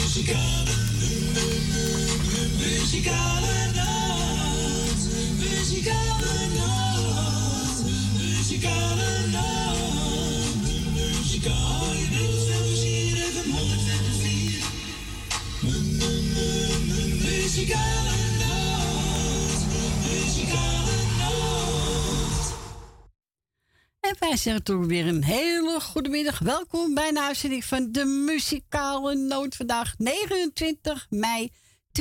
Muzikale nacht, muzikale nacht, muzikale nacht, muzikale muzikale nacht, muzikale nacht. En wij zeggen toch weer een hele goede middag. Welkom bij een uitzending van de Muzikale Noot. Vandaag 29 mei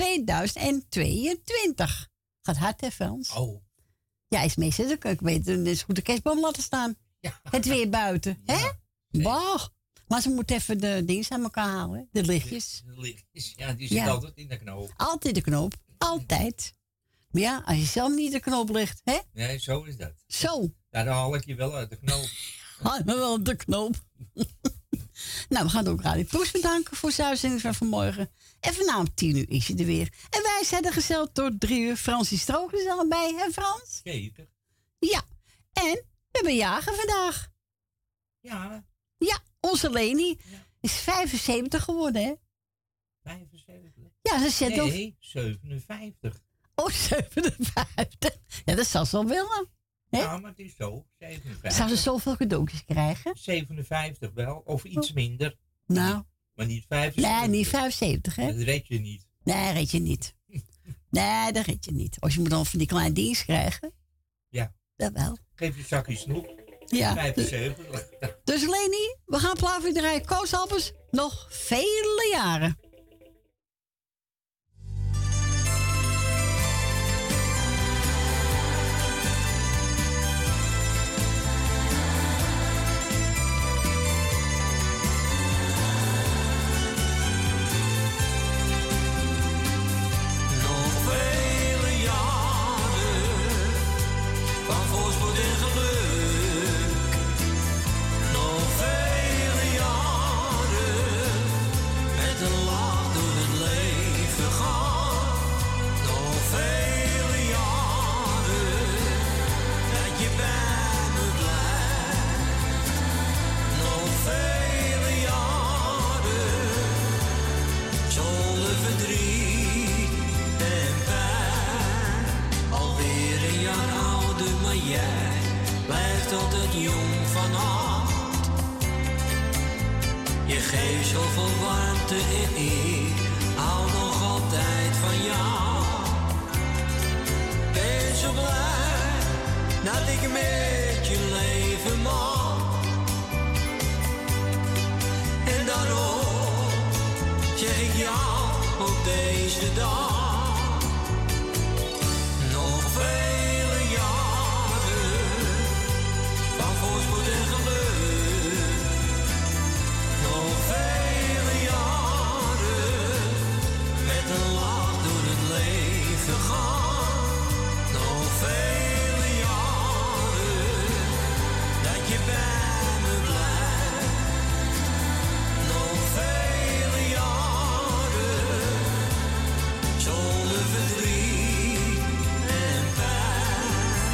2022. Gaat hard, hè, Frans? Oh. Ja, is meestal ook. Ik weet het is goed de kerstboom laten staan. Ja. Het weer buiten, ja, hè? Bah. Maar ze moeten even de dingen aan elkaar halen. De lichtjes. De lichtjes, ja, die zit altijd in de knoop. Altijd in de knoop. Altijd. Maar ja, als je zelf niet de knoop ligt, hè? Nee, zo is dat. Zo. Ja, dan haal ik je wel uit de knoop. Haal me wel uit de knoop. Nou, we gaan ook Radio Poes bedanken voor zijn uitzending van vanmorgen. En vanavond 10 uur is je er weer. En wij zijn er gezellig tot 3 uur. Frans is er ook gezellig bij, hè Frans? Zeker. Ja. En we hebben jagen vandaag. Ja. Ja, onze Leni is 75 geworden, hè? 75? Ja, ze zet nee, 57. Oh, 57. Ja, dat zal ze wel willen. Hè? Ja, maar het is zo. 57. Zou ze zoveel cadeautjes krijgen? 57 wel, of iets minder. Nou. Maar niet 75. Nee, niet 75, hè? Dat red je niet. Nee, red je niet. Nee, dat red je niet. Als je moet dan van die kleine dienst krijgen. Ja. Dat wel. Geef je een zakje snoep. Ja. 75. Dus Leni, we gaan plaatsen draaien. Koos Albers, nog vele jaren. Geef zoveel warmte en ik hou nog altijd van jou. Ben zo blij dat ik met je leven mag. En daarom zeg ik jou op deze dag nog vele jaren van voorspoed en geluk. Vele jaren met een lach door het leven gaan. Nog vele jaren dat je bij me blijft. Nog vele jaren zonder verdriet en pijn.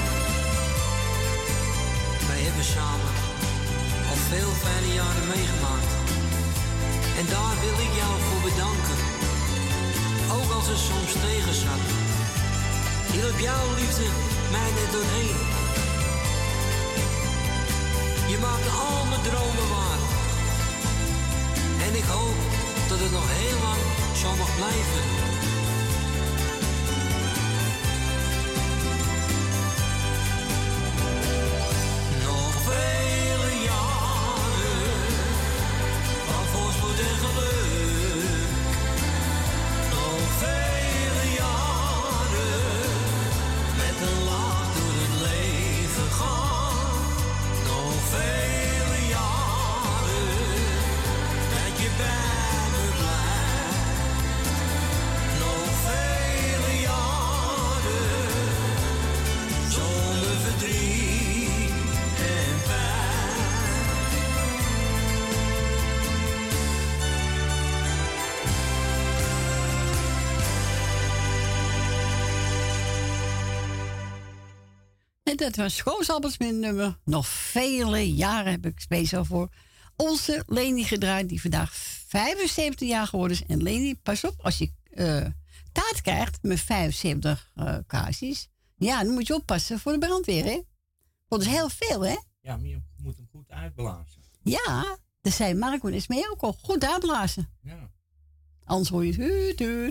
Wij hebben samen al veel fijne jaren meegemaakt. En daar wil ik jou voor bedanken. Ook als het soms tegen zat. Hielp jouw liefde mij net doorheen. Je maakt al mijn dromen waar. En ik hoop dat het nog heel lang zo mag blijven. Nog vele jaren van voorspoed en geluk. Nog vele jaren met een lach door het leven gaan. Nog vele jaren dat je bij me blijft. Nog vele jaren zonder verdriet en pijn. En dat was Koos Albers met nummer. Nog vele jaren heb ik speciaal voor onze Leni gedraaid, die vandaag 75 jaar geworden is. En Leni, pas op, als je taart krijgt met 75 kaarsjes. Ja, dan moet je oppassen voor de brandweer, hè? Dat is heel veel, hè? Ja, maar je moet hem goed uitblazen. Ja, dat zei Marco en Esmee ook al. Goed uitblazen. Ja. Anders hoor je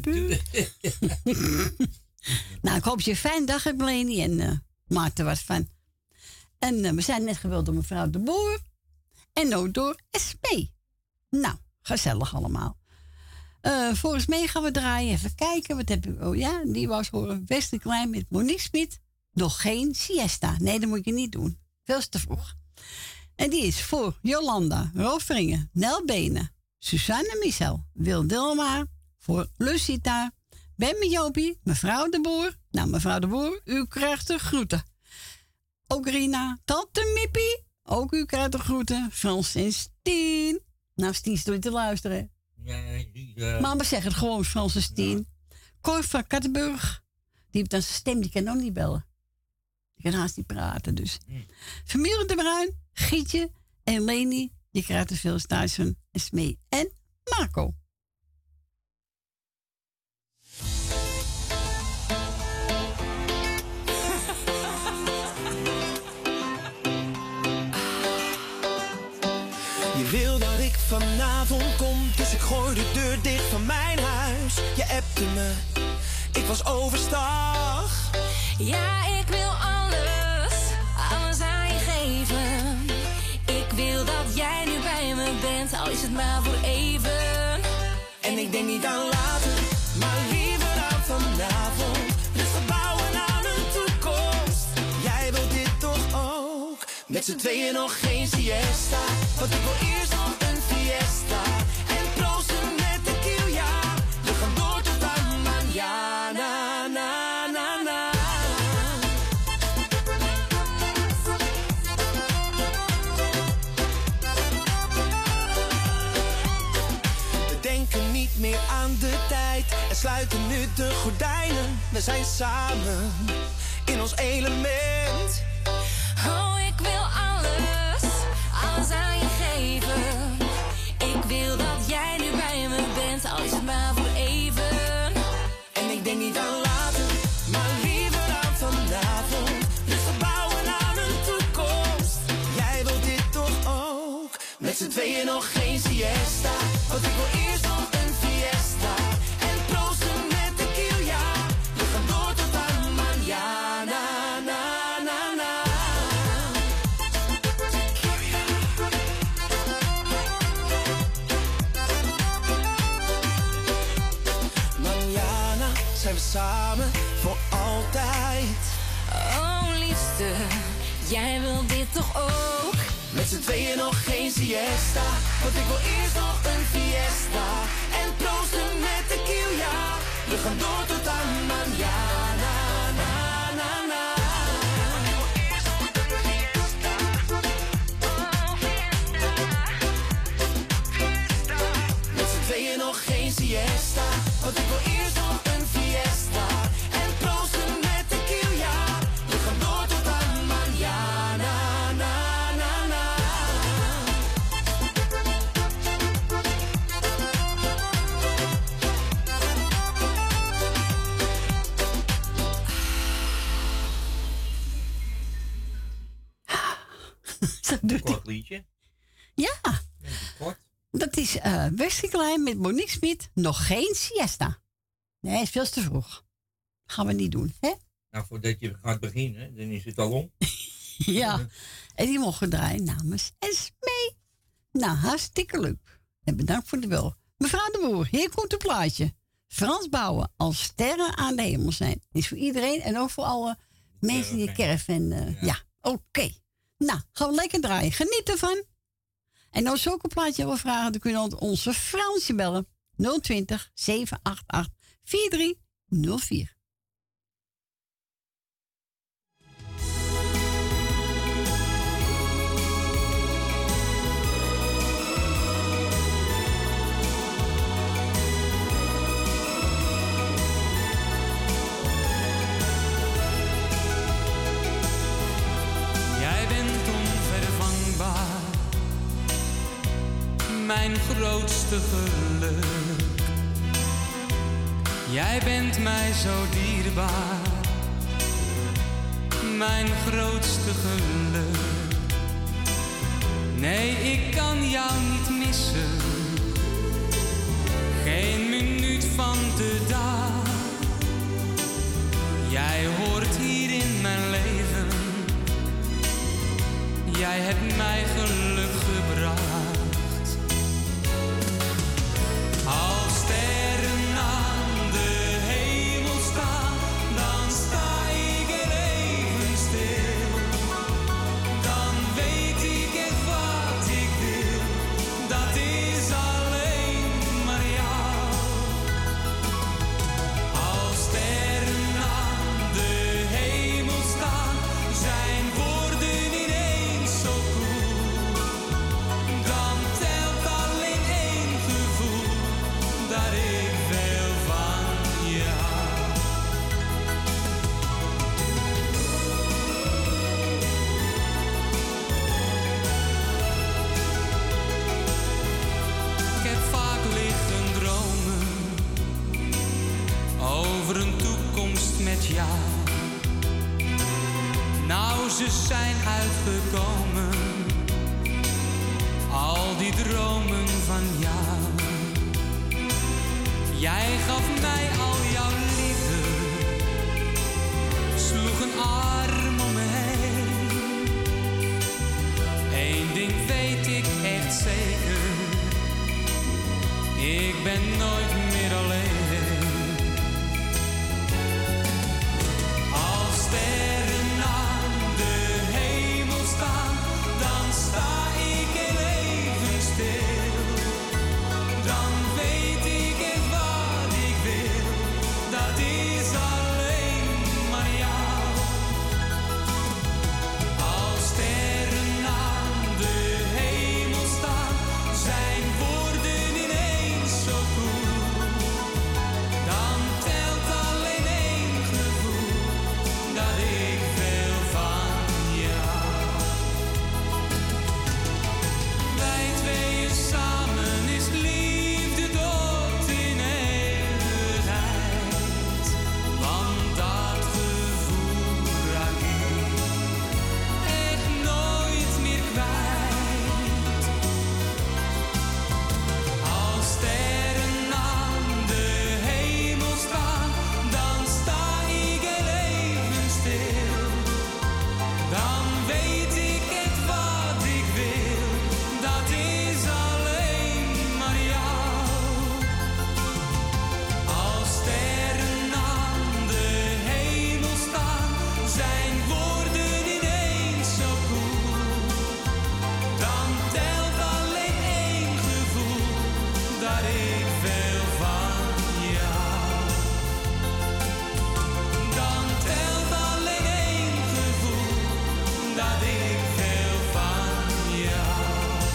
Nou, ik hoop dat je een fijne dag hebt, Leni. En maak er wat van. En we zijn net geweld door mevrouw de Boer. En ook door Esmee. Nou, gezellig allemaal. Volgens mij gaan we draaien. Even kijken. Wat heb ik? Oh ja, die was horen. Wesley Klein met Monique Smit. Nog geen siesta. Nee, dat moet je niet doen. Veel te vroeg. En die is voor Jolanda, Roveringen, Nel Benen, Suzanne Michel, Wil Dilma, voor Lucita, Ben met Jopie, mevrouw de Boer. Nou, mevrouw de Boer, u krijgt de groeten. Ook Rina, tante Mippie, ook u krijgt de groeten. Frans en Stien. Nou, Stien is door te luisteren. Ja, Mama zegt het gewoon, Frans en Stien. Ja. Cor van Kattenburg, die heeft dan zijn stem, die kan ook niet bellen. Die kan haast niet praten, dus. Familie de Bruin, Gietje en Leni, die krijgt er veel thuis van Esmee en Marco. Je wil dat ik vanavond kom, dus ik gooi de deur dicht van mijn huis. Je appte me, ik was overstag. Ja, ik wil alles aan je geven. Ik wil dat jij nu bij me bent, al is het maar voor even. En ik denk niet aan later, maar liever aan vanavond. Dus we bouwen aan een toekomst. Jij wilt dit toch ook? Met z'n tweeën nog geen siesta, want ik wil eerst nog een fiesta. En proosten met tequila, we gaan door tot aan mañana, na, na, na. We denken niet meer aan de tijd en sluiten nu de gordijnen. We zijn samen in ons element. Oh, ik wil alles aan je geven. Ik wil dat jij nu bij me bent, al is het maar voor even. En ik denk niet aan later, maar liever aan vanavond. Dus we bouwen aan een toekomst. Jij wilt dit toch ook? Met z'n tweeën nog geen siesta, want ik wil eerst nog een fiesta. En proosten met tequila, we gaan door tot aan mañana, na, na, na. Mañana zijn we samen voor altijd. Oh, liefste, jij wil dit toch ook? Met z'n tweeën nog geen siesta, want ik wil eerst nog een fiesta. En proosten met tequila, we gaan door tot aan mañana, na, na, na. Ik wil eerst nog een fiesta. Oh, fiesta. Met z'n tweeën nog geen siesta, want ik wil eerst nog een fiesta. En proosten met tequila, we gaan door tot aan mañana, na, na, na. Zo doet hij. Kort liedje. Ja, Kort. dat is Wesley Klein met Monique Smit. Nog geen siesta. Nee, is veel te vroeg. Gaan we niet doen, hè? Nou, voordat je gaat beginnen, dan is het al om. Ja, en die mogen draaien namens Esmee. Nou, hartstikke leuk. En bedankt voor de bel. Mevrouw de Boer, hier komt een plaatje. Frans Bouwen, als sterren aan de hemel zijn. Is voor iedereen en ook voor alle mensen die de caravan... ja, oké. Nou, gaan we lekker draaien. Geniet ervan. En als je ook een plaatje wil vragen, dan kun je onze Fransje bellen. 020 788 4304. Jij bent onvervangbaar, mijn mijn grootste geluk. Jij bent mij zo dierbaar, mijn grootste geluk. Nee, ik kan jou niet missen, geen minuut van de dag. Jij hoort hier in mijn leven, jij hebt mij geluk gebracht. Als sterren aan de hemel staan, dan sta ik er even stil. Dan weet ik echt wat ik wil, dat is alleen maar jou. Als sterren aan de hemel staan, zijn woorden ineens zo koel. Dan telt alleen één gevoel, dat ik veel van je hou. Ik heb vaak liggen dromen over een toekomst met jou. Nou, ze zijn uitgekomen, al die dromen van jou. Jij gaf mij al jouw liefde, sloeg een arm om me heen. Eén ding weet ik echt zeker, ik ben nooit meer alleen. Als sterren aan de hemel staan, dan sta ik er even stil. Dan weet ik echt wat ik wil, dat is alleen maar jou. Als sterren aan de hemel staan, zijn woorden ineens zo koel. Dan telt alleen één gevoel, dat ik veel van je hou. Wij tweeën samen is liefde tot in eeuwigheid. Want dat gevoel raak ik echt nooit meer kwijt. Als sterren aan de hemel staan, dan sta ik er even stil. Dan weet ik echt wat ik wil, dat is alleen maar jou. Als sterren aan de hemel staan, zijn woorden ineens zo koel. Dan telt alleen één gevoel, dat ik veel van je hou. Dan telt alleen één gevoel, dat ik veel van je hou.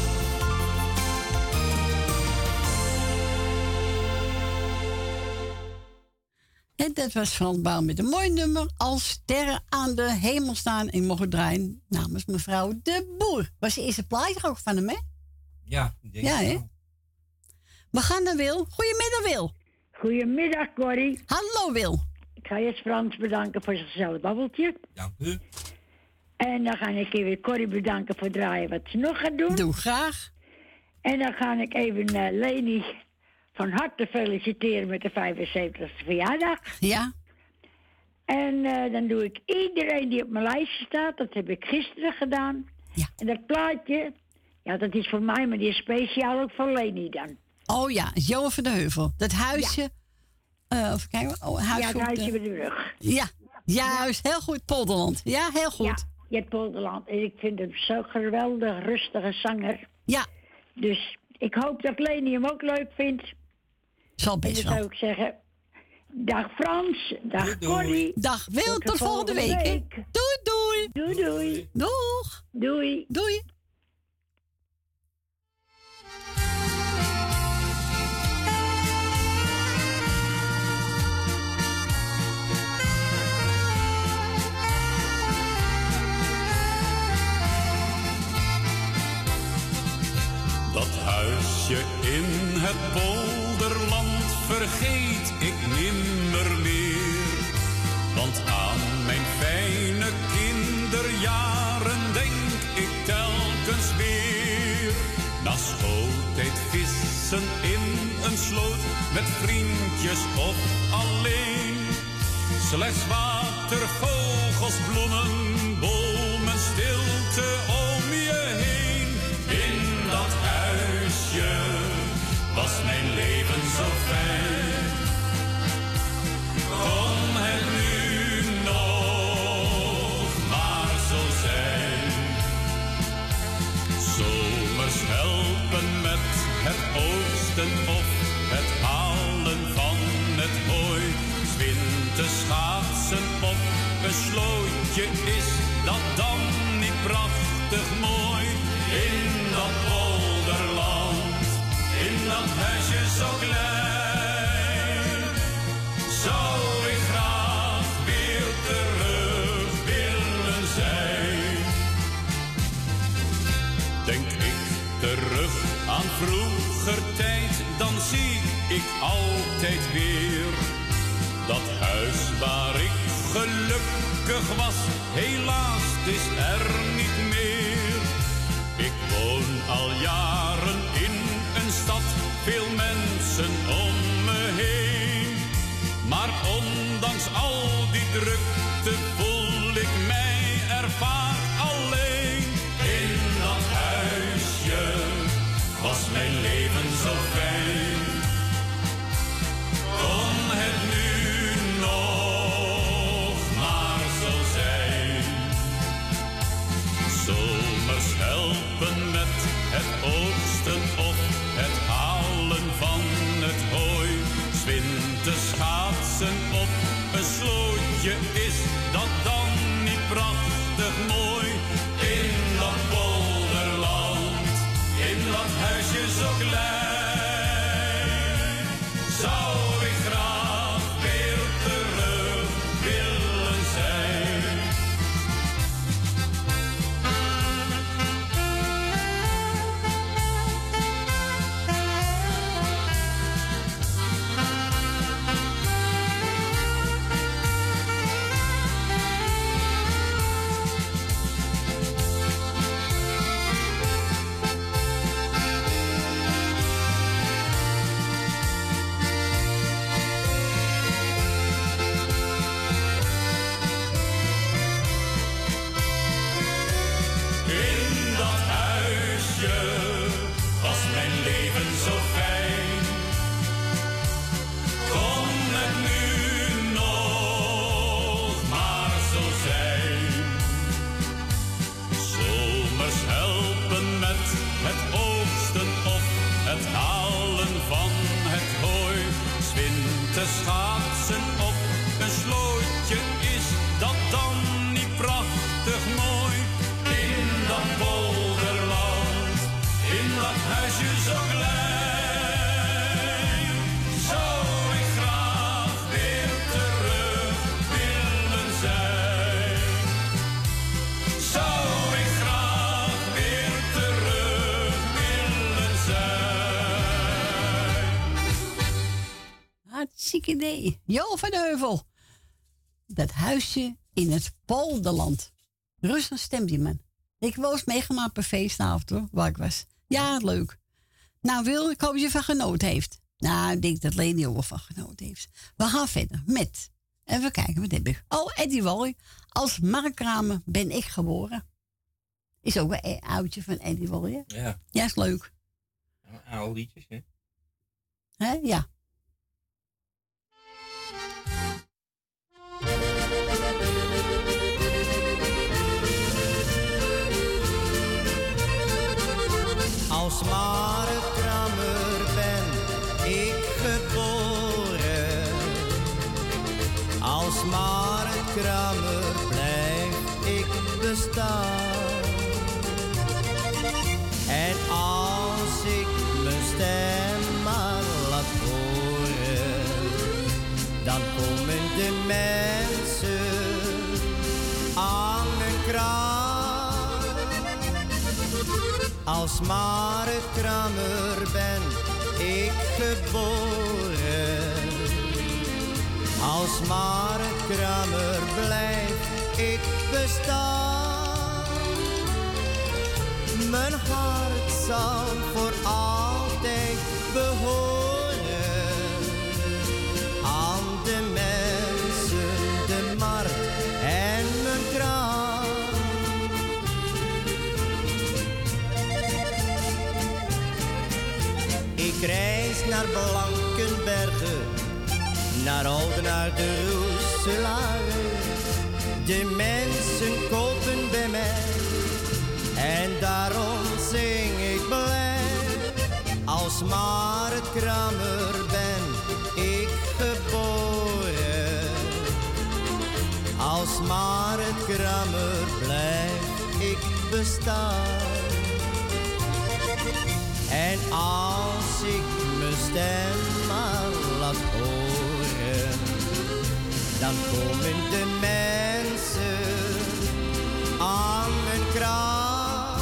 En dat was Frans Bauer met een mooi nummer. Als sterren aan de hemel staan. Ik mocht het draaien namens mevrouw De Boer. Was de eerste plaatje ook van hem, hè? Ja, ik denk Ja, het hè? wel. We gaan naar Wil. Goedemiddag, Wil. Goedemiddag, Corrie. Hallo, Wil. Ik ga eerst Frans bedanken voor zijn gezellig babbeltje. Dank u. En dan ga ik even Corrie bedanken voor het draaien wat ze nog gaat doen. Doe graag. En dan ga ik even Leni van harte feliciteren met de 75e verjaardag. Ja. En dan doe ik iedereen die op mijn lijstje staat. Dat heb ik gisteren gedaan. Ja. En dat plaatje, ja, dat is voor mij, maar die is speciaal ook voor Leni dan. Oh ja, Johan van de Heuvel. Dat huisje. Even kijken. Oh, huis Ja, het op huisje de- bij de rug. Ja, juist. Heel goed. Polderland. Ja, heel goed. Ja, Jet Polderland. En ik vind hem zo'n geweldig rustige zanger. Ja, Dus ik hoop dat Leni hem ook leuk vindt. zal En best dan zou wel. ik zeggen, dag Frans, dag Doei, doei. Corrie. Dag Wil, tot volgende week. Hè. Doei, doei. Doei, doei. Doeg. Doei. Doei. Dat huisje het polderland vergeet ik nimmer meer. Want aan mijn fijne kinderjaren denk ik telkens weer. Na schooltijd vissen in een sloot met vriendjes of alleen. Slechts water, vogels, bloemen, bomen, stilte om je heen. In dat huisje was mijn leven zo fijn. Kon het nu nog maar zo zijn. Zomers helpen met het oogsten of het halen van het hooi. 'Winters schaatsen op een slootje, is dat dan niet prachtig mooi? In dat polderland, in dat huisje zo klein, zou ik graag weer terug willen zijn. Denk ik terug aan vroeger tijd, dan zie ik altijd weer dat huis waar ik gelukkig was, helaas is er niet meer. Ik woon al jaren in een stad, veel mensen om me heen. Maar ondanks al die drukte voel ik mij er vaak alleen. In dat huisje was mijn leven zo fijn. Kon het nu nog maar zo zijn. Zomers helpen met het oogsten of het halen van het hooi. 's Winters schaatsen op een slootje, is dat dan niet prachtig mooi? In dat polderland, in dat huisje zo klein, zou ik graag weer terug willen zijn. In dat huisje was mijn leven zo fijn. Kon het nu nog maar zo zijn. Zomers helpen met het oogsten of het halen van het hooi. 's Winters schaatsen op een slootje, is dat dan niet prachtig mooi? In dat polderland, in dat huisje zo klein, zou ik graag weer terug willen zijn. Zou ik graag weer terug willen zijn. Hartstikke idee. Jo van Heuvel. Dat huisje in het polderland. Rustig stemt die man. Ik heb wel eens meegemaakt per feestavond hoor, waar ik was. Ja, leuk. Nou Wil, ik hoop dat je van genoten heeft. Nou, ik denk dat Leni ook wel van genoten heeft. We gaan verder met, even kijken, wat heb ik? Oh, Eddie Wally. Als markramer ben ik geboren. Is ook wel een oudje van Eddie Wally, hè? Ja, Ja, is leuk. oude liedjes, hè? Hè? Ja. Als markramer ben ik geboren. Als markramer blijf ik bestaan. En als ik mijn stem maar laat horen, dan komen de mensen aan mijn kraan. Als markramer ben ik geboren. Als Mark Kramer blijf ik bestaan. Mijn hart zal voor altijd behoren aan de mensen, de markt en mijn kraam. Ik reis naar Blankenbergen, naar Oudenaar de Roeselare. De mensen kopen bij mij en daarom zing ik blij. Als Marit Kramer ben ik geboren. Als Marit Kramer blijf ik bestaan. En als ik mijn stem maar laat horen, dan komen de mensen aan mijn kraam.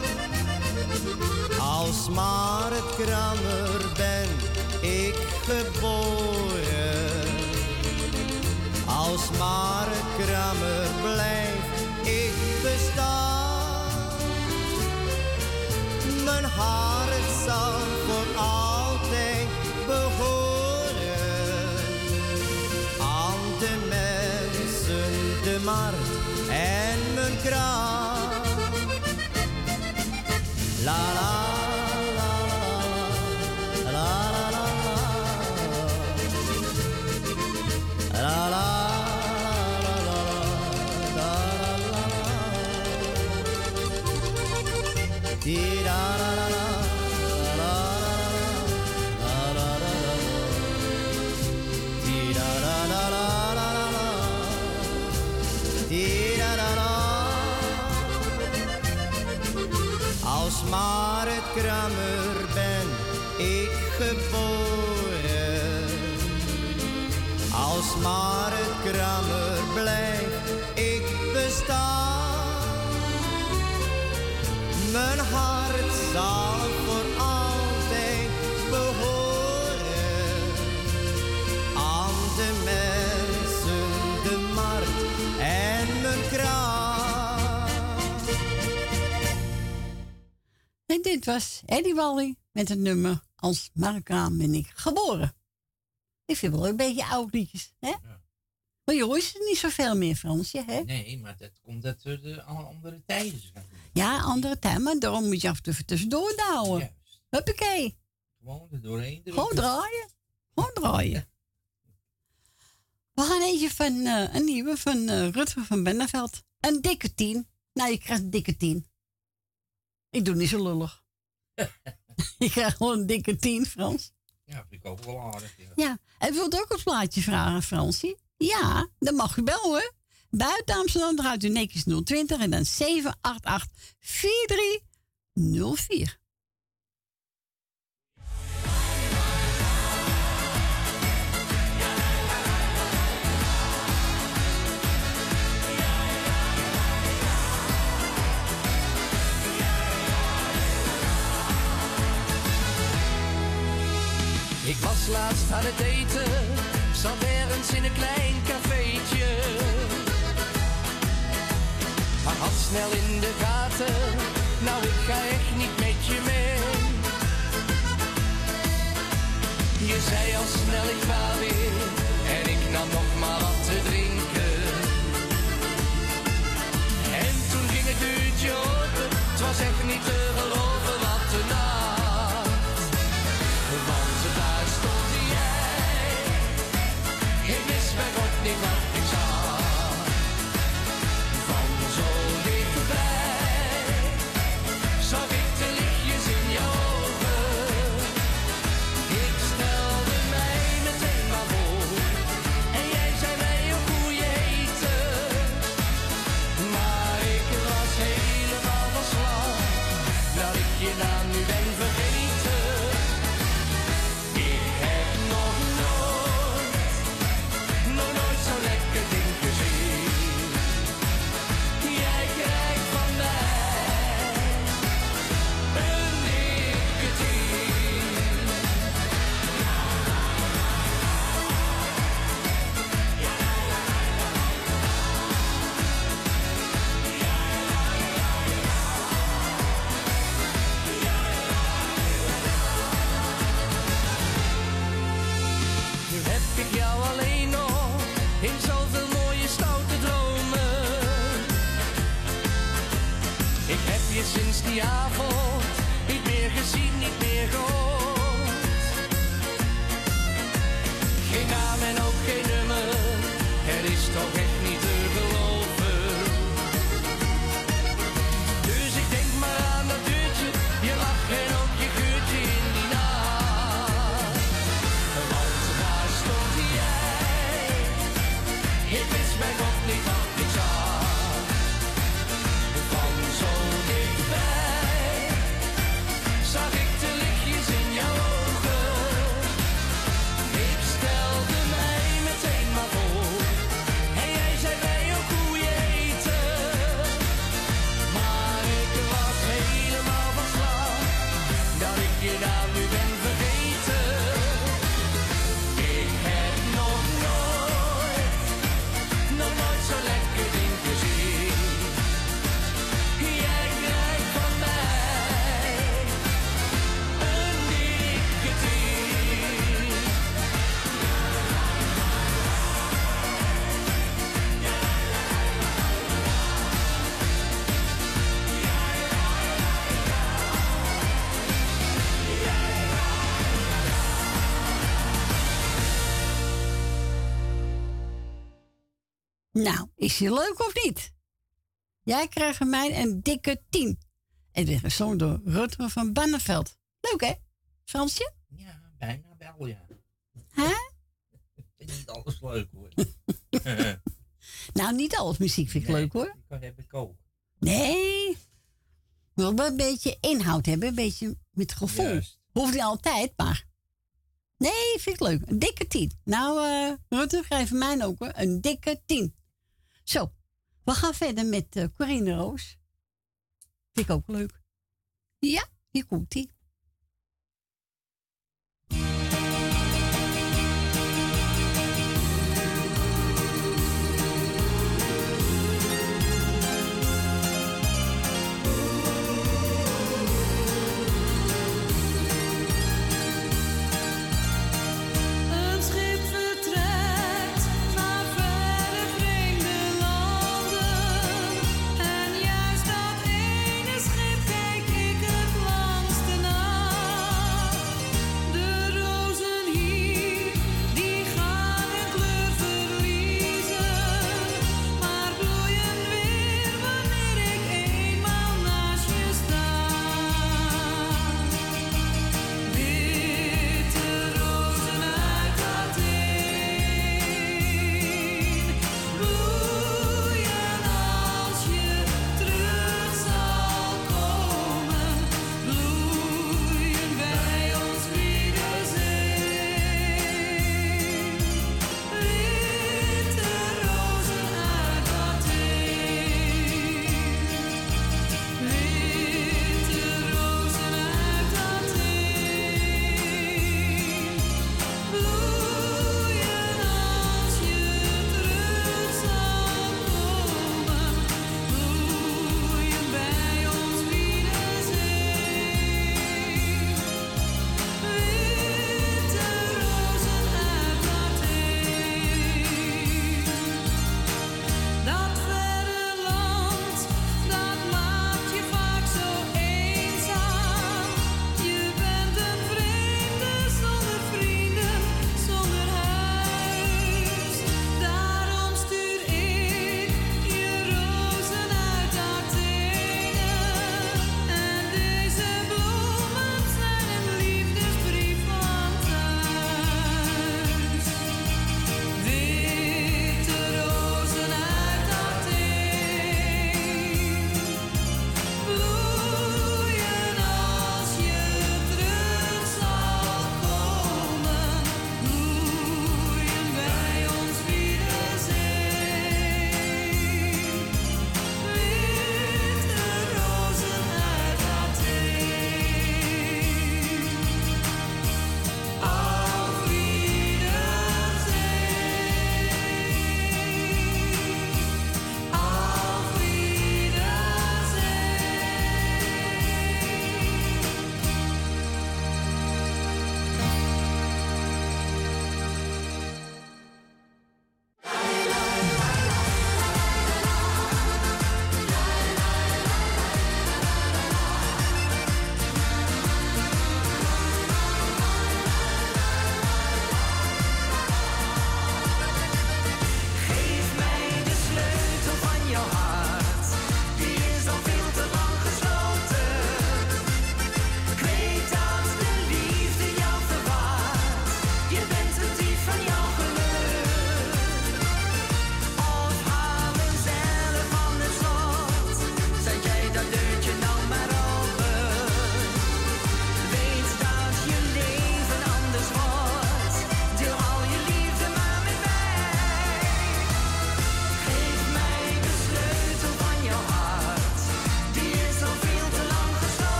Als Marit Kramer ben ik geboren. Als Marit Kramer blijf ik bestaan. Mijn hart zal voor altijd behoren aan de mensen, de markt en mijn kraam. La la la la la la la la la. Als Marit Kramer ben ik geboren. Als Marit Kramer blijf ik bestaan. Mijn hart zal voor altijd behoren aan de mensen, de markt en mijn kraam. En dit was Eddie Wally met het nummer Als Mark Kramer ben ik geboren. Ik vind wel een beetje oud liedjes, hè? Ja. Maar je hoort er niet zoveel meer, Fransje, hè? Nee, maar dat komt dat er de andere tijden zijn. Ja, andere tijden, maar daarom moet je af en toe even tussendoor douwen. Juist. Huppakee. Gewoon er doorheen. Gewoon draaien. Gewoon draaien. We gaan eentje van een nieuwe van Rutger van Benneveld. Een dikke 10. Nou, je krijgt een dikke 10. Ik doe niet zo lullig. Je krijgt gewoon een dikke 10, Frans. Ja, vind ik ook wel aardig. Ja, en wilt u ook een plaatje vragen, Fransie? Ja, dan mag u bellen, hoor. Buiten Amsterdam draait u netjes 020 en dan 788 4304. Ik was laatst aan het eten, zat ergens in een klein cafeetje. Maar had snel in de gaten, nou ik ga echt niet met je mee. Je zei al snel ik ga weer, en ik nam nog maar wat te drinken. En toen ging het deurtje open, het was echt niet te geloven wat de nacht. Want daar stond jij, ik wist bij God niet wat ik zag. Van zo dichtbij zag ik de lichtjes in je ogen. Ik stelde mij meteen maar voor en jij zei mij ook hoe je heette. Maar ik was helemaal van slag sinds die avond niet meer gezien, niet meer gehoord. Geen naam en ook geen nummer, het is toch echt niet te geloven. Dus ik denk maar aan dat uurtje, je lach en ook je geurtje in die nacht. Want daar stond jij, ik wist bij God niet wat ik zag. Van zo dichtbij zag ik de lichtjes in jouw ogen. Ik stelde mij meteen maar voor en jij zei mij ook hoe je heette. Maar ik was helemaal van slag dat ik je naam nu ben vergeten. Ik heb nog nooit zo lekker ding gezien. Jij krijgt van mij een dikke 10. Nou, is je leuk of niet? Jij krijgt van mij een dikke 10. En het werd gezongen door Rutger van Banneveld. Leuk, hè? Fransje? Ja, bijna wel, ja. Hè? Ik vind niet alles leuk, hoor. Nou, niet alles muziek vind ik leuk, hoor. Dat heb ik ook. Nee. Wil wel een beetje inhoud hebben. Een beetje met gevoel. Juist. Hoeft niet altijd, maar... Nee, vind ik leuk. Een dikke 10. Nou, Rutger, geef mij ook, hoor. Een dikke 10. Zo. We gaan verder met Corine Roos. Vind ik ook leuk. Ja, hier komt-ie. Een schip vertrekt naar verre vreemde landen. En juist dat ene schip kijk ik het langste naar.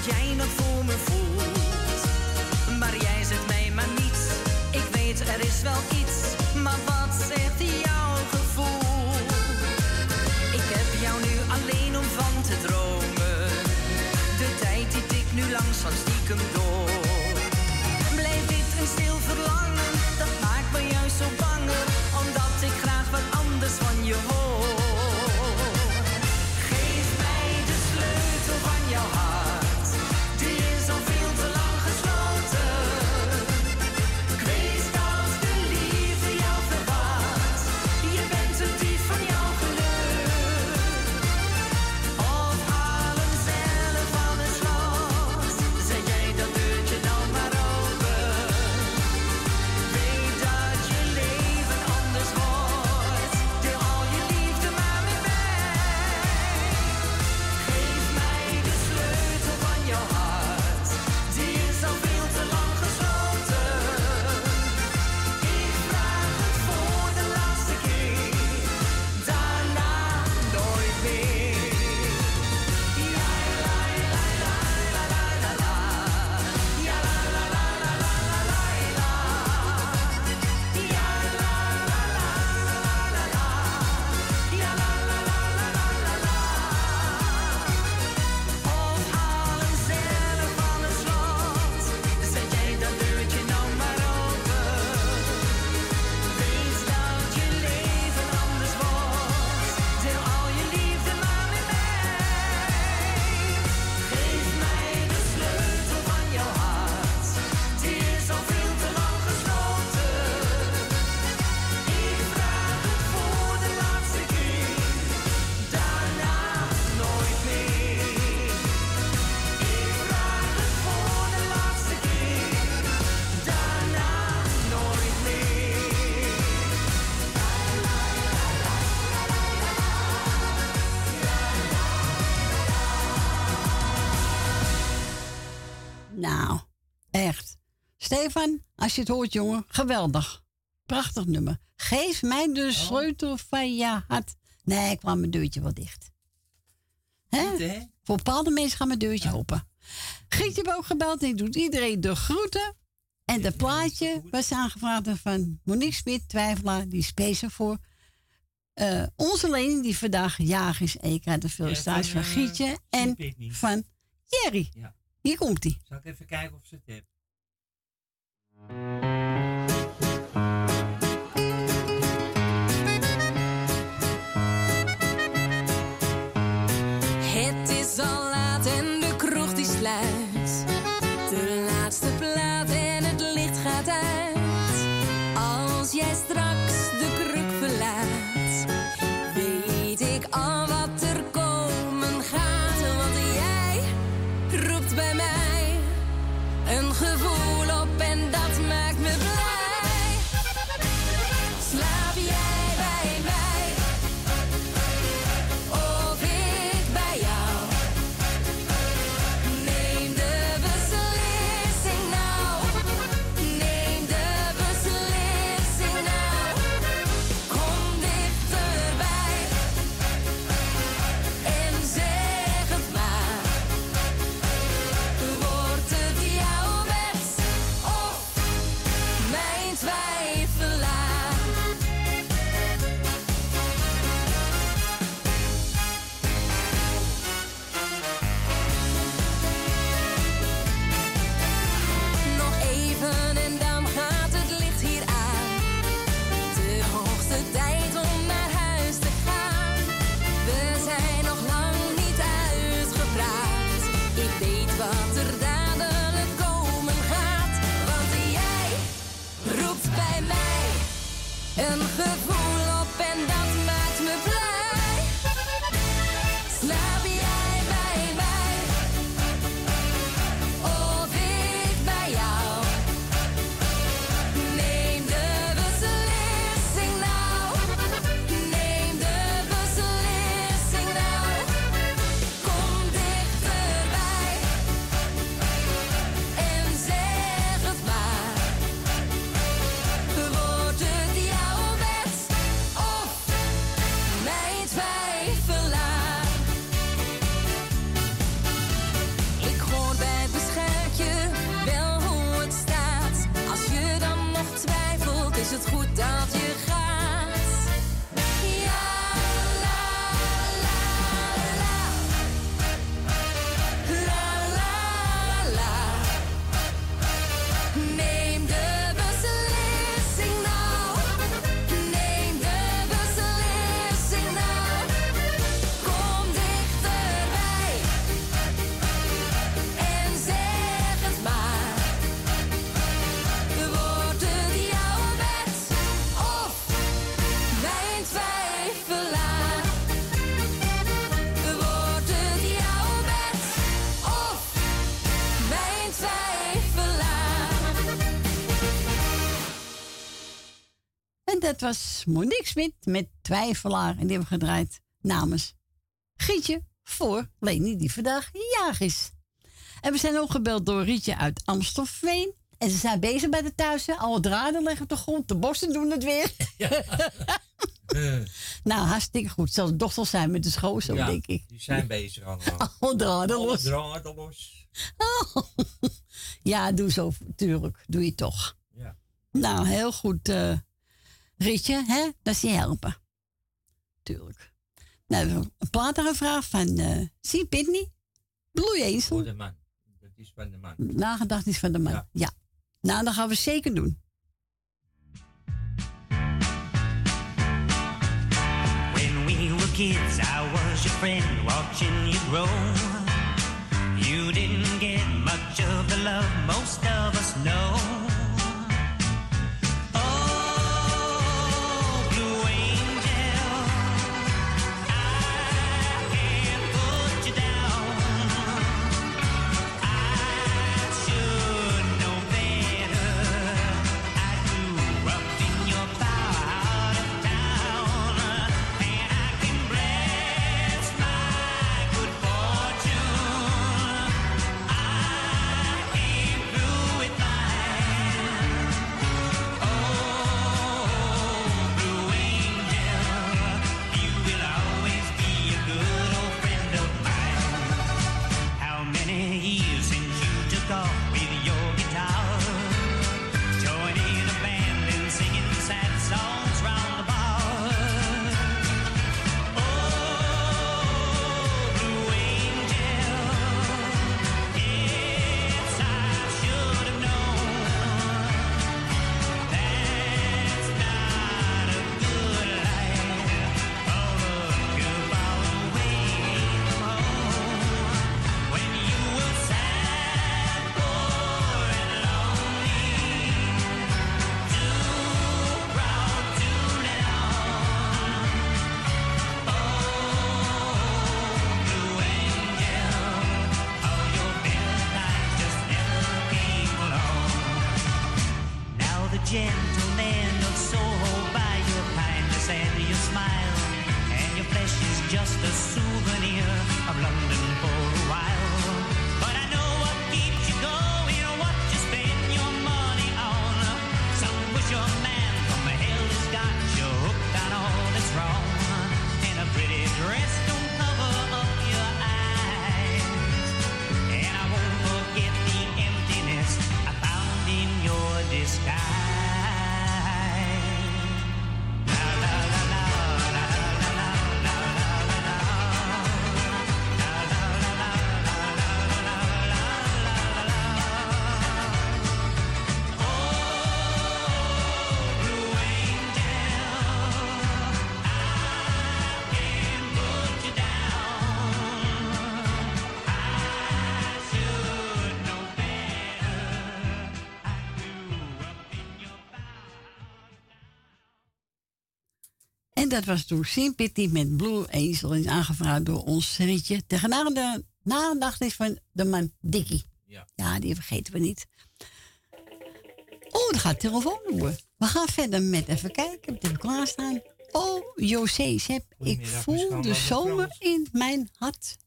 dat jij nog voor me voelt. Maar jij zegt mij maar niets. Ik weet er is wel iets, maar wat zegt jouw gevoel? Ik heb jou nu alleen om van te dromen. De tijd die tikt nu langzaam stiekem door. Blijft dit een stil verlangen, dat maakt me juist zo banger, omdat ik graag wat anders van je hoor. Geef mij de sleutel van jouw hart, die is al veel te lang gesloten. Ik weet dat de liefde jou verwacht, je bent een dief van jouw geluk. Of haal hem zelf van het slot, zet jij dat deurtje nou maar open. Weet dat je leven anders wordt, deel al je liefde maar met mij. Geef mij de sleutel van jouw hart, die is al veel te lang gesloten. Ik vraag het voor de laatste keer, daarna nooit meer. Ja la la la la la la la, ja la la la la la la la la, ja la la la la la la, ja la la la la la la la. Of haal hem zelf van het slot, zet jij dat deurtje nou maar open. Weet dat je leven anders wordt, deel al je liefde maar met mij. Geef mij de sleutel van jouw hart, die is al veel te lang gesloten. Ik vraag het voor de laatste keer, daarna nooit meer. Ik vraag het voor de laatste keer, daarna nooit meer. Nou, echt. Stefan, als je het hoort, jongen, geweldig. Prachtig nummer. Geef mij de sleutel van je hart. Nee, ik kwam mijn deurtje wel dicht. Hè? Niet, hè? Voor bepaalde mensen gaat mijn deurtje open. Gietje heeft ook gebeld en die doet iedereen de groeten. En de plaatje was aangevraagd van Monique Smit, twijfelaar. Die is speciaal voor onze Leni, die vandaag jarig is. En je krijgt de felicitaties van Gietje en van Jerry. Ja. Hier komt hij. Zal ik even kijken of ze het heeft? Het is al laat en de kroeg die sluit. De laatste plaat en het licht gaat uit. Als jij straks de kruk verlaat, weet ik al wat er komen gaat. Want jij roept bij mij een dat was Monique Smit met Twijfelaar. En die hebben we gedraaid namens Gietje voor Leni, die vandaag jarig is. En we zijn ook gebeld door Rietje uit Amstelveen. En ze zijn bezig bij de thuis. Alle draden liggen op de grond. De bossen doen het weer. Nou, hartstikke goed. Zelfs de dochters zijn met de school, zo Ja, denk ik. die zijn bezig allemaal. Alle draden Alle los. draden los. Oh. Ja, doe zo, tuurlijk. Doe je toch. Ja. Nou, heel goed, Rietje. Hè? Dat is je helpen. Tuurlijk. Nou, we hebben een plaat aangevraagd van C. Pitney. Blue Hazel. Voor de man. Dat is van de man. Nagedacht is van de man. Ja. Ja. Nou, dat gaan we zeker doen. When we were kids, I was your friend, watching you grow. You didn't get much of the love most of us know. Oh, Blue Angel, I can't put you down. I should know better. I grew up in your part of town, and I can bless my good fortune. I came through with mine. Oh, Blue Angel, you will always be a good old friend of mine. How many years since you took off with your guitar, joining a band and singing sad songs round the bar? Oh, Blue Angel, yes, I should have known. That's not a good life for a girl far away from home. When you were sad, poor and lonely, too proud to let on. Oh, Blue Angel, all your best times just never came along. Now the gentlemen of Soho buy your kindness and your smile, and your flesh is just a souvenir of London for a while. But I know what keeps you going, what you spend your money on. Some pusher man from hell has got you hooked on all that's wrong, and a pretty dress don't cover up your eyes. And I won't forget the emptiness I found in your disguise. La la la la la la la la la la En dat was door Sympathy met Blue Hazel. En aangevraagd door ons Rietje. Tegen nadacht is van de man Dickie. Ja, die vergeten we niet. Oh, daar gaat de telefoon door. We gaan verder met even kijken. Wat heb ik klaarstaan? Oh, José, ik voel de zomer in mijn hart.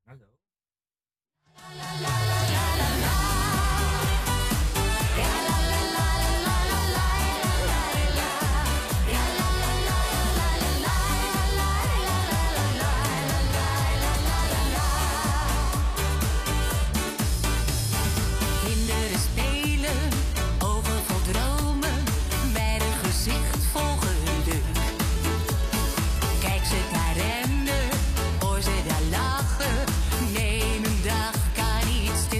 Kinderen spelen, overvol dromen, bij een gezicht vol geluk. Kijk ze daar rennen, hoor ze daar lachen. Nee, een dag kan niet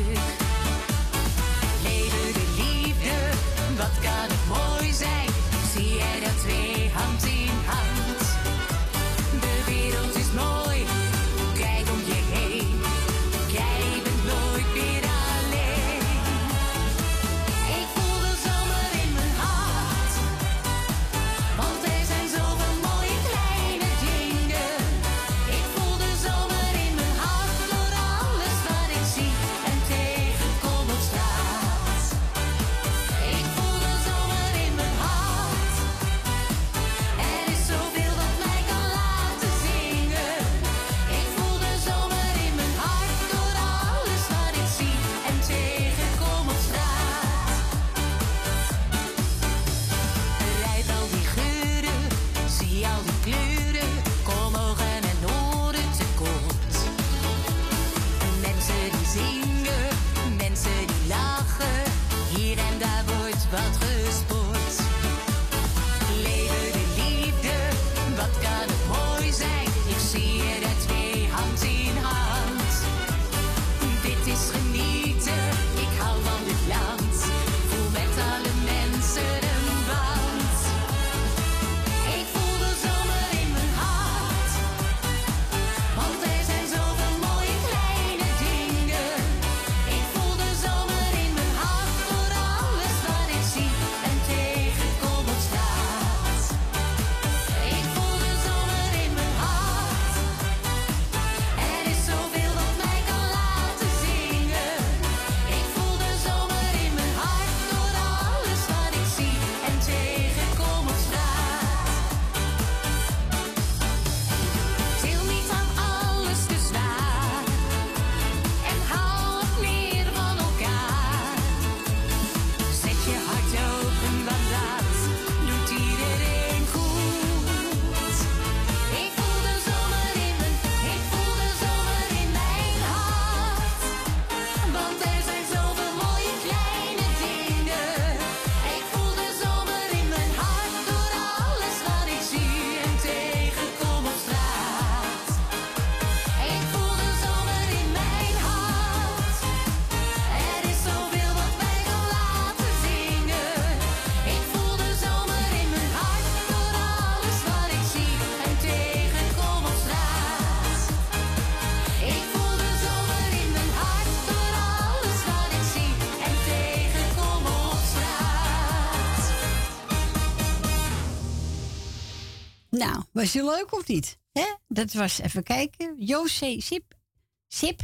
wat gesport. Leven de liefde, wat kan het mooi zijn. Ik zie er twee hand in hand. Dit is genieten, ik hou van dit land. Voel met alle mensen een band. Ik voel de zomer in mijn hart. Want er zijn zoveel mooie kleine dingen. Ik voel de zomer in mijn hart. Door alles wat ik zie en tegenkom op straat. Ik voel de zomer in mijn hart. Er is zoveel wat mij kan laten zingen. Ik voel de zomer in mijn hart. Door alles wat ik zie en tegenkom op straat. Til niet aan alles te zwaar. En hou wat meer van elkaar. Zet je hart open, want dat doet iedereen goed. Ik voel de zomer in mijn hart. Want er zijn zoveel mooie kleine dingen. Ik voel de zomer in mijn hart. Door alles wat ik zie en tegenkom op straat. Ik voel de zomer in mijn hart. Er is zoveel wat mij kan laten zingen. Ik voel de zomer in mijn hart. Door alles wat ik zie en tegenkom op straat. Ik voel de zomer in mijn hart. Door alles wat ik zie en tegenkom op straat. Nou, was je leuk of niet? Hè? Dat was, even kijken, José Sip. Sip.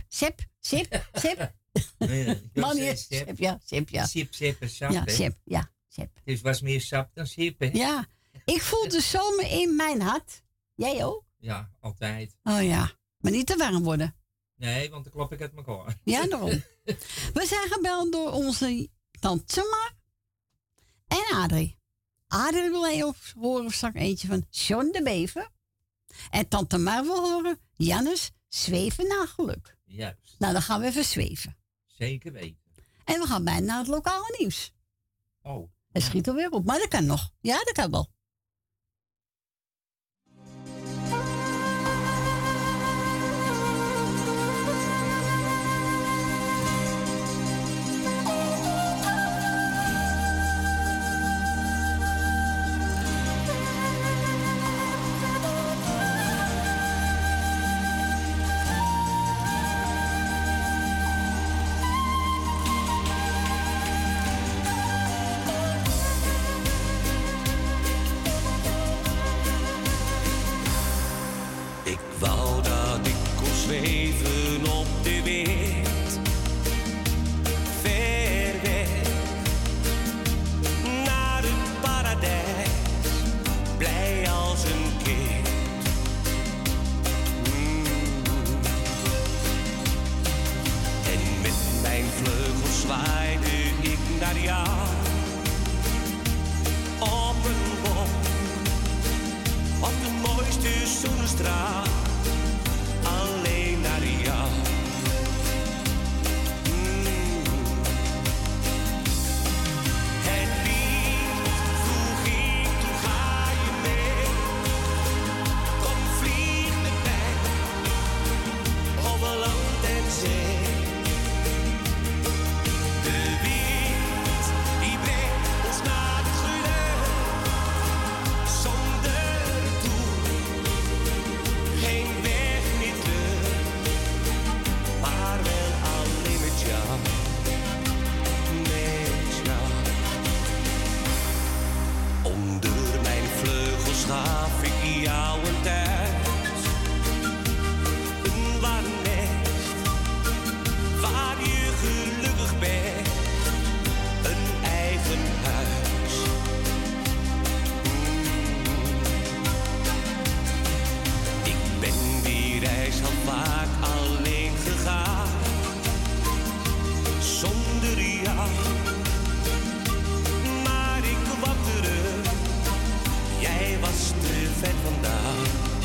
Man, hier, Sip, ja, Sip, ja. Sip en sap, Ja, hè? Sip, ja, Sip. Dus was meer sap dan sip, hè? Ja, ik voel de zomer in mijn hart. Jij ook? Ja, altijd. Oh ja, maar niet te warm worden. Nee, want dan klop ik uit elkaar. Ja, daarom. We zijn gebeld door onze tante Ma en Adrie. Adrie wil heel horen straks eentje van John de Bever. En tante Ma wil horen Jannes Zweven naar geluk. Juist, Nou, dan gaan we even zweven. zeker weten. En we gaan bijna naar het lokale nieuws. Oh, Het schiet alweer op, maar dat kan nog. Ja, dat kan wel. Ik wou dat ik kon zweven op de wind, ver weg, naar het paradijs, blij als een kind. En met mijn vleugels zwaaide ik naar jou, op een boom. Wat de mooiste zonnestraal, alleen naar jou. Het lied vroeg ik, toen ga je mee. Kom vlieg met mij, over land en zee. De wind die brengt ons naar het geluk, zonder doel, geen weg meer terug, maar wel alleen met jou, met jou. Onder mijn vleugels gaf ik jou een thuis, een warm nest, waar je gelukkig bent, een eigen huis. Ik ben die reis al vaak alleen gegaan, zonder jou. Maar ik kwam terug, jij was te ver vandaan.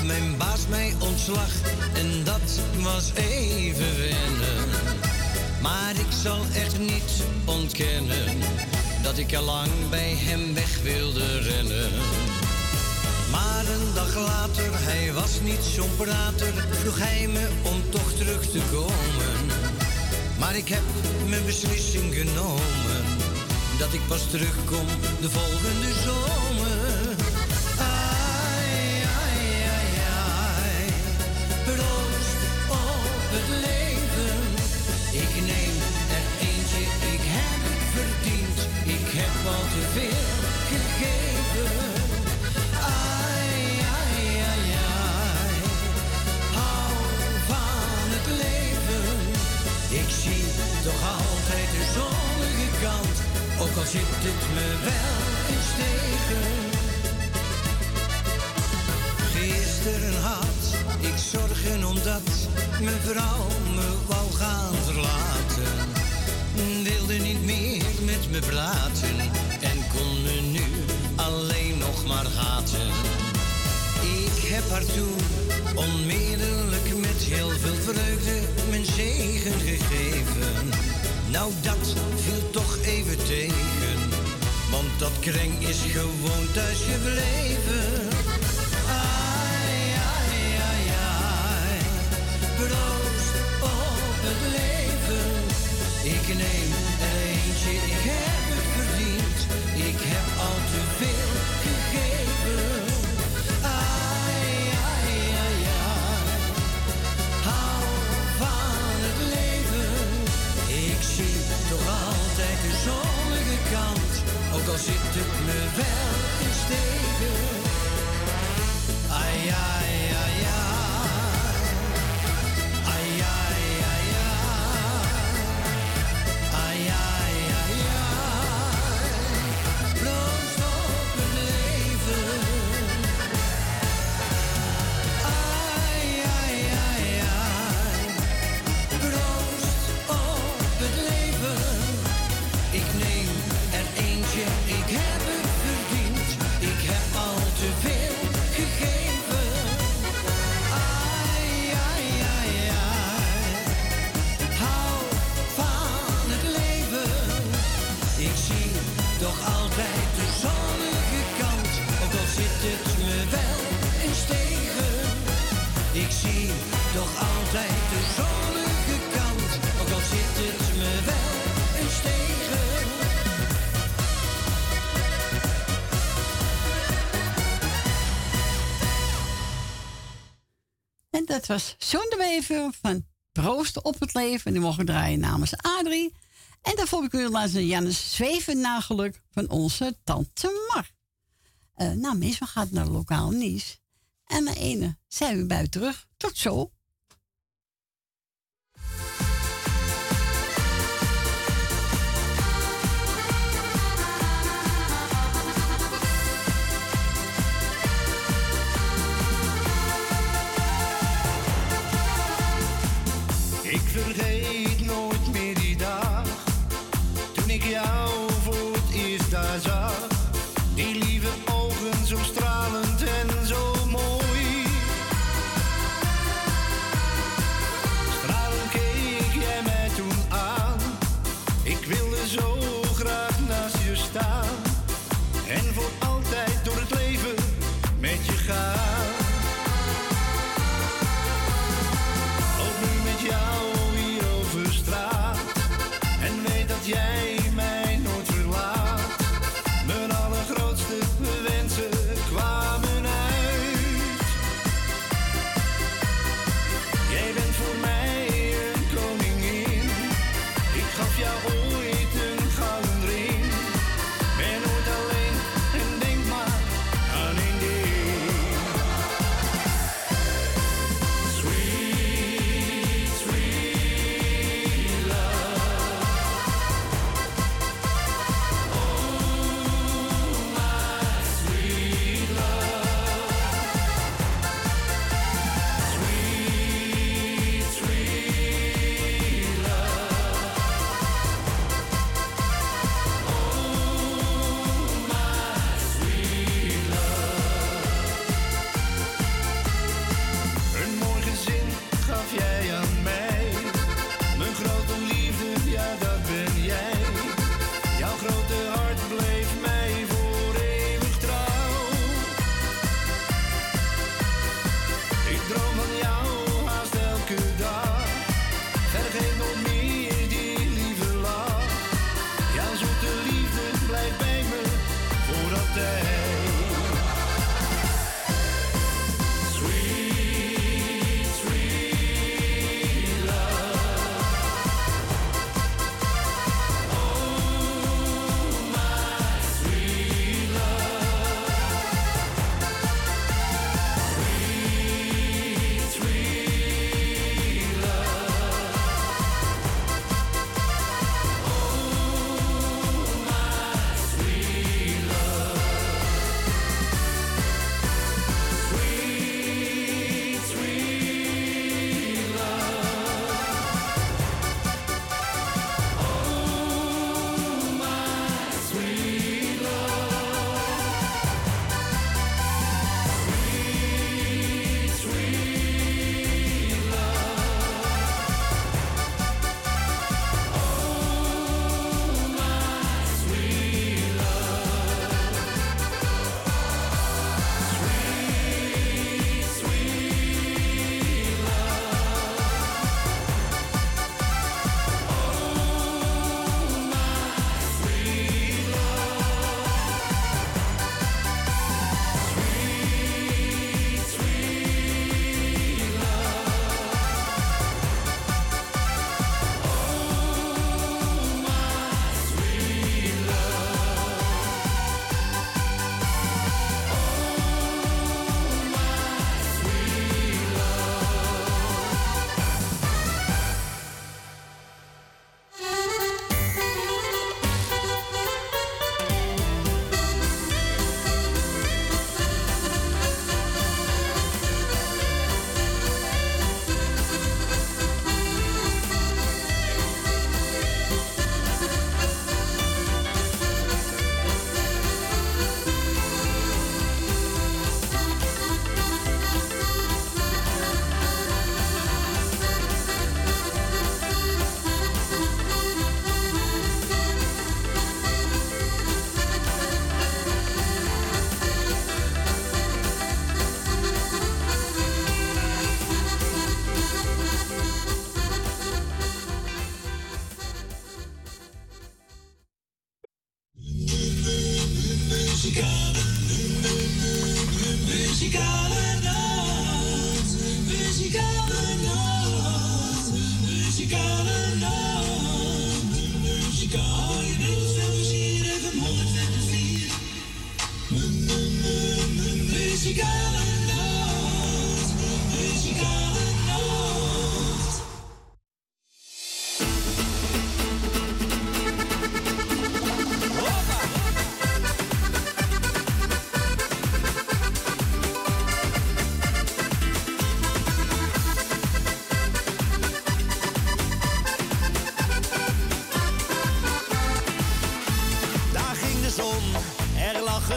mijn baas mij ontslag en dat was even wennen. Maar ik zal echt niet ontkennen dat ik al lang bij hem weg wilde rennen. Maar een dag later, hij was niet zo'n prater, vroeg hij me om toch terug te komen. Maar ik heb mijn beslissing genomen, dat ik pas terugkom de volgende zomer. Ai, ai, ai, ai, proost op het leven. Ik neem er eentje, ik heb het verdiend. Ik heb al te veel gegeven. Ai, ai, ai, ai, hou van het leven. Ik zie toch altijd de zonnige kant, ook al zit het me wel eens tegen. Gisteren had ik zorgen omdat mijn vrouw me wou gaan verlaten. Wilde niet meer met me praten en kon me nu alleen nog maar haten. Ik heb haar toen onmiddellijk met heel veel vreugde mijn zegen gegeven. Nou, dat viel toch even tegen, want dat kreng is gewoon thuis gebleven. Ai, ai, ai, ai, proost op het leven. Ik neem er eentje, ik heb het verdiend. Ik heb al te veel gegeven. Ai, ai, ai, ai, hou van het leven. Ik zie toch altijd de zonnige kant, ook al zit het me wel eens tegen. Ai, ai, ai, ai, ai, ai, ai, ai, ai, ai, ai, proost op het leven. Ai, ai, ai, ai, proost op het leven. Ik neem er eentje, ik heb het verdiend. Ik heb al te veel gegeven. Ai, ai, ai, ai, hou van het leven. Ik zie toch altijd de zonnige kant, ook al zit het me wel eens tegen. Ik zie toch altijd de zonnige kant, ook al zit het me wel eens tegen. En dat was John de Wever van Proost op het leven. Die mogen draaien namens Adrie. En daarvoor heb ik u laten Jannes Zweven na geluk van onze tante Mar. Nou, meestal gaat naar lokaal nieuws. En na ene zijn we buiten terug. Tot zo. Ik vergeet nooit meer die dag, toen ik jou voor het eerst daar zag. Die lieve ogen zo stralend en zo mooi.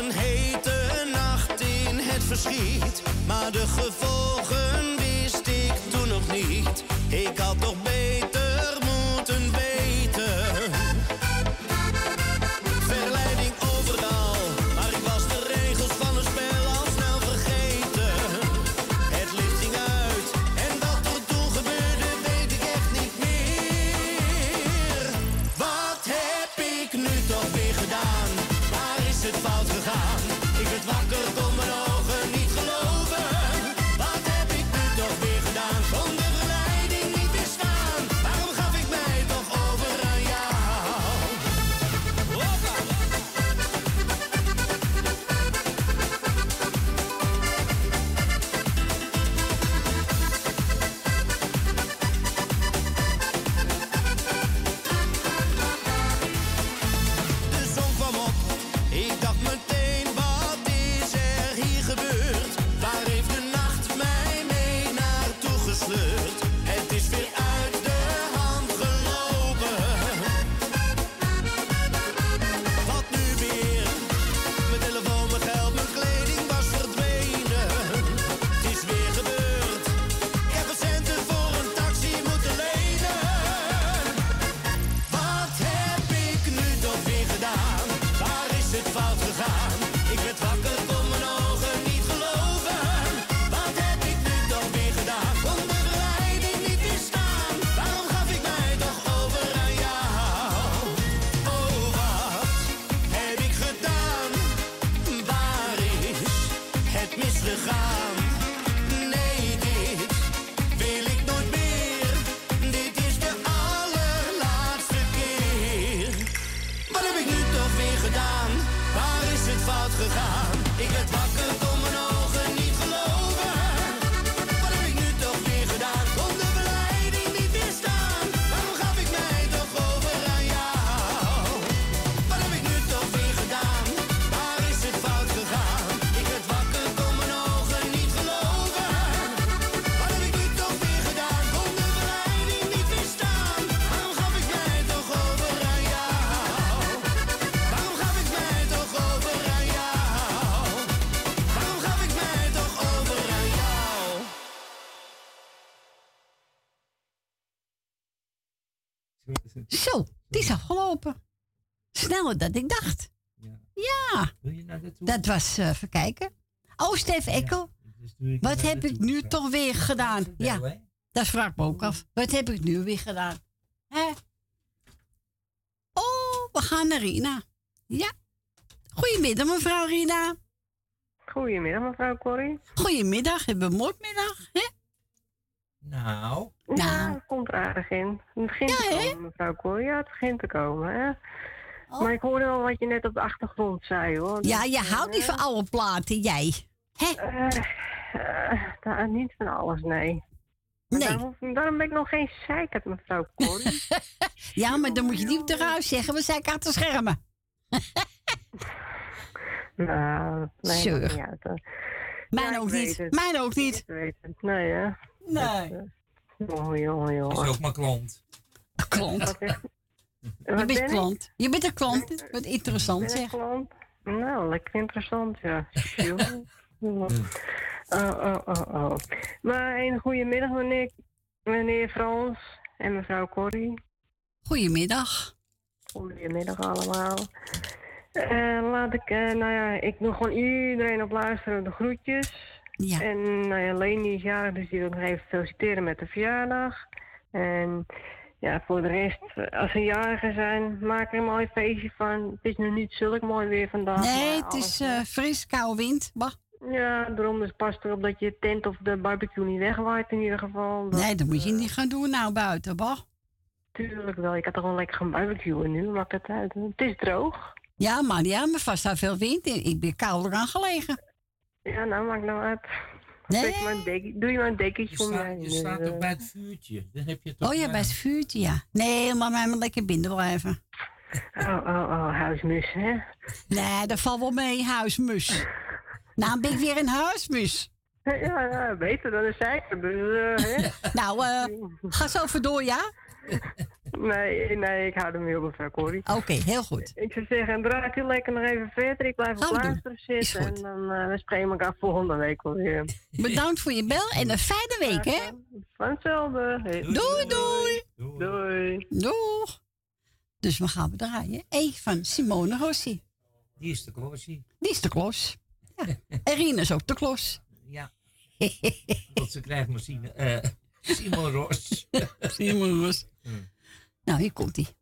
een hete nacht in het verschiet. Maar de gevolgen wist ik toen nog niet. Ik had toch beter moeten weten. Verleiding overal, maar ik was de regels van het spel al snel vergeten. Het licht ging uit en wat er toen gebeurde weet ik echt niet meer. Wat heb ik nu toch weer gedaan? Waar is het fout gegaan? Ik werd wakker, kon mijn ogen niet geloven. Wat heb ik nu toch weer gedaan? Kon de verleiding niet weerstaan. Waarom gaf ik mij toch over aan jou? Hoppa! De zon kwam op, ik dacht meteen, wat is er hier gebeurd? Waar heeft de nacht mij mee naartoe gesleurd? Het is weer uit de hand gelopen. Wat nu weer? Mijn telefoon, mijn geld, mijn kleding was verdwenen. Het is weer gebeurd. Ik heb wat centen voor een taxi moeten lenen. Wat heb ik nu toch weer gedaan? Waar is het fout gegaan? Ik werd wakker, kon mijn ogen niet geloven. Wat heb ik nu toch weer gedaan? Kon de verleiding niet weerstaan. Waarom gaf ik mij toch over aan jou? Oh, wat heb ik gedaan? Waar is het misgegaan? Nee, dit wil ik nooit meer. Dit is de allerlaatste keer. Wat heb ik nu toch weer gedaan? Waar is het fout gegaan? Ik werd wakker, kon mijn ogen niet geloven. Wat heb ik nu toch weer gedaan? Kon de verleiding niet weerstaan. Waarom gaf ik mij toch over aan jou? Wat heb ik nu toch weer gedaan? Waar is het fout gegaan? Ik werd wakker, kon mijn ogen niet geloven. Wat heb ik nu toch weer gedaan? Kon de verleiding niet weerstaan. Waarom gaf ik mij toch over aan jou? Waarom gaf ik mij toch over aan jou? Waarom gaf ik mij toch over aan jou? Zo, die is afgelopen. Sneller dan ik dacht. Ja. Wil je naar de toe? Dat was, even kijken. Oh, Stef Ekkel. Wat heb ik nu toch weer gedaan? Ja, dat vraag ik me ook af. Wat heb ik nu weer gedaan? Hè? Oh, we gaan naar Rina. Ja. Goedemiddag, mevrouw Rina. Goedemiddag, mevrouw Corrie. Goedemiddag, hebben we moordmiddag, hè? Nou. Ja, het komt er aardig in. Het begint te komen, mevrouw Corrie. Ja, het begint te komen, hè. Maar ik hoorde wel wat je net op de achtergrond zei, hoor. Ja, je houdt niet van oude platen, jij. Hè? Niet van alles, nee. Nee. Daarom ben ik nog geen zeikert, mevrouw Corrie. Ja, maar dan moet je niet op de ruis zeggen. We zijn achter schermen. Nou, nee, Zeur. maakt niet uit, hoor. Mijn Ja, ook ik niet. weet het. Mijn ook niet. Ik weet het. Nee, hè. Nee. Jongen. Dat is ook mijn klant. Klant. Je bent klant. Je bent een klant. Wat interessant, Ben ik zeg. klant? Nou, lekker interessant, ja. Oh. Maar een goede middag, meneer Frans en mevrouw Corrie. Goedemiddag. Goedemiddag allemaal. Laat ik, ik doe gewoon iedereen op luisteren de groetjes. Ja. En Leni is jarig, dus die wil ik nog even feliciteren met de verjaardag. En ja, voor de rest, als ze jarigen zijn, maak er een mooi feestje van. Het is nu niet zulk mooi weer vandaag. Nee, maar het is alles, fris, koude wind. Bah. Ja, daarom dus pas erop dat je tent of de barbecue niet wegwaait in ieder geval. Nee, dat moet je niet gaan doen nou buiten, bah. Tuurlijk wel, ik had toch wel lekker gaan barbecuen nu, maakt het uit. Het is droog. Ja, maar vast staat veel wind in. Ik ben kouder aan gelegen. Ja, nou, maakt nou uit. Nee. Doe je maar een dekentje om je heen. Je staat toch bij het vuurtje? Dan heb je toch Oh ja, bij het vuurtje, ja. Nee, maar mij maar lekker binnen blijven. Oh, huismus, hè? Nee, dat valt wel mee, huismus. Nou, ben ik weer een huismus. Ja, beter dan een zeiker. Dus, hè? Nou, ga zo even door, ja? Nee, ik hou hem heel veel, Corrie. Oké, heel goed. Ik zou zeggen, draait u lekker nog even verder. Ik blijf op luisteren zitten. En dan we spreken elkaar volgende week wel weer. Bedankt voor je bel en een fijne week, hè? Van hetzelfde. Doei. Doei. Doeg. Dus we gaan draaien. Eén van Simone Rossi. Die is de klossie. Die is de klos. Ja. En Rien is ook de klos. Ja. Want ze krijgt machine. Simon Ros. Simon Ros. Nou, hier komt hij.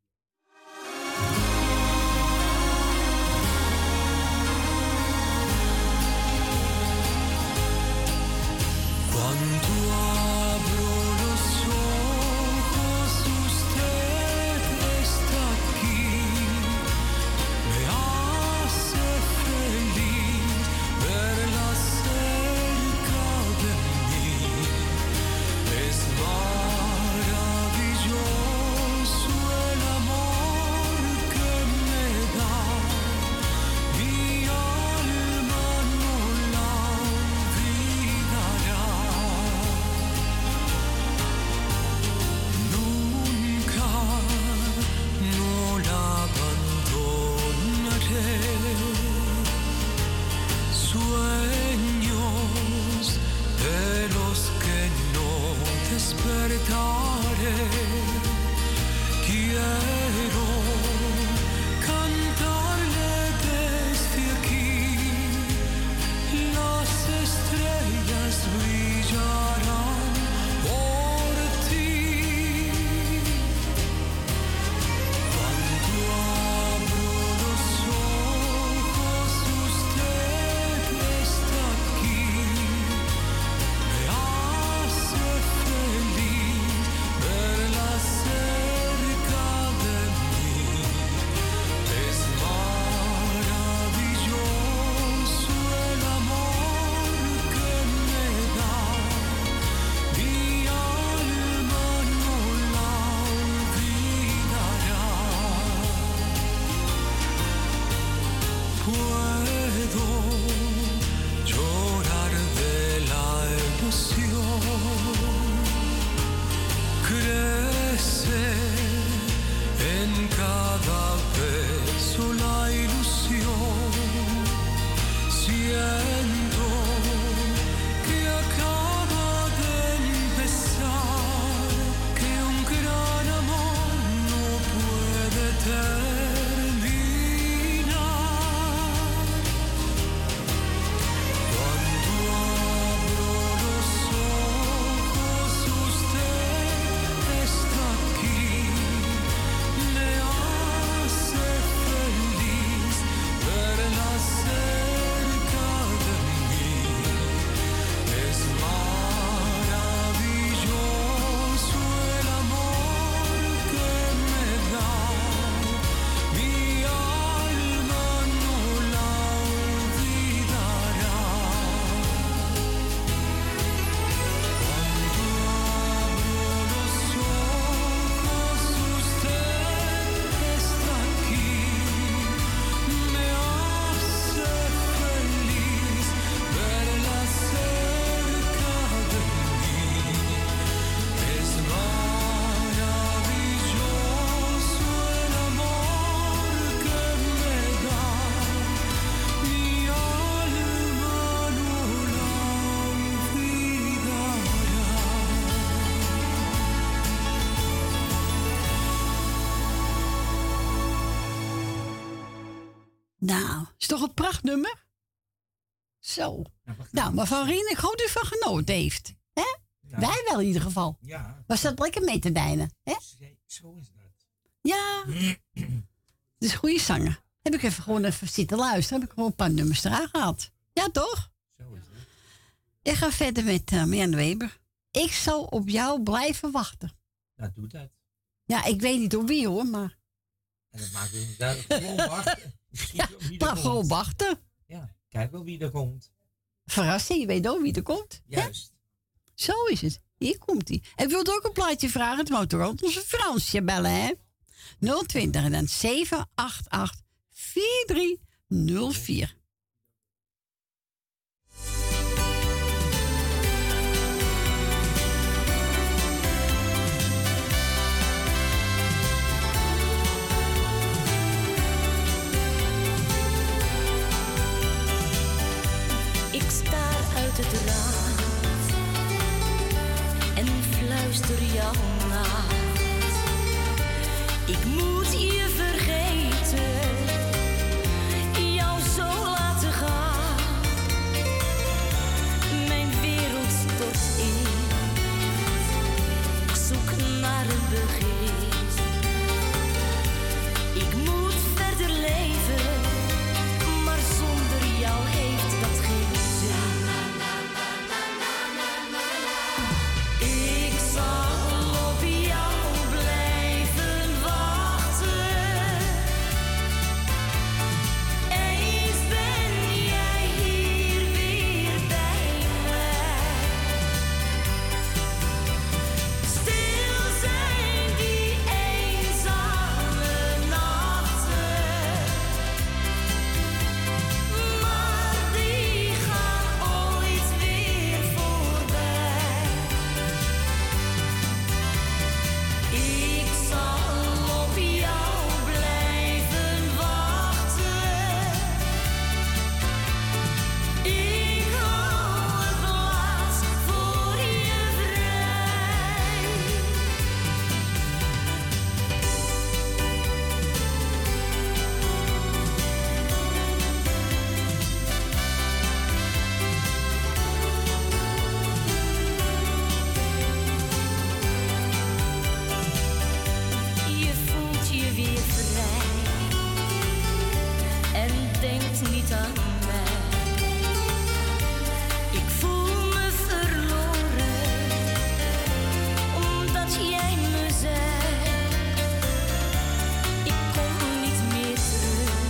Quando abro los ojos, usted está aquí. Me hace feliz verla cerca de mí. Es maravilloso el amor que me da. Mi alma no la olvidará. Nunca no la abandonaré. Sueños de los que no despertaré. Quiero cantarle desde aquí. Las estrellas brillarán por ti. Cuando abro los ojos, usted está aquí. Me hace feliz verla cerca de mí. Es maravilloso el amor que me da. Mi alma no la olvidará. Puedo llorar de la emoción. Crece en cada beso la ilusión. Siento que acaba de empezar, que un gran amor no puede terminar. Cuando abro los ojos, usted está aquí. Me hace feliz verla cerca de mí. Es maravilloso el amor que me da. Mi alma no la olvidará. Cuando abro los ojos, usted está aquí. Me hace feliz verla cerca de mí. Es maravilloso el amor que me da. Mi alma no la Nou, is toch een prachtnummer? Zo. Nou, maar van Rien, ik hoop dat u van genoten heeft. Hè? Wij wel in ieder geval. Ja. Was dat lekker mee te dijnen? Hè? Zo is dat. Ja. Het is een goede zanger. Heb ik even zitten luisteren. Heb ik gewoon een paar nummers eraan gehad. Ja, toch? Zo is het. Ik ga verder met Marianne Weber. Ik zal op jou blijven wachten. Nou, doe dat. Ja, ik weet niet op wie hoor, maar... En dat maakt het duidelijk. Gewoon wachten. Ja, maar gewoon wachten. Ja, kijk wel wie er komt. Verrassing, je weet ook wie er komt. Juist. Hè? Zo is het. Hier komt hij. En wilt ook een plaatje vragen? Het moet toch ook onze Fransje bellen, hè? 020 en dan 788 4304. de draad en fluister jou na. Ik moet je vergeten, jou zo laten gaan. Mijn wereld stort in, ik zoek naar een begin. Ik moet verder leven, maar zonder jou heeft dat geen zin. Ik zal op jou blijven wachten. Eens ben jij hier weer bij mij. Stil zijn die eenzame nachten, maar die gaan ooit weer voorbij. Ik zal op jou blijven wachten. Ik hou een plaats voor je vrij. Je voelt je weer vrij en denkt niet aan mij. Ik voel me verloren, omdat jij me zei. Ik kom niet meer terug,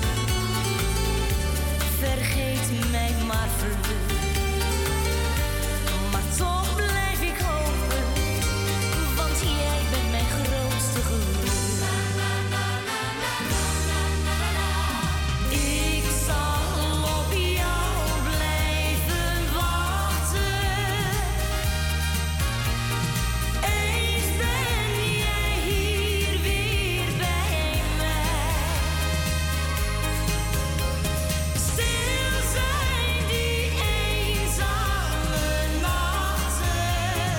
vergeet mij maar vlug. Maar toch blijf ik hopen, want jij bent mijn grootste geluk. Ik zal op jou blijven wachten. Eens ben jij hier weer bij mij. Stil zijn die eenzame nachten,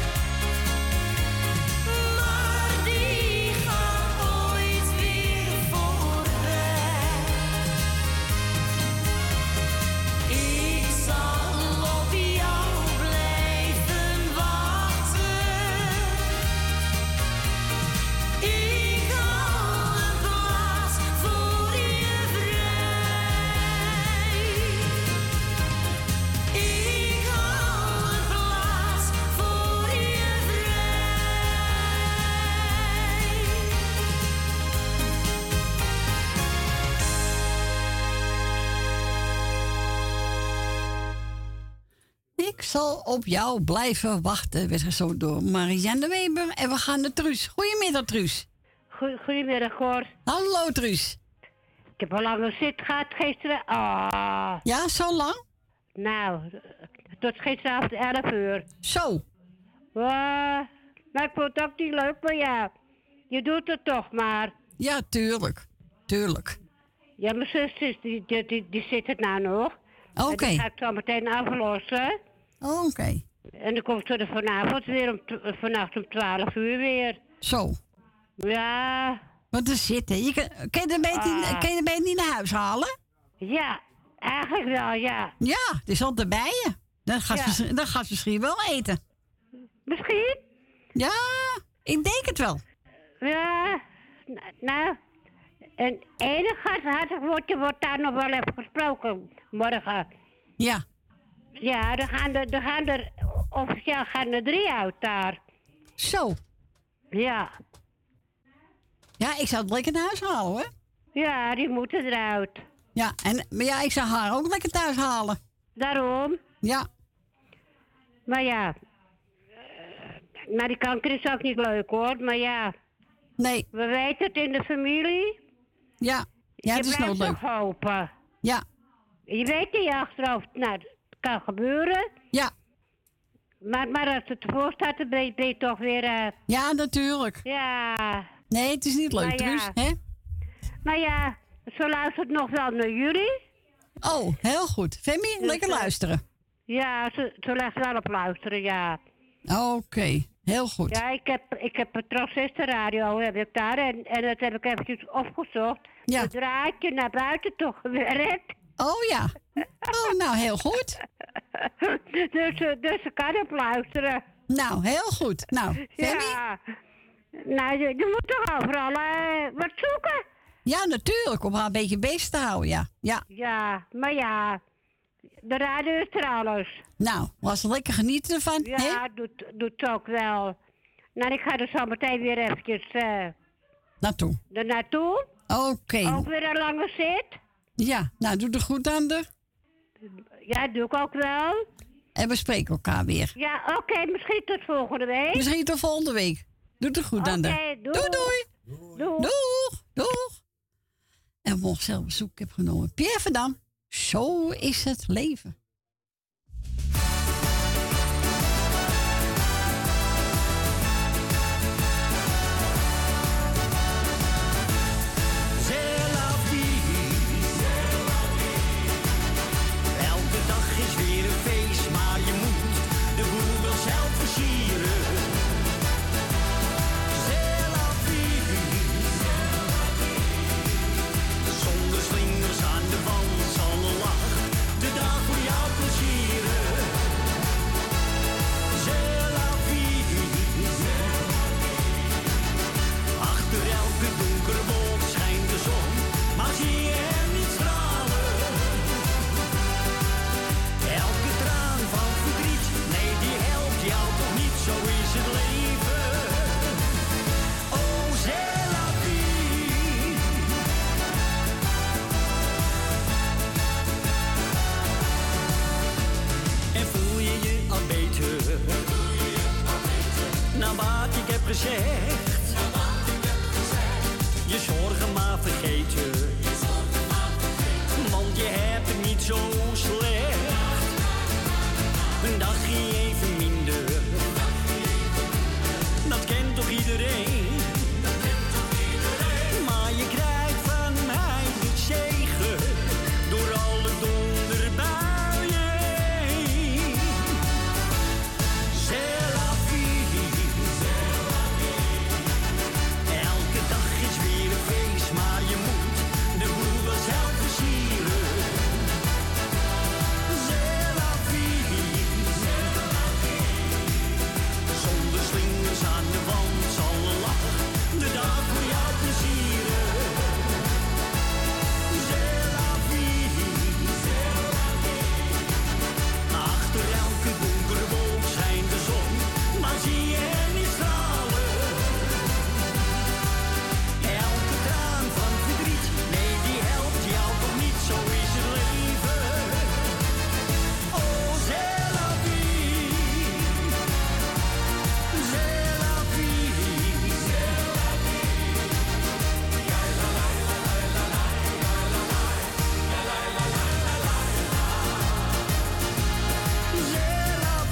maar die gaan ooit weer voorbij. Ik zal op jou blijven wachten. Ik hou een plaats voor je vrij. Ik hou een plaats voor je vrij. Ik zal op jou blijven wachten, werd gezongen door Marianne Weber. En we gaan naar Truus. Goedemiddag, Truus. Goedemiddag, Cor. Hallo, Truus. Ik heb al lang een zit gehad gisteren. Ah. Ja, zo lang? Nou, tot gisteravond 11 uur. Zo. Maar ik vond het ook niet leuk, maar ja, je doet het toch maar. Ja, tuurlijk. Tuurlijk. Ja, mijn zus die zit het nou nog. Oké. En die ga ik zo meteen aflossen. Oké. En dan komt ze er vanavond weer vannacht om 12 uur weer. Zo. Ja. Wat er zit, hè? Kan je de beet niet naar huis halen? Ja, eigenlijk wel, ja. Ja, het is al bij je. Dan gaat ze misschien wel eten. Misschien? Ja, ik denk het wel. Ja, nou, een enige woordje wordt daar nog wel even gesproken morgen. Ja. Ja, officieel gaan er 3 uit daar. Zo. Ja. Ja, ik zou het lekker naar huis halen, hoor. Ja, die moeten eruit. Ja, maar ja, ik zou haar ook lekker thuis halen. Daarom? Ja. Maar ja, maar die kanker is ook niet leuk, hoor. Maar ja. Nee. We weten het in de familie. Ja. Ja, het is nog leuk. Je blijft hopen. Ja. Je weet in je achterhoofd, nou, het kan gebeuren. Ja. Maar als het ervoor staat, dan ben je toch weer... Ja, natuurlijk. Ja. Nee, het is niet leuk, maar Truus, hè? Maar ja, zo luistert nog wel naar jullie. Oh, heel goed. Femi, Dus, lekker luisteren. Ja, ze legt wel op luisteren, ja. Oké, heel goed. Ja, ik heb een transistorradio, heb ik daar. En dat heb ik eventjes opgezocht. Ja. Het draadje naar buiten toch gewerkt. Oh ja. Oh, nou, heel goed. Dus ze kan op luisteren. Nou, heel goed. Nou, Femi? Ja. Nou, je moet toch overal wat zoeken? Ja, natuurlijk. Om haar een beetje bezig te houden, ja. Ja, Ja, maar ja. De radio is er alles. nou, was lekker genieten ervan, hè? Ja, doet het ook wel. Nou, ik ga er zo meteen weer eventjes Naartoe. ernaartoe. Oké. Ook weer een lange zit. Ja, nou, doe er goed aan de. Ja, doe ik ook wel. En we spreken elkaar weer. Ja, oké, misschien tot volgende week. Misschien tot volgende week. Doe er goed aan de. Doei. Doei. Doeg. Doeg. En we mogen zelf bezoek heb genomen. Pierre Verdam. Zo is het leven. Elke dag is weer een feest, maar je moet de boel wel zelf versieren. C'est la vie. Zonder slingers aan de wand zal een lach de dag voor jou plezieren. C'est la vie. Achter elke donkere wolk schijnt de zon, maar zie je hem niet stralen. Elke traan van verdriet, nee die helpt jou toch niet, zo is het leven. Oh, c'est la vie. En voel je je al beter, na wat ik heb gezegd. Je zorgen maar vergeten, want je hebt het niet zo slecht. Een dagje even minder, dat kent toch iedereen? Maar je krijgt van mij de zegen door alle donderbuien heen. C'est la vie. Elke dag is weer een feest, maar je moet de boel wel zelf versieren. C'est la vie. Zonder slingers aan de wand zal een lach de dag voor jou plezieren. C'est la vie. Achter elke donkere wolk schijnt de zon, maar zie je hem niet stralen. Elke traan van verdriet, nee die helpt jou toch niet, zo is het leven. Oh, c'est la vie. C'est la vie. C'est la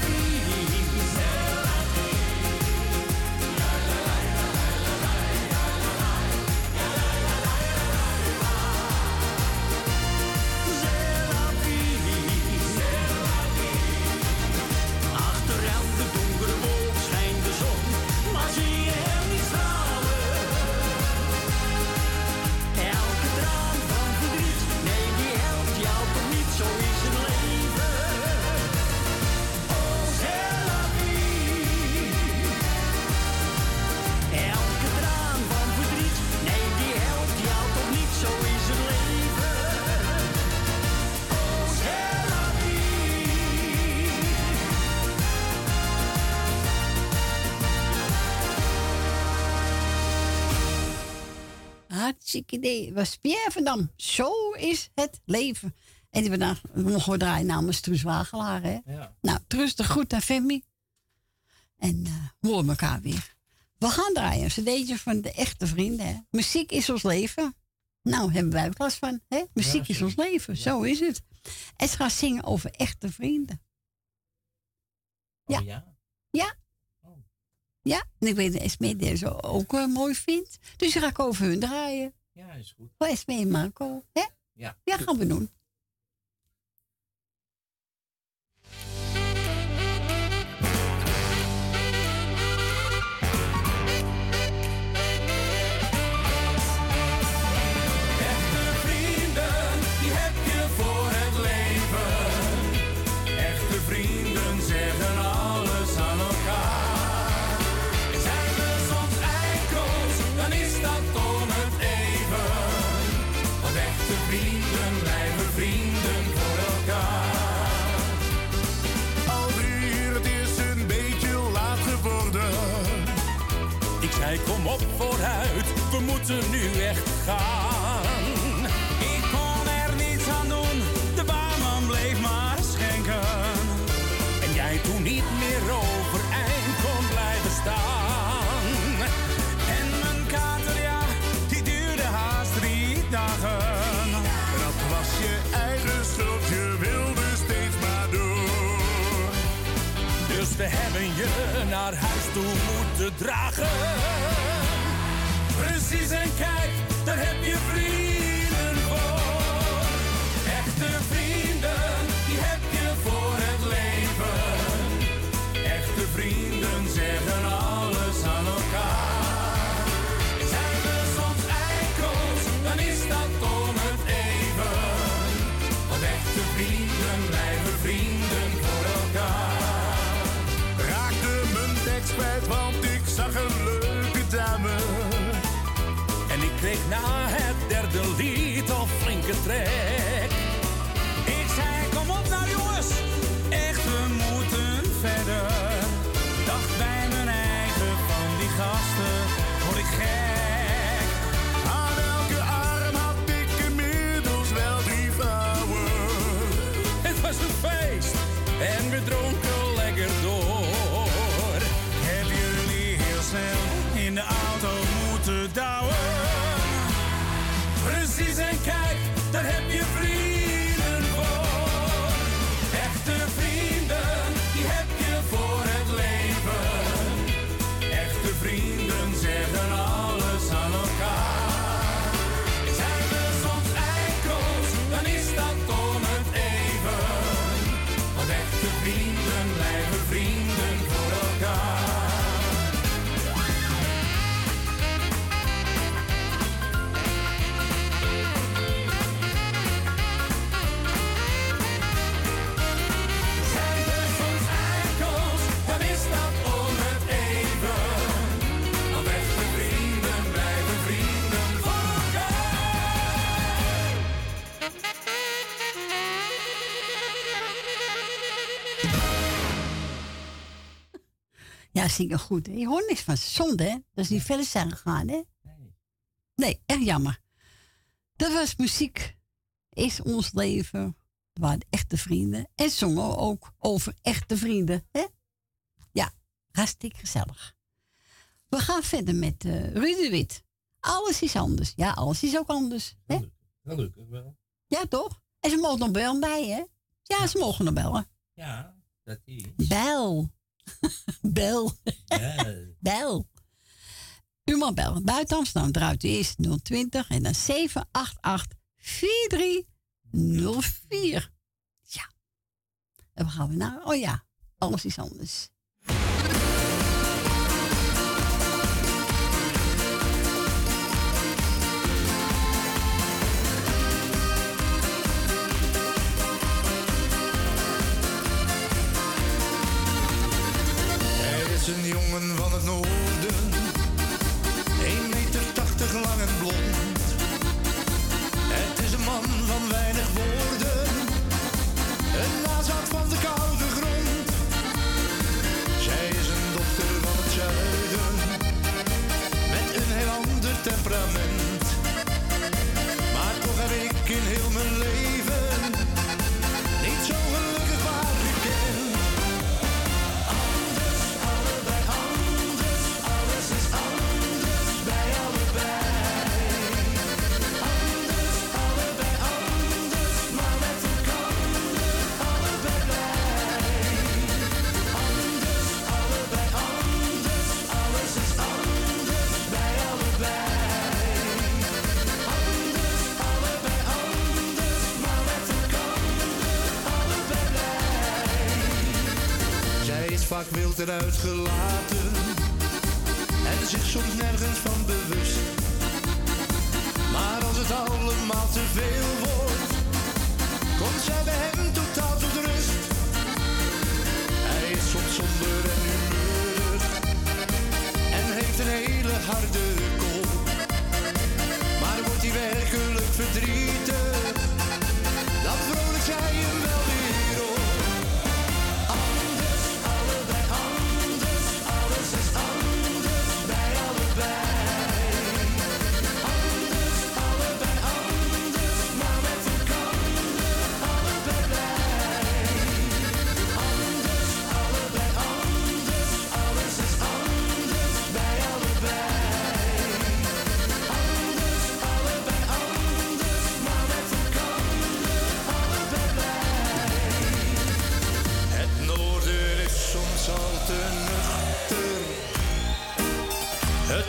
Achter elke donkere wolk schijnt de zon, maar zie je hem niet stralen. Elke traan van verdriet, nee die helpt jou toch niet, zo is het leven. Oh, c'est la vie. Elke traan van verdriet, nee die helpt jou toch niet, zo is het leven. Oh, c'est la vie. Hartstikke idee. Was Pierre Verdam. Zo is het leven. En die vandaag mogen we draaien namens Truus Wagelaar, hè? Ja. Nou, Truus, de groet aan Femi. En we horen elkaar weer. We gaan draaien. Een cd'tje van de echte vrienden, hè? Muziek is ons leven. Nou, hebben wij ook last van, hè? Muziek is ons leven. Zo is het. En ze gaat zingen over echte vrienden. Ja. Oh, ja? Ja. Ja, en ik weet dat Esmee deze ook mooi vindt. Dus die ga ik over hun draaien. Ja, is goed. Voor Esmee en Marco, hè? Ja. Ja, gaan we doen. zei kom op vooruit, we moeten nu echt gaan. Ik kon er niets aan doen, de barman bleef maar schenken. En jij toen niet meer overeind kon blijven staan. En mijn kater, ja, die duurde haast 3 dagen. Dat was je eigen schuld, je wilde steeds maar door. Dus we hebben je naar huis toe moeten dragen. Precies, en kijk, daar heb je vrienden voor. Echte vrienden, die heb je voor het leven. Echte vrienden zeggen alles aan elkaar. Zijn we soms eikels, dan is dat om het even. Want echte vrienden blijven vrienden voor elkaar. Raakte mijn tekst kwijt, want ik zag een leuke dame. En ik kreeg na het derde lied al flinke trek. Ik zei, kom op nou jongens, echt we moeten verder. Dacht bij mijn eigen, van die gasten word ik gek. Aan elke arm had ik inmiddels wel 3 vrouwen. Het was een feest en we dronken lekker door. Heb jullie heel snel in de auto moeten douwen. Precies, en kijk, daar heb je vrienden voor. Echte vrienden, die heb je voor het leven. Echte vrienden zeggen alles aan elkaar. Zijn we soms eikels, dan is dat om het even. Want echte vrienden blijven vrienden voor elkaar. Zijn we soms eikels, dan is dat om het even. Want echte vrienden blijven vrienden voor elkaar. Ja, zingen goed. Hè? Je hoort niks van ze. Zonde, hè? Dat is niet verder zijn gegaan, hè? Nee, echt jammer. Dat was muziek. Is ons leven. We waren echte vrienden. En zongen we ook over echte vrienden, hè? Ja, hartstikke gezellig. We gaan verder met Ruud de Wit. Alles is anders. Ja, alles is ook anders. Hè? Gelukkig wel. Ja, toch? En ze mogen nog bellen bij, hè? Ja, ze mogen nog bellen. Ja, dat is. Bel. Bel. Bel. Bel. U mag bellen. Buiten Amsterdam draait u eerst 020 en dan 788 4304. Ja. En we gaan we naar. Oh ja, alles is anders. Er is een jongen van het noorden, 1,80 meter lang en blond. Het is een man van weinig woorden, een nazaat van de koude grond. Zij is een dochter van het zuiden, met een heel ander temperament. Maar toch heb ik in heel mijn leven niet zo gelukkig waar gekend. Vaak wild eruit gelaten en zich soms nergens van bewust. Maar als het allemaal te veel wordt, komt zij bij hem totaal tot rust. Hij is soms somber en humeurig en heeft een hele harde kop. Maar wordt hij werkelijk verdrietig, dan vrolijk zij hem wel weer op. Anders, allebei anders, alles is anders bij allebei.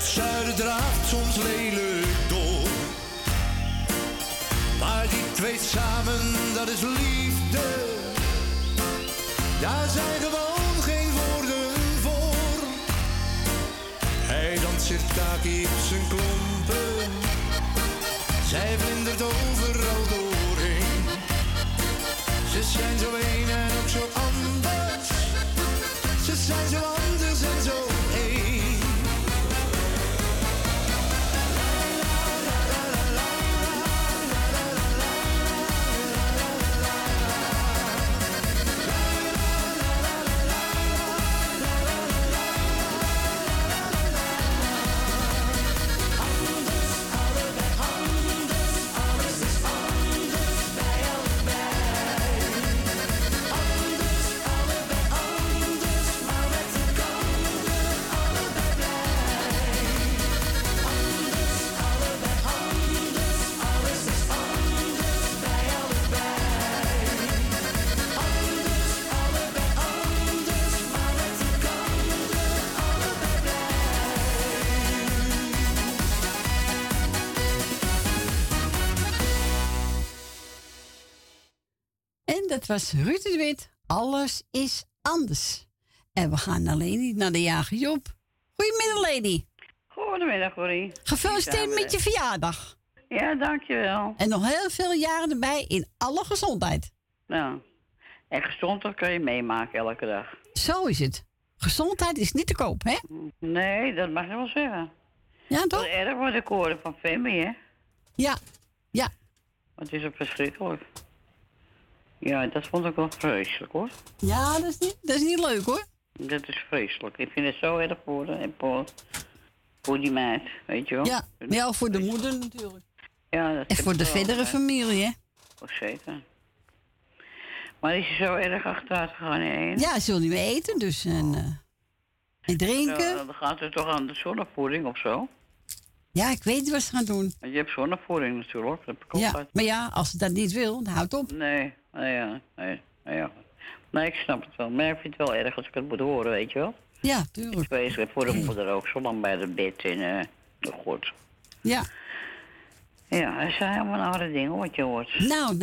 Het zuiden draaft soms lelijk door. Maar die twee samen, dat is liefde. Daar zijn gewoon geen woorden voor. Hij danst sirtaki op zijn klompen. Zij vlindert overal doorheen. Ze zijn zo een en ook zo anders. Ze zijn zo anders en zo één. Dat was Ruud de Wit. Alles is anders. En we gaan alleen niet naar de jager Job. Goedemiddag, lady. Goedemiddag, Corrie. Gefeliciteerd met je verjaardag. Ja, dankjewel. En nog heel veel jaren erbij in alle gezondheid. Nou, en gezondheid kan je meemaken elke dag. Zo is het. Gezondheid is niet te koop, hè? Nee, dat mag je wel zeggen. Ja, toch? Wat erg wordt ik hoorde van Femi, hè? Ja, ja. Het is ook verschrikkelijk. Ja, dat vond ik wel vreselijk, hoor. Ja, dat is niet leuk, hoor. Dat is vreselijk. Ik vind het zo erg voor die meid, weet je wel. Ja, ja, voor de moeder natuurlijk. Ja, dat en voor de verdere familie, hè? Oh, zeker. Maar is ze zo erg achteruit gegaan in één? Ja, ze wil niet meer eten, dus en drinken. Ja, dan gaat het toch aan de zonnevoeding of zo? Ja, ik weet wat ze gaan doen. Je hebt zonnevoeding natuurlijk, dat heb ik ook Ja, gehad. maar ja, als ze dat niet wil, dan houdt op. Nee, nee, ik snap het wel. Maar ik vind het wel erg als ik het moet horen, weet je wel. Ja, tuurlijk. Ik weet voor de moeder ook, zo lang bij de bed en goed. Ja. Ja, er zijn helemaal andere dingen wat je hoort. Nou.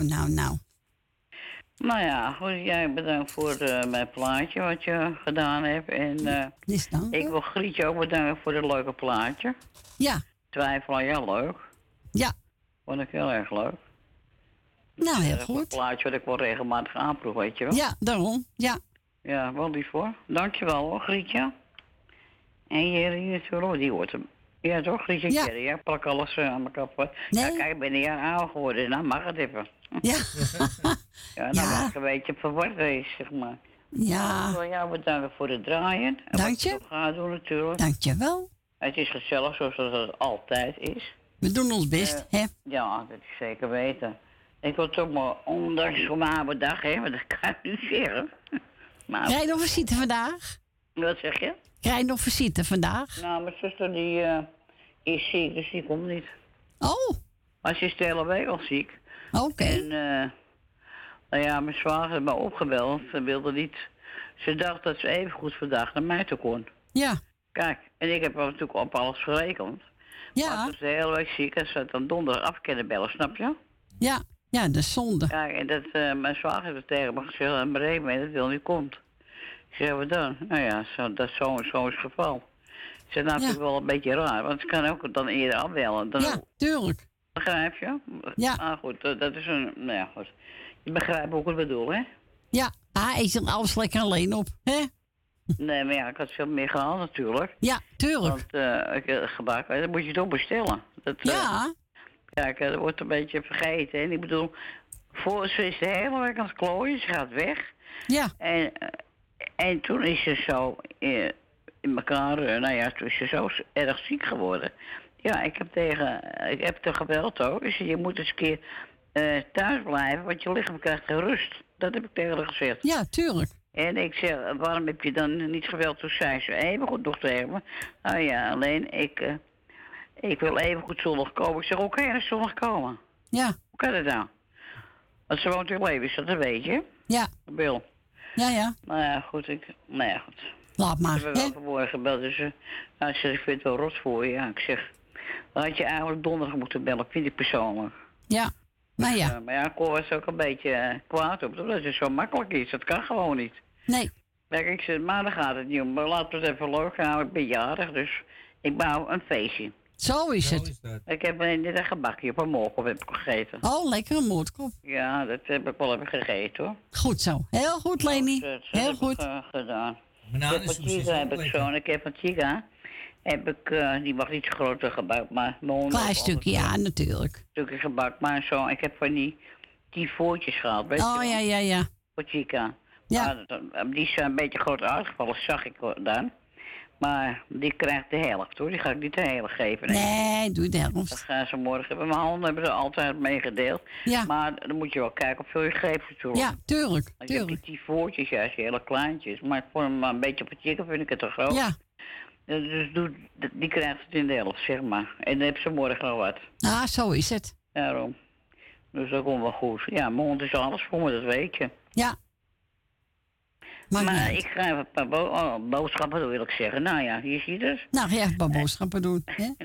Nou ja, goed, jij bedankt voor mijn plaatje wat je gedaan hebt. En ik wil Grietje ook bedanken voor het leuke plaatje. Ja. Twijfel aan jou, leuk. Ja. Vond ik heel erg leuk. Nou, heel goed. Een plaatje wat ik wel regelmatig aanproef, weet je wel. Ja, daarom, ja. Ja, wel lief hoor. Dankjewel hoor, Grietje. En Jerry natuurlijk, die hoort hem. Ja toch, Grietje en Jerry, ja, plak alles aan elkaar vast. Nee. Ja, kijk, ik ben een jaar ouder geworden, nou mag het even. Ja. Ja, dan mag ik een beetje verward wezen, zeg maar. Ja. Ik wil jou bedanken voor het draaien. En dank je. Wat je gaat doen natuurlijk. Dank je wel. Het is gezellig zoals het altijd is. We doen ons best, hè? Ja, dat is zeker weten. Ik wil toch maar, ondanks voor mijn oude dag, hè, want dat kan ik nu zeggen. Maar, krijg je nog visite vandaag? Wat zeg je? Krijg je nog visite vandaag? Nou, mijn zuster die is ziek, dus die komt niet. Oh. Maar ze is de hele week al ziek. Oké. En, nou ja, mijn zwager heeft me opgebeld. Ze wilde niet. Ze dacht dat ze even goed vandaag naar mij toe kon. Ja. Kijk, en ik heb natuurlijk op alles gerekend. Ja. Maar ze is de hele week ziek en ze had dan donderdag af kunnen bellen, snap je? Ja, ja, dat is zonde. Kijk, en dat, mijn zwager heeft het tegen me gezegd en bereid me dat wil niet komt. Ik zeg, wat dan? Nou ja, dat is zo is het geval. Ik zeg, nou, vind ik wel een beetje raar, want ze kan ook dan eerder afbellen. Dan ja, tuurlijk. Begrijp je? Ja. Ah, goed, dat is een, nou ja, goed. Je begrijpt ook wat ik bedoel, hè? Ja, hij zit alles lekker alleen op, hè? Nee, maar ja, ik had veel meer gehaald natuurlijk. Ja, tuurlijk. Want gebak, dat moet je toch bestellen. Dat, ja. Kijk, dat wordt een beetje vergeten. En ik bedoel, ze is de hele week aan het klooien, ze gaat weg. Ja. En toen is ze zo in elkaar, nou ja, toen is ze zo erg ziek geworden. Ja, ik heb te gebeld ook. Ik zei, je moet eens een keer thuis blijven, want je lichaam krijgt geen rust. Dat heb ik tegen haar gezegd. Ja, tuurlijk. En ik zeg, waarom heb je dan niet gebeld? Toen zei ze, even goed nog tegen me. Nou ja, alleen ik wil even goed zondag komen. Ik zeg, oké, dan zondag komen. Ja. Hoe kan dat nou? Want ze woont in Leeuwarden, dat weet je. Ja. Bill. Ja, ja. Nou ja, goed. Nou ja, goed. Laat maar. Ik heb wel vanmorgen gebeld, dus hij zegt, ik vind het wel rot voor je. Ja, ik zeg, dan had je eigenlijk donderdag moeten bellen, vind ik persoonlijk. Ja, maar ja. Maar ja, Cor was ook een beetje kwaad op, omdat het zo makkelijk is. Dat kan gewoon niet. Nee. Kijk, ik zeg, maar dan gaat het niet om. Maar laten we het even leuk houden. Ik ben jarig, dus ik bouw een feestje. Zo is het. Ik heb net een gebakje op een moorkop heb ik gegeten. Oh, lekker een moordkop. Ja, dat heb ik wel even gegeten hoor. Goed zo. Heel goed, Leni. Dat Heel goed. Gedaan. Bananensoes Heb ik zo. En ik heb een chica. Heb ik, die mag niet zo groot gebak, maar klein stukje, ja, natuurlijk. Een stukje gebak, maar zo. Ik heb van die voortjes gehaald, weet je wel. Ja. Voor chica. Ja. Maar, die is een beetje groot uitgevallen, zag ik dan. Maar die krijgt de helft hoor, die ga ik niet de hele geven. Nee, doe de helft. Dat gaan ze morgen hebben. Mijn handen hebben ze altijd meegedeeld. Ja. Maar dan moet je wel kijken hoeveel je geeft natuurlijk. Ja, tuurlijk. Je hebt die voortjes, ja, als je hele kleintjes. Maar voor hem een beetje op het chicken vind ik het te groot. Ja. Dus die krijgt het in de helft, zeg maar. En dan hebben ze morgen nog wat. Ah, zo is het. Daarom. Dus dat komt wel goed. Ja, mijn hond is alles voor me, dat weet je. Ja. Maar ik ga even een paar boodschappen doen, wil ik zeggen. Nou ja, hier zie je het. Nou, ga je even een paar boodschappen doen.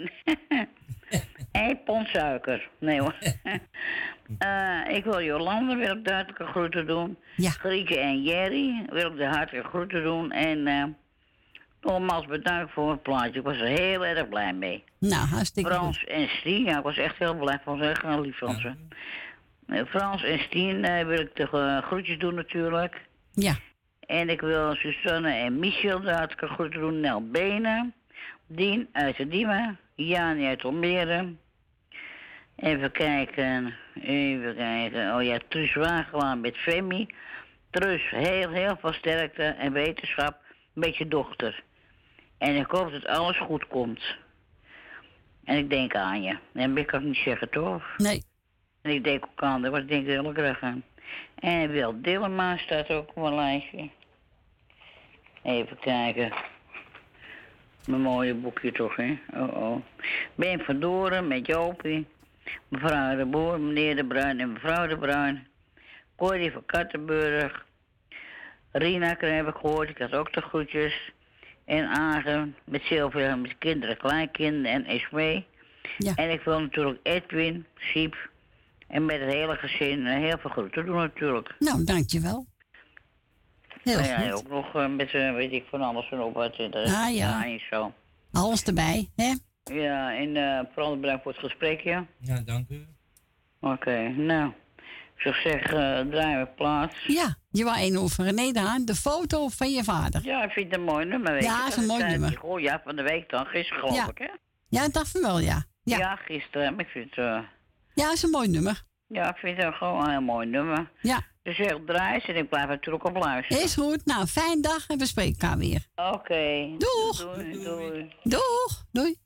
Hé, pond suiker. Nee hoor. Ik wil Jolande, wil ik de hartelijke groeten doen. Ja. Grietje en Jerry wil ik de hartelijke groeten doen. En nogmaals bedankt voor het plaatje. Ik was er heel erg blij mee. Nou, hartstikke Frans en Stien, ja, ik was echt heel blij van ze. Echt lief van ze. Frans en Stien wil ik de groetjes doen natuurlijk. Ja. En ik wil Susanne en Michel de hartelijke groeten doen. Nel Benen, Dien uit de Diemen, Jani uit Almere. Even kijken. Oh ja, Truus Wagelaan met Femi. Truus, heel veel sterkte en wetenschap. Een beetje dochter. En ik hoop dat alles goed komt. En ik denk aan je. En meer kan ik niet zeggen, toch? Nee. En ik denk ook aan, want ik denk er heel graag aan. En Wil Dillema staat ook op mijn lijstje. Even kijken. Mijn mooie boekje toch, hè? Oh. Ben van Doren met Jopie. Mevrouw de Boer, meneer de Bruin en mevrouw de Bruin. Corrie van Kattenburg. Rina heb ik gehoord, ik had ook de groetjes. En Agen met Sylvia, met kinderen, kleinkinderen en Esmee. Ja. En ik wil natuurlijk Edwin, Siep en met het hele gezin heel veel groeten doen natuurlijk. Nou, dankjewel. Heel goed. Ja, ook nog met, weet ik, van alles en op wat. Ja. En zo. Alles erbij, hè? Ja, en vooral bedankt voor het gesprek, ja. Ja, dank u. Oké, nou. Ik zou zeggen, draaien we plaats. Ja, je wou een over René de Haan, de foto van je vader. Ja, ik vind het een mooi nummer, weet je. Ja, is een mooi nummer. Oh ja, van de week dan, gisteren geloof ik, hè? Ja, ik dacht van wel, ja. Ja, gisteren, maar ik vind het... Ja, is een mooi nummer. Ja, ik vind het gewoon een heel mooi nummer. Ja. Dus heel draai en ik blijf natuurlijk op luisteren. Is goed. Nou, fijne dag en we spreken elkaar weer. Oké. Doeg. Doei. Doeg. Doei.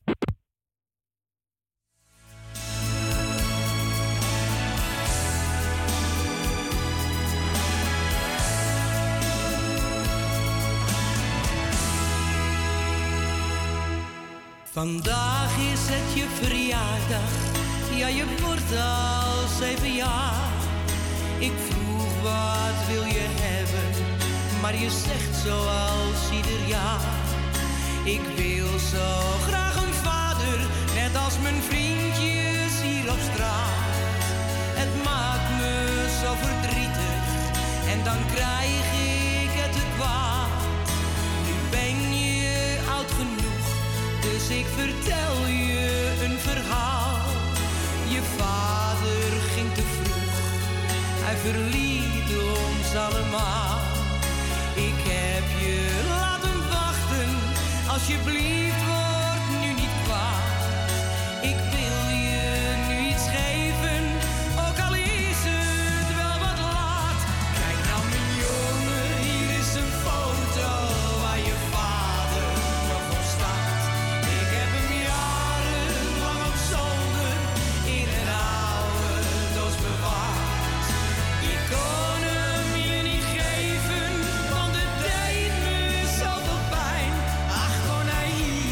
Vandaag is het je verjaardag, ja je wordt al 7 jaar. Ik vroeg wat wil je hebben, maar je zegt zoals ieder jaar. Ik wil zo graag een vader, net als mijn vriendjes hier op straat. Het maakt me zo verdrietig en dan krijg ik het te kwaad. Nu ben je oud genoeg, dus ik vertel je een verhaal. Je vader ging te vroeg, hij verliet ons allemaal. Ik heb je laten wachten, alsjeblieft word nu niet kwaad. Ik wil je nu iets geven, ook al is het wel wat laat. Kijk nou mijn jongen, hier is een foto waar je vader nog op staat. Ik heb hem jarenlang op zolder in een oude doos bewaard. Ik kon hem je niet geven, want het deed me zoveel pijn. Ach, kon hij hier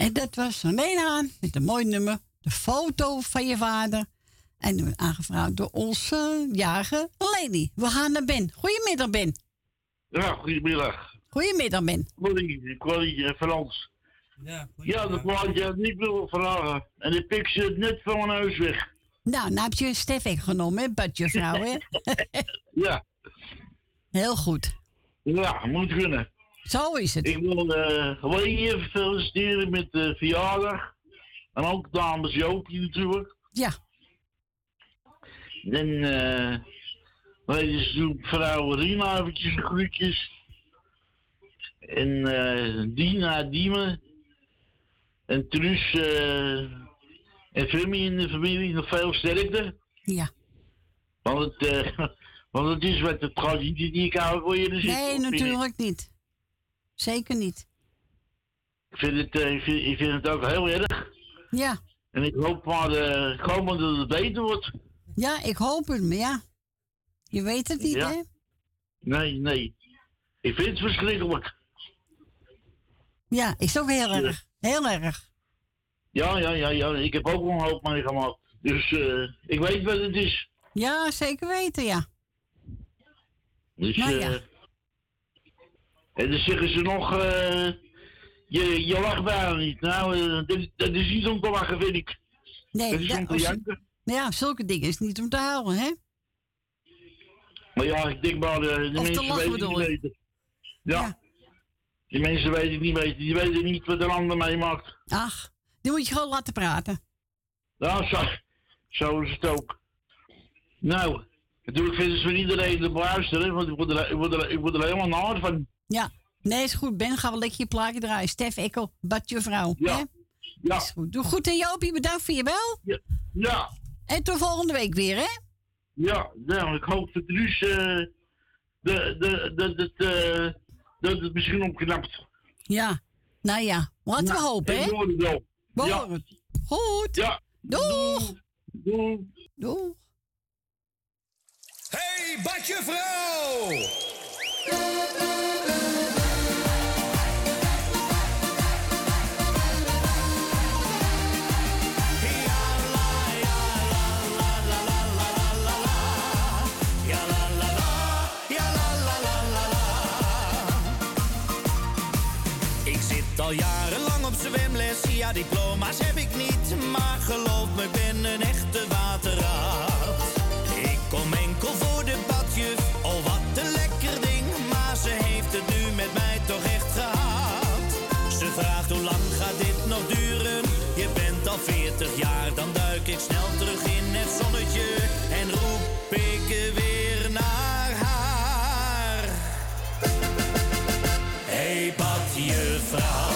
En dat was René aan met een mooi nummer. De foto van je vader. En aangevraagd door onze jarige Leni. We gaan naar Ben. Goedemiddag, Ben. Ja, goedemiddag. Goedemiddag, Ben. Corrie Frans. Ja, dat plaatje had ik willen vragen. En de pik zit net van mijn huis weg. Nou heb je Stef ook genomen, hè, badjevrouw, hè? Ja. Heel goed. Ja, moet kunnen. Zo is het. Ik wil Leni feliciteren met de verjaardag. En ook dames Joopie natuurlijk. Ja. En doe vrouw Rina eventjes groetjes. En Dina, Diemen. En Truus en Fummy in de familie nog veel sterkte. Ja. Want het is wat het gaat niet die ik hou voor je zit. Nee, natuurlijk niet. Zeker niet. Ik vind het ook heel erg. Ja. En ik hoop maar gewoon dat het beter wordt. Ja, ik hoop het, maar ja. Je weet het niet, ja. Hè? Nee. Ik vind het verschrikkelijk. Ja, is ook heel erg. Heel erg. Ja. Ik heb ook een hoop meegemaakt. Dus ik weet wat het is. Ja, zeker weten, ja. Dus, nou ja. En dan zeggen ze nog, je lacht bijna niet. Nou, dat is niet om te lachen, vind ik. Nee, dat is om te janken. Ja, zulke dingen is niet om te houden, hè? Maar ja, ik denk maar, de mensen weten het niet weten. Ja. Die mensen weten het niet weten. Die weten niet wat een ander meemaakt. Ach, die moet je gewoon laten praten. Ja, zo is het ook. Nou, natuurlijk vinden ze van iedereen de luisteren, want ik word er helemaal naar van. Ja, nee, is goed. Ben, gaan we lekker je plaatje draaien. Stef Ekkel, badjevrouw. Ja. Hè? Ja. Is goed. Doe goed en Jopie, bedankt voor je bel. Ja. En tot volgende week weer, hè? Ja, nou, ik hoop dat Truus dat het misschien opknapt. Ja, nou ja. Laten we hopen, hè? Ik hoor het wel. Ja. Goed. Ja. Doeg. Doeg. Hey, badjevrouw! Al jarenlang op zwemles, ja diploma's heb ik niet. Maar geloof me, ik ben een echte waterraad. Ik kom enkel voor de badjuf, oh wat een lekker ding. Maar ze heeft het nu met mij toch echt gehad. Ze vraagt hoe lang gaat dit nog duren? Je bent al 40 jaar, dan duik ik snel terug in het zonnetje. En roep ik weer naar haar. Hey badjevrouw.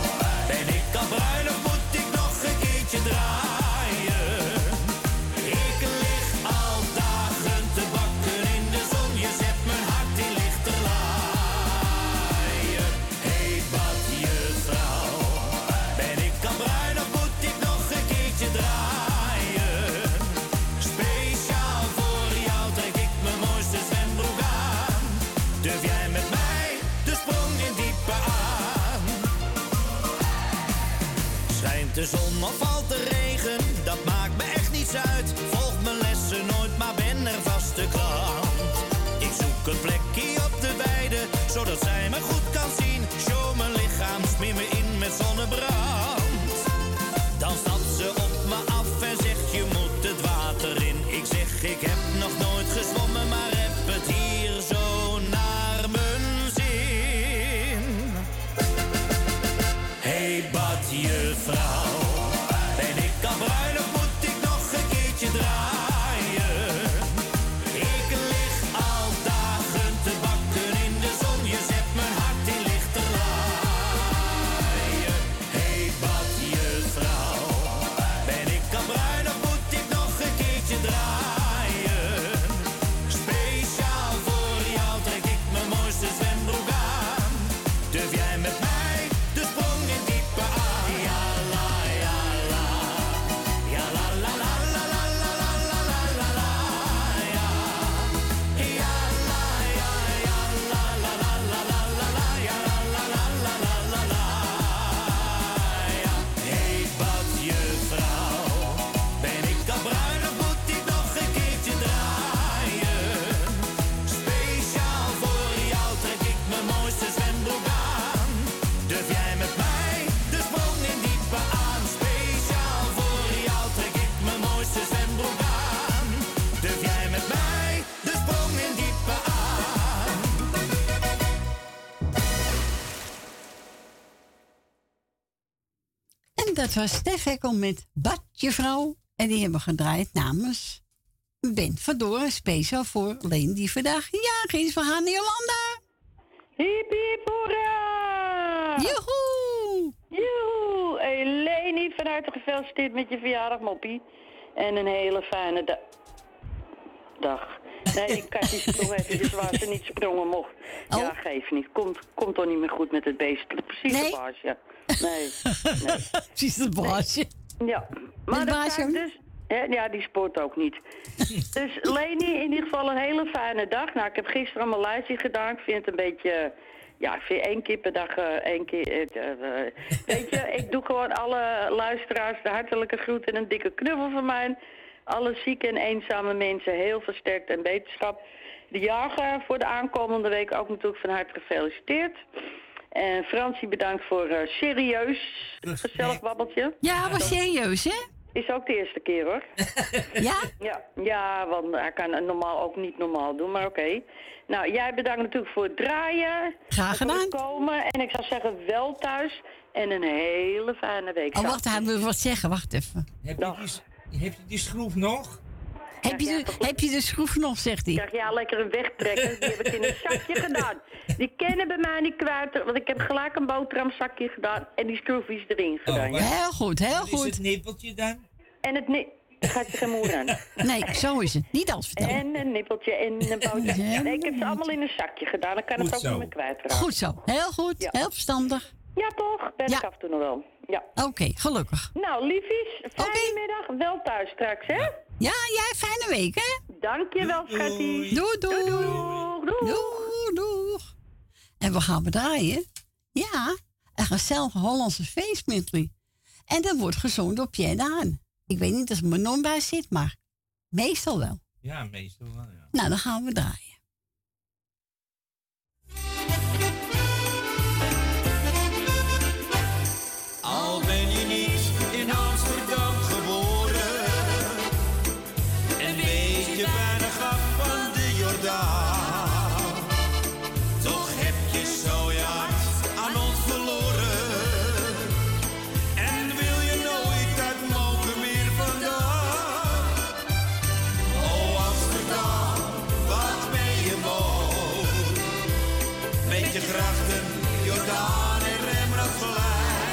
De zon of valt de regen, dat maakt me echt niets uit. Volg mijn lessen nooit, maar ben er vaste klant. Ik zoek een plekje op de weide, zodat zij me goed kan zien. Show mijn lichaam, smeer me in met zonnebrand. Dan stapt ze op me af en zegt je moet het water in. Ik zeg ik heb nog nooit gezwommen, maar heb het hier zo naar mijn zin. Hey badjevrouw. Hey dat was Stef Hekkel met Badjevrouw. En die hebben gedraaid namens Ben van Doren. Speciaal voor Leen die vandaag jarig is. We gaan naar Jolanda. Hiep, hiep, hoera! Joehoe! Joehoe! Hey, Leni, van harte gefeliciteerd met je verjaardag, moppie. En een hele fijne dag. Nee, die katje sprong eventjes waar ze niet sprongen mocht. Oh. Ja, geef niet. Komt toch niet meer goed met het beest. Precies Nee? het baasje. Nee. Precies het baasje. Ja. Maar dat baasje? gaat dus... Ja, die sport ook niet. Dus Leni, in ieder geval een hele fijne dag. Nou, ik heb gisteren mijn lijstje gedaan. Ik vind het een beetje... Ja, ik vind 1 keer per dag... weet je, ik doe gewoon alle luisteraars de hartelijke groet en een dikke knuffel van mij. Alle zieke en eenzame mensen heel versterkt en beterschap. De jager voor de aankomende week ook natuurlijk van harte gefeliciteerd. En Fransie bedankt voor serieus gezellig babbeltje. Ja, was serieus, hè? Is ook de eerste keer, hoor. Ja? Ja, want hij kan het normaal ook niet normaal doen, maar oké. Nou, jij bedankt natuurlijk voor het draaien. Graag gedaan. Voor het komen. En ik zou zeggen, wel thuis. En een hele fijne week. Oh, wacht, hij wil wat zeggen. Wacht even. Heb je die schroef nog? Heb je de schroef nog, zegt hij. Ik zeg, ja, lekker een wegtrekken. Die heb ik in een zakje gedaan. Die kennen bij mij niet kwijt, want ik heb gelijk een boterhamzakje gedaan en die schroef is erin gedaan. Ja. Heel goed, heel Wat goed. is het nippeltje dan? En het gaat je geen moer aan. Nee, zo is het. Niet alles vertellen. En een nippeltje en een boterham. Nee, ik heb ze allemaal in een zakje gedaan. Dan kan het ook niet meer kwijtraken. Goed zo, heel goed, heel verstandig. Ja, toch? Ben ik af en toe nog wel. Ja. Oké, gelukkig. Nou, liefjes, fijne middag. Wel thuis straks, hè? Ja, jij fijne week, hè? Dankjewel, schattie. Doei, doei. Doei, doeg. En we gaan draaien. Ja, een gezellige Hollandse feestmedley. En dat wordt gezongen door Pierre de Haan. Ik weet niet of er mijn non bij zit, maar meestal wel. Ja, meestal wel, ja. Nou, dan gaan we draaien. Al ben je niet in Amsterdam geboren en weet je weinig af van de Jordaan, toch heb je zo je hart aan ons verloren en wil je nooit uit mogen meer vandaan. Oh Amsterdam, wat ben je mooi, met je grachten, Jordaan en Rembrandtplein.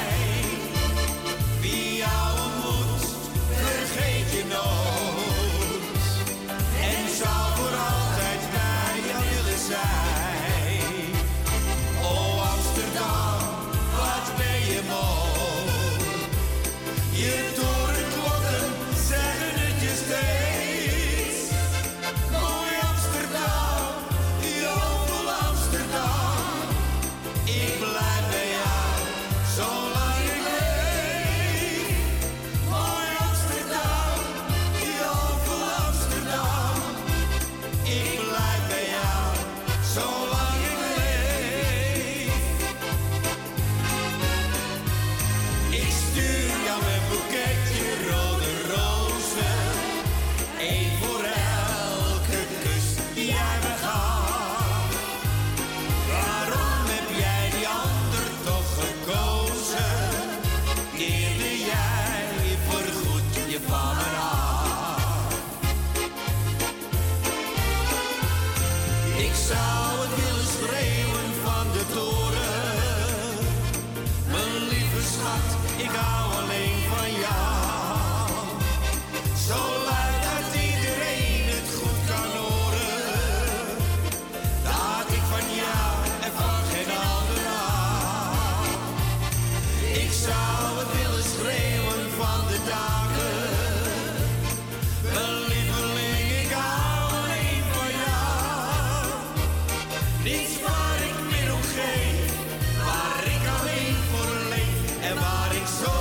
Wie jou ontmoet, vergeet je nooit en zal voor altijd bij jou willen zijn. Oh Amsterdam, wat ben je mooi. Je torenklokken zeggen het je steeds. Mooi Amsterdam, jovol Amsterdam. Ik blijf bij jou, zolang ik leef. Mooi Amsterdam, jovol Amsterdam. Ik blijf bij jou, zolang ik leef. Ik stuur jou een boeketje rode rozen, één voor elke kus die jij me gaf. Waarom heb jij die ander toch gekozen? Keerde jij voorgoed je van me af? Ik zou het willen schreeuwen van de toren. Mijn lieve schat, ik hou alleen van jou. Zo luid dat iedereen het goed kan horen. Dat ik van jou en van geen ander hou. Ik zou het willen schreeuwen van de daken. Mijn lieveling, ik hou alleen van jou. Niets waar ik meer om geef, waar ik alleen voor leef en waar ik zo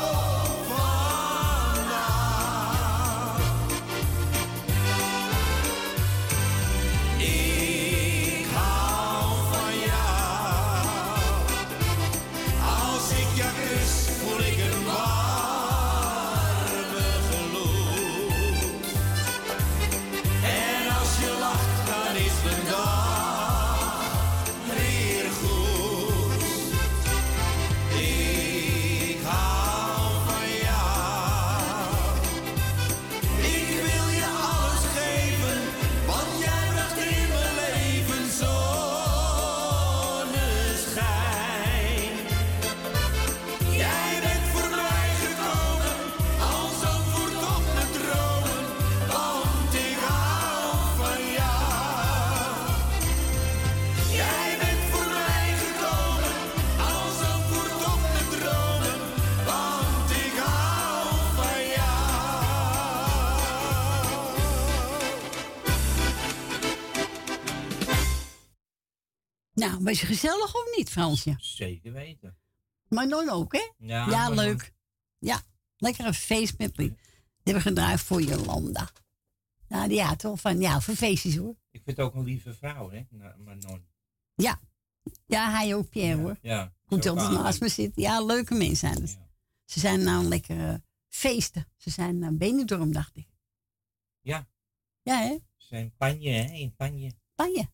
van hou. Ik hou van jou. Als ik jou kus, voel ik een warme gloed. En als je lacht, dan is mijn dag Nou, was je gezellig of niet, Fransje? Zeker weten. Manon ook, hè? Ja, Ja, Manon. leuk. Ja, lekker een feest met me. Die hebben we gedraaid voor Jolanda. Nou, die had wel van, ja, voor feestjes hoor. Ik vind het ook een lieve vrouw, hè, Manon. Ja. Ja, hij ook, Pierre hoor. Ja. Moet zo altijd vaak. naast me zitten. Ja, leuke mensen zijn het. Ze zijn nou lekker feesten. Ze zijn naar Benidorm, dacht ik. Ja. Ja, hè? Zijn panje, hè, in panje. Panje.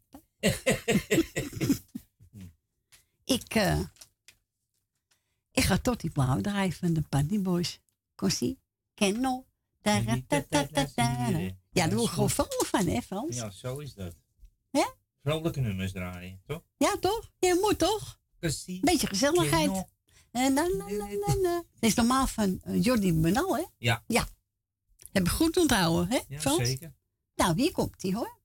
Ik ga tot die blauw draaien van de Panty Boys. Così, che no. Ja, daar word ik gewoon vrolijk van, hè, Frans? Ja, zo is dat. Hè? Vrolijke nummers draaien, toch? Ja, toch? Je moet toch? Così, Beetje gezelligheid. che Dat is normaal van Jordi Benal, hè? Ja. Ja. Heb ik goed onthouden, hè, Ja, Frans? zeker. Nou, hier komt hij, hoor.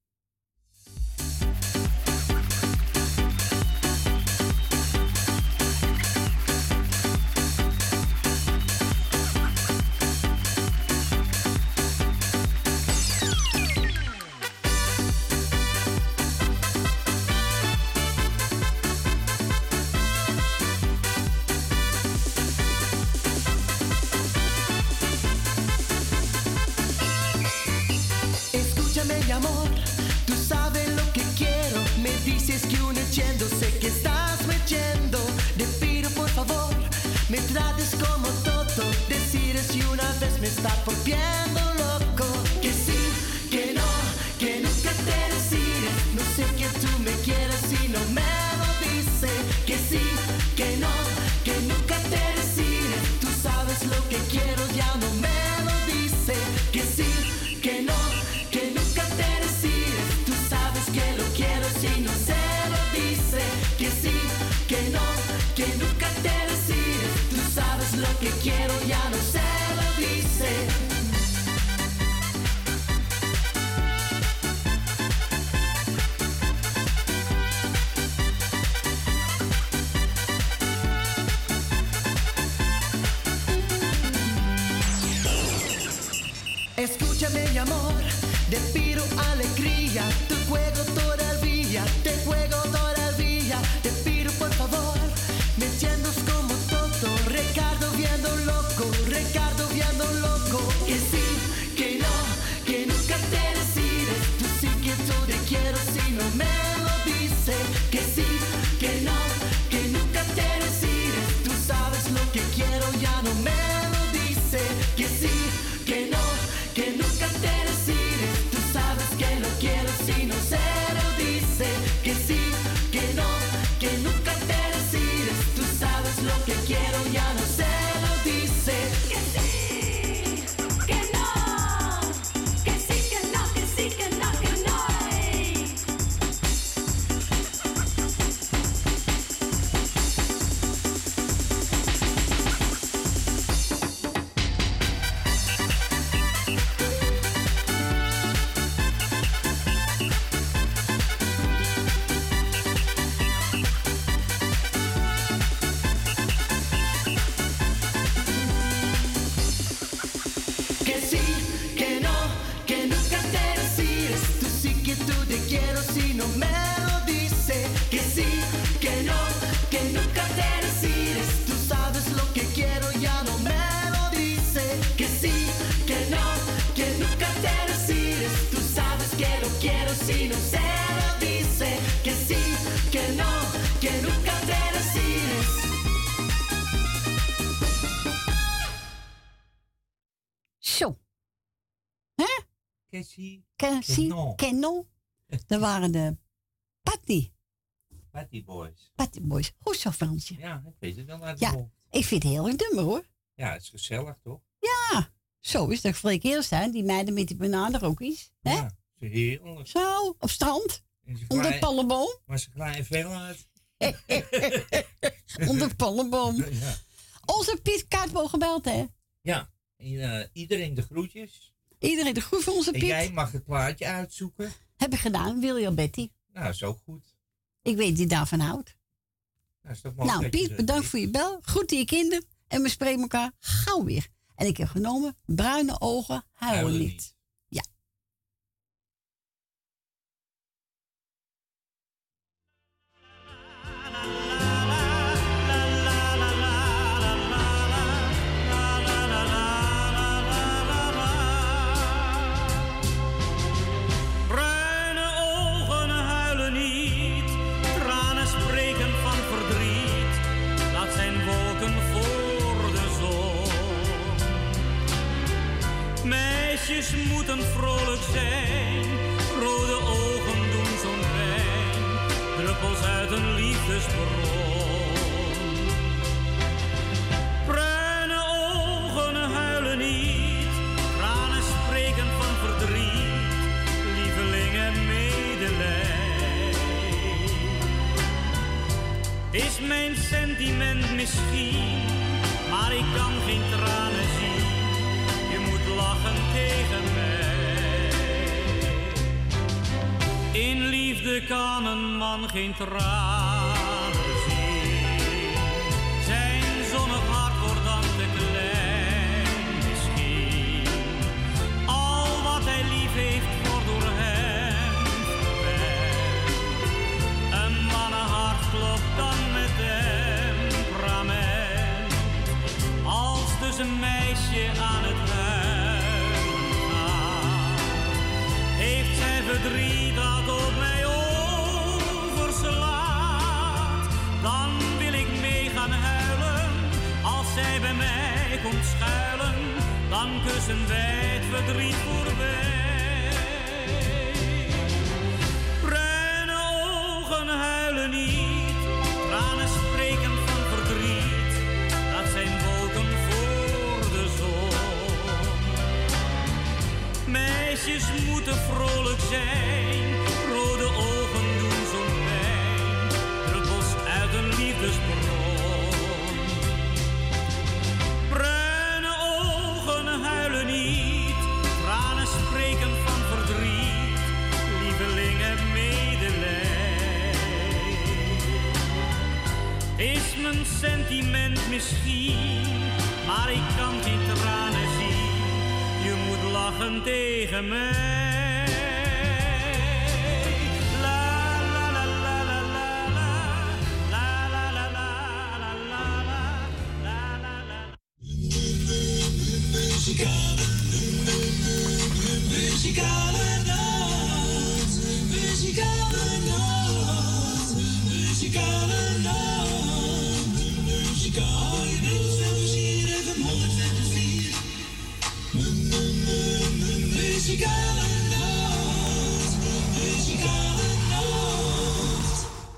Escúchame, mi amor, tú sabes lo que quiero. Me dices que un echendo, sé que estás mechendo. Te pido por favor, me trates como todo. Decir si una vez me está volviendo loco. Que sí, que no, que nunca te decides. No sé que tú me quieres si no me lo dices. Que sí, que no, que nunca te decides. Tú sabes lo que quiero, ya no me lo dices. Que sí, que no, que nunca te decides. Tú sabes que lo quiero si no se lo dice. Que sí, que no, que nunca te decides. Tú sabes lo que quiero, ya no se lo dice. Escúchame, mi amor, te pido alegría, te juego todavía, te juego todavía, te pido por favor, me entiendes como todo, Ricardo viendo loco, que sí, que no, que nunca te decides, tú sí que tú te quiero si no me lo dices, que sí, que no, que nunca te decides, tú sabes lo que quiero, ya no me lo dices, que sí, que no, que nunca te decides, tú sabes que lo quiero si no se lo dice, que sí, que no, que nunca te decides, tú sabes lo que quiero, ya no se lo dice, que sí, que no, que sí, que no, que sí, que no, que no. Que sí, que no, que nunca te decides. Tú sí que tú te quiero si no me lo dices. Que sí, que no, que nunca te decides. Tú sabes lo que quiero, ya no me lo dices. Que sí, que no, que nunca te decides. Tú sabes que lo quiero si no se lo dice. Que sí, que no, que nunca te decides. Zo. Hè? Que sí, Que no. Dat waren de Patty Boys. Patty Boys. Goed zo, Fransje. Ja, ik weet het wel uit de Ja, hoofd. ik vind het heel erg nummer, hoor. Ja, het is gezellig, toch? Ja, zo is dat. Freek eerst zijn. Die meiden met die bananen ook iets. Hè? Ja, ze heerlijk. Zo, op strand. En ze Onder de glijden- palmboom. Maar ze glijden veel uit. Onder de palmboom. Ja. Onze Piet Kaartbo gebeld, hè? Ja, en, iedereen de groetjes. Iedereen de groet van onze En Piet. jij mag het plaatje uitzoeken. Heb ik gedaan, William Betty. Nou, is ook goed. Ik weet die daarvan houdt. Nou, is toch mooi Nou, dat je Piet, dat bedankt weet. voor je bel. Groet je kinderen. En we spreken elkaar gauw weer. En ik heb genomen, bruine ogen huilen Huilen niet. Ja. moeten vrolijk zijn, rode ogen doen zo'n pijn, druppels uit een liefdesbron. Bruine ogen huilen niet, tranen spreken van verdriet, lieveling en medelij. Is mijn sentiment misschien, maar ik kan geen tranen zien, je moet lachen tegen mij. In liefde kan een man geen tranen zien, zijn zonnig hart wordt dan te klein misschien. Al wat hij lief heeft wordt door hem verwend. Een mannenhart klopt dan met temperament. Als dus een meisje aan het huilen gaat, heeft zij verdriet dat op mij overslaat. Dan wil ik mee gaan huilen, als zij bij mij komt schuilen, dan kussen wij het verdriet voorbij. Bruine ogen huilen niet, tranen spreken van verdriet, dat zijn wolken voor de zon. Meisjes moeten vrolijk zijn, rode ogen doen zo'n pijn, druppels uit een liefdesbron. Bruine ogen huilen niet, tranen spreken van verdriet, lieveling en medelij. Is mijn sentiment misschien, maar ik kan geen tranen zien, je moet lachen tegen mij. Muzikale nacht, muzikale nacht, muzikale nacht, muzikale muzikale nacht, muzikale nacht.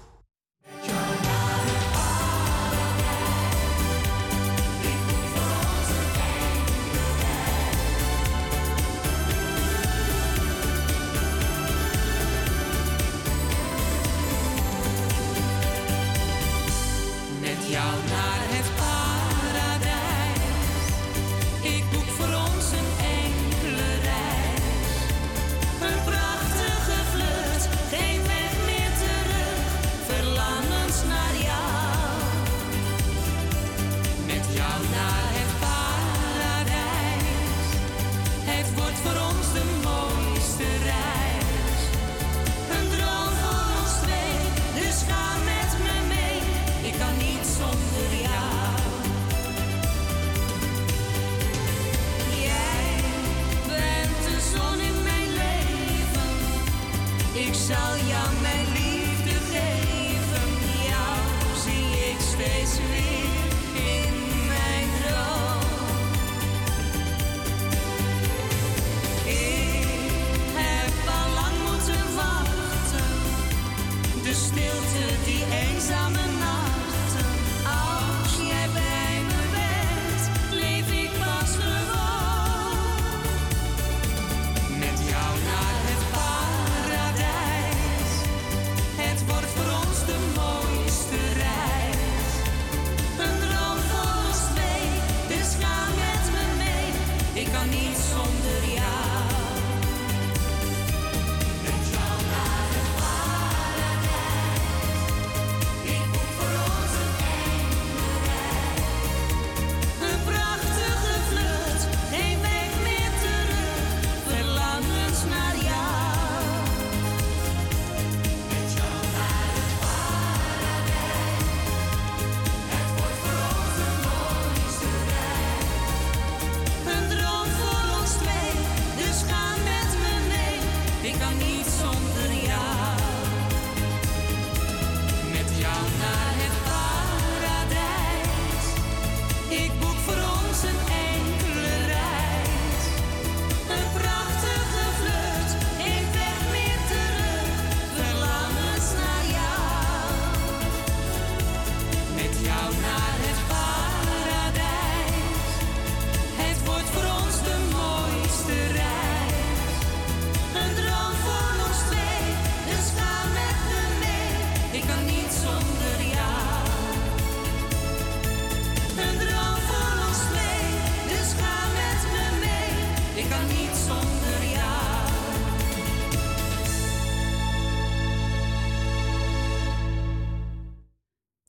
Met jou naar het paradijs. Ik boek voor ons een enkele reis. Een prachtige vlucht, geen weg meer terug. Verlangens naar jou. Met jou naar het paradijs. Het wordt voor ons de mooiste reis. Een droom voor ons twee, dus ga met me mee. Ik kan niet zonder jou. Jij bent de zon in mijn leven. Ik zal jou mijn liefde geven. Jou zie ik steeds weer in mijn droom. Ik heb al lang moeten wachten. De stilte, die eenzame nachten. Als jij bij me bent, leef ik pas gewoon. Met jou naar het paradijs. Het wordt voor ons de mooiste reis. Een droom voor ons twee, dus ga met me mee. Ik kan niet zonder jou. Met jou naar het paradijs. Ik boek voor ons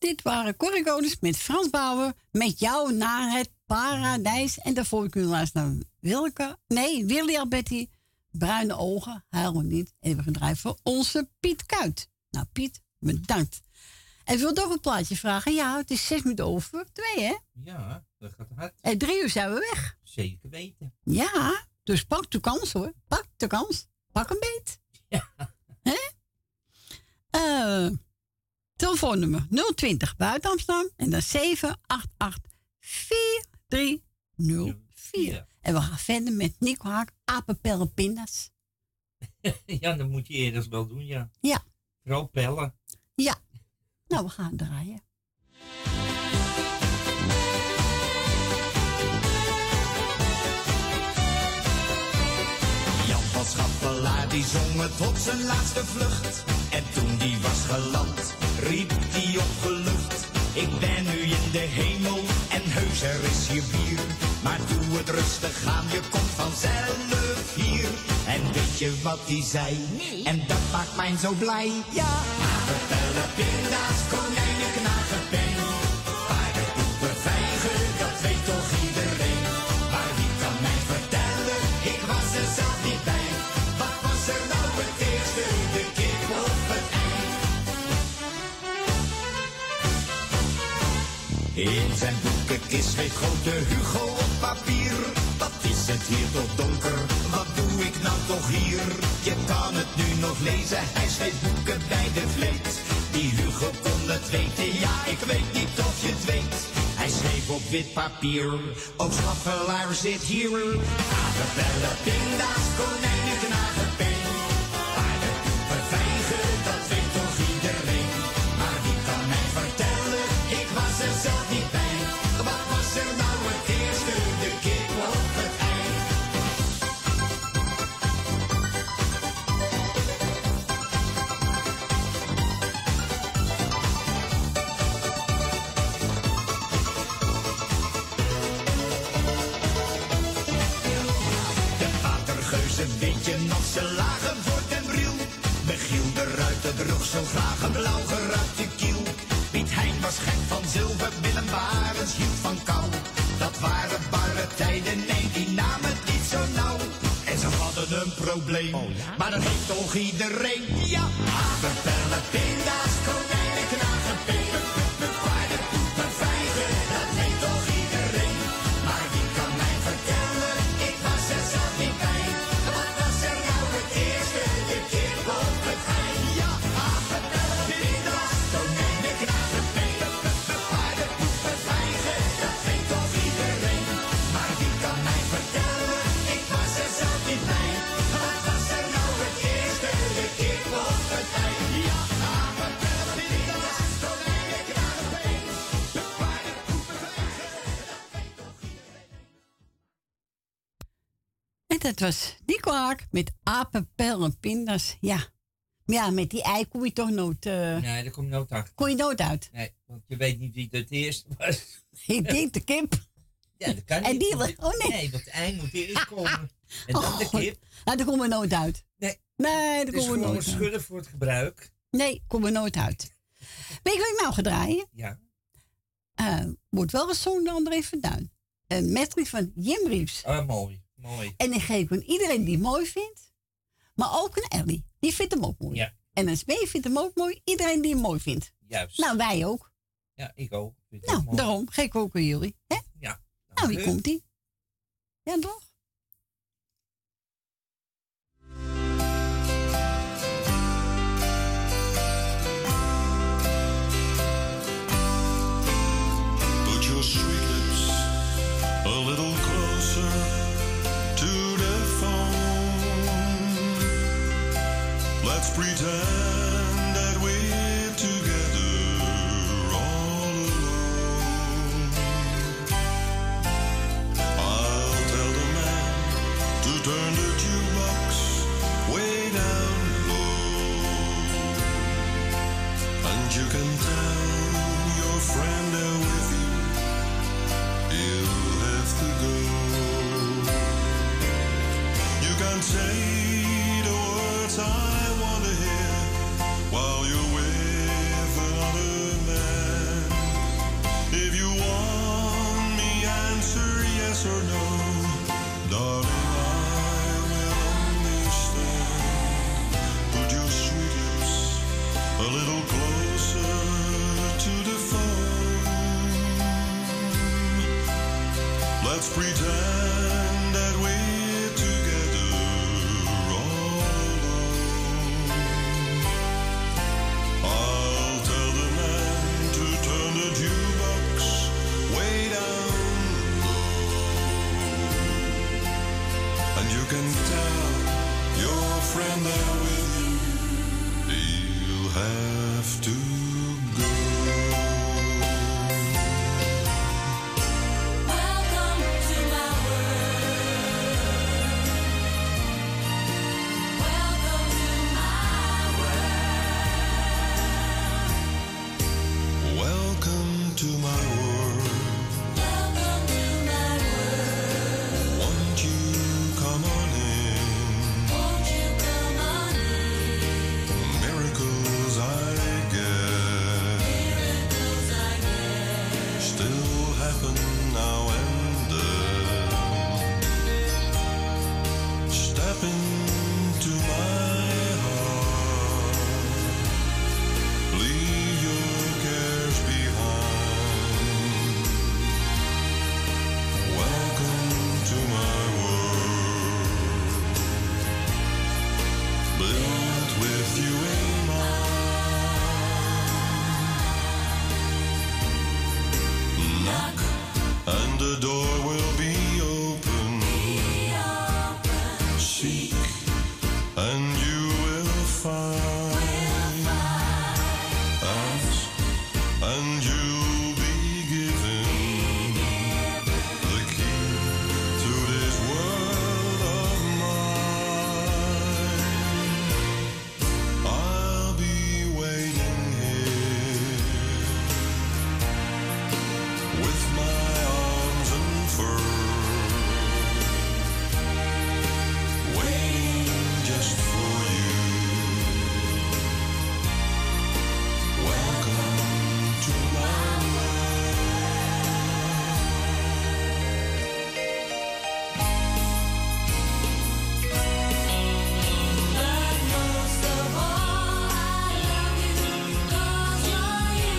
dit waren Corrie Konings met Frans Bauer. Met jou naar het paradijs. En daarvoor kunnen we luisteren naar Willy Alberti. Bruine ogen, huil niet. En we gaan draaien voor onze Piet Kuit. Nou, Piet, bedankt. En ik wil toch een plaatje vragen. Ja, het is 2:06, hè? Ja, dat gaat hard. En 3 uur zijn we weg. Zeker weten. Ja, dus pak de kans, hoor. Pak de kans. Pak een beet. Ja. Hè? Telefoonnummer 020 buiten Amsterdam. En dan 788-4304. En we gaan verder met Nico Haak, apenpellen, pindas. Ja, dat moet je eerder wel doen, ja. Ja. Vooral pellen. Ja. Nou, we gaan draaien. Jan van Schappelaar die zong het op zijn laatste vlucht. En toen die was geland, riep die opgelucht. Ik ben nu in de hemel en heus er is hier bier. Maar doe het rustig aan, je komt vanzelf hier. En weet je wat hij zei? Nee. En dat maakt mij zo blij. Ja, apenpellen, pinda's, konijnen, knagen, pen. Paarden, poepen, vijgen, dat weet toch iedereen. Maar wie kan mij vertellen? Ik was er zelf niet bij. Wat was er nou het eerste? De kip of het ei? In zijn boekenkist schreef grote Hugo op papier. Wat is het hier toch donker? Wat doe ik nou toch hier? Je kan het nu nog lezen, hij schreef boeken bij de vleet. Die Hugo kon het weten, ja, ik weet niet of je het weet. Hij schreef op wit papier, ook Schappelaar zit hier. Apenpellen, pinda's, konijnen, knagen, pen. Paarden, poepen, vijgen, dat weet toch iedereen. Maar wie kan mij vertellen, ik was er zelf niet bij. Wat was er nou het eerste, de kip of het ei? De watergeuzen, weet je nog, ze lagen voor den Briel. Michiel de Ruiter droeg zo graag een blauw geruite kiel. Piet Hein was gek van zilver, Willem Barens hield van kou. Dat waren barre tijden, nee, die namen het niet zo nauw. En ze hadden een probleem, maar dat heeft toch iedereen. Ja, apenpellen, pinda's, konijnen, knagen, penen. Paarden, poepen, vijgen, dat weet toch iedereen. Maar wie kan mij vertellen, ik was er zelf niet bij. Wat was er nou het eerste, de kip of het ei? Ja, apenpellen, pinda's, konijnen, knagen, penen. Paarden, poepen, vijgen, dat weet toch iedereen. Maar wie kan mij vertellen, ik was er zelf niet bij. Wat was er nou het eerste, de kip of het ei? Ja, apenpellen, pinda's, konijnen, knagen, penen. Paarden, poepen, vijgen, dat weet toch iedereen. En dat was Nico Haak met apenpellen, pindas. Ja. Ja, met die ei kon je toch nooit... Nee, daar komt nooit achter. Kon je nooit uit. Nee, want je weet niet wie het eerst was. Ik denk de kip. Ja, dat kan niet. En die want was... Oh nee. Nee, want het ei moet eerst komen. En dan de kip. Nou, daar komen we nooit uit. Nee. Nee, daar Het is komen we gewoon nooit uit. schudden voor het gebruik. Nee, komen we nooit uit. Weet je wat ik nou ga draaien? Ja. Wordt wel gezongen door André van Duin. Een medley van Jim Reeves. Mooi, mooi. En ik geef aan iedereen die het mooi vindt. Maar ook een Ellie. Die vindt hem ook mooi. Ja. En een Smee vindt hem ook mooi. Iedereen die hem mooi vindt. Juist. Nou, wij ook. Ja, ik ook. Vind het Nou, ook mooi. daarom geef ik ook aan jullie. Hè? Ja. Nou, wie u. komt die? Ja, toch? Put your sweet lips a little closer to the phone. Let's pretend that we're together all alone. I'll tell the man can tell your friend there with you, he'll have to go. Welcome to my world. Welcome to my world. Welcome to my world. Welcome to my world. Won't you come on in? Won't you come on in? Miracles I guess. Miracles I guess. Still happen now and then. Step into my heart. Leave your cares behind. Welcome to my world. Built with you in mind. Knock and the door will be open. Seek and you will find. Ask and you'll be given the key to this world of mine. I'll be waiting here with my arms unfurled, waiting just for you. Welcome to my But most of all, I love you 'cause you're you.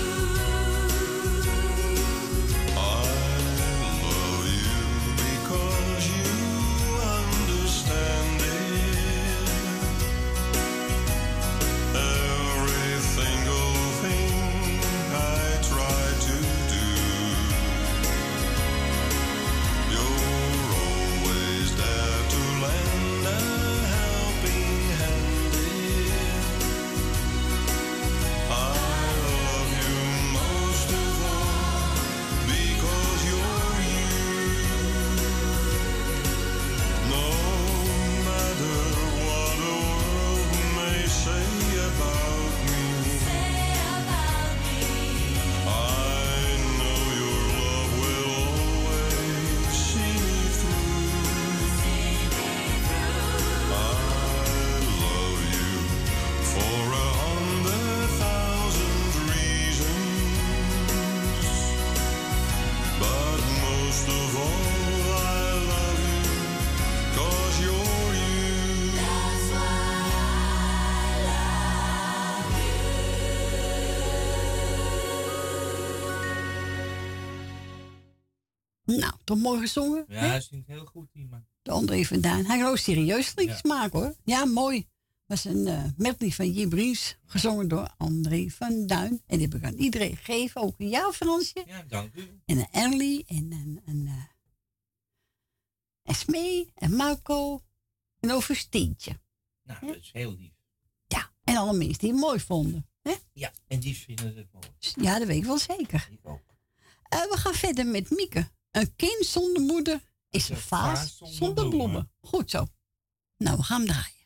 I love you because you understand it. Every single thing I try to do, you're always there to lend a helping hand in. I love you most of all because you're you. No matter what the world may say about me, I know your love will always see me through. I love you for 100,000 reasons, but most of all I love you 'cause you're you. That's why I love Nou, toch mooi gezongen? Ja, hè? hij zingt heel goed, die man. De André van Duin. Hij kan ook serieus liedjes Ja. maken hoor. Ja, mooi. Dat was een medley van Jim Bries, gezongen door André van Duin. En die heb ik aan iedereen gegeven, ook aan jou Fransje. Ja, dank u. En aan Ellie en aan Esmee en Marco. En over Steentje. Nou, dat is heel lief. Ja, en alle mensen die het mooi vonden. Hè? Ja, en die vinden het mooi. Ja, dat weet ik wel zeker. Ik ook. We gaan verder met Mieke. Een kind zonder moeder is een vaas zonder bloemen. Goed zo. Nou, we gaan hem draaien.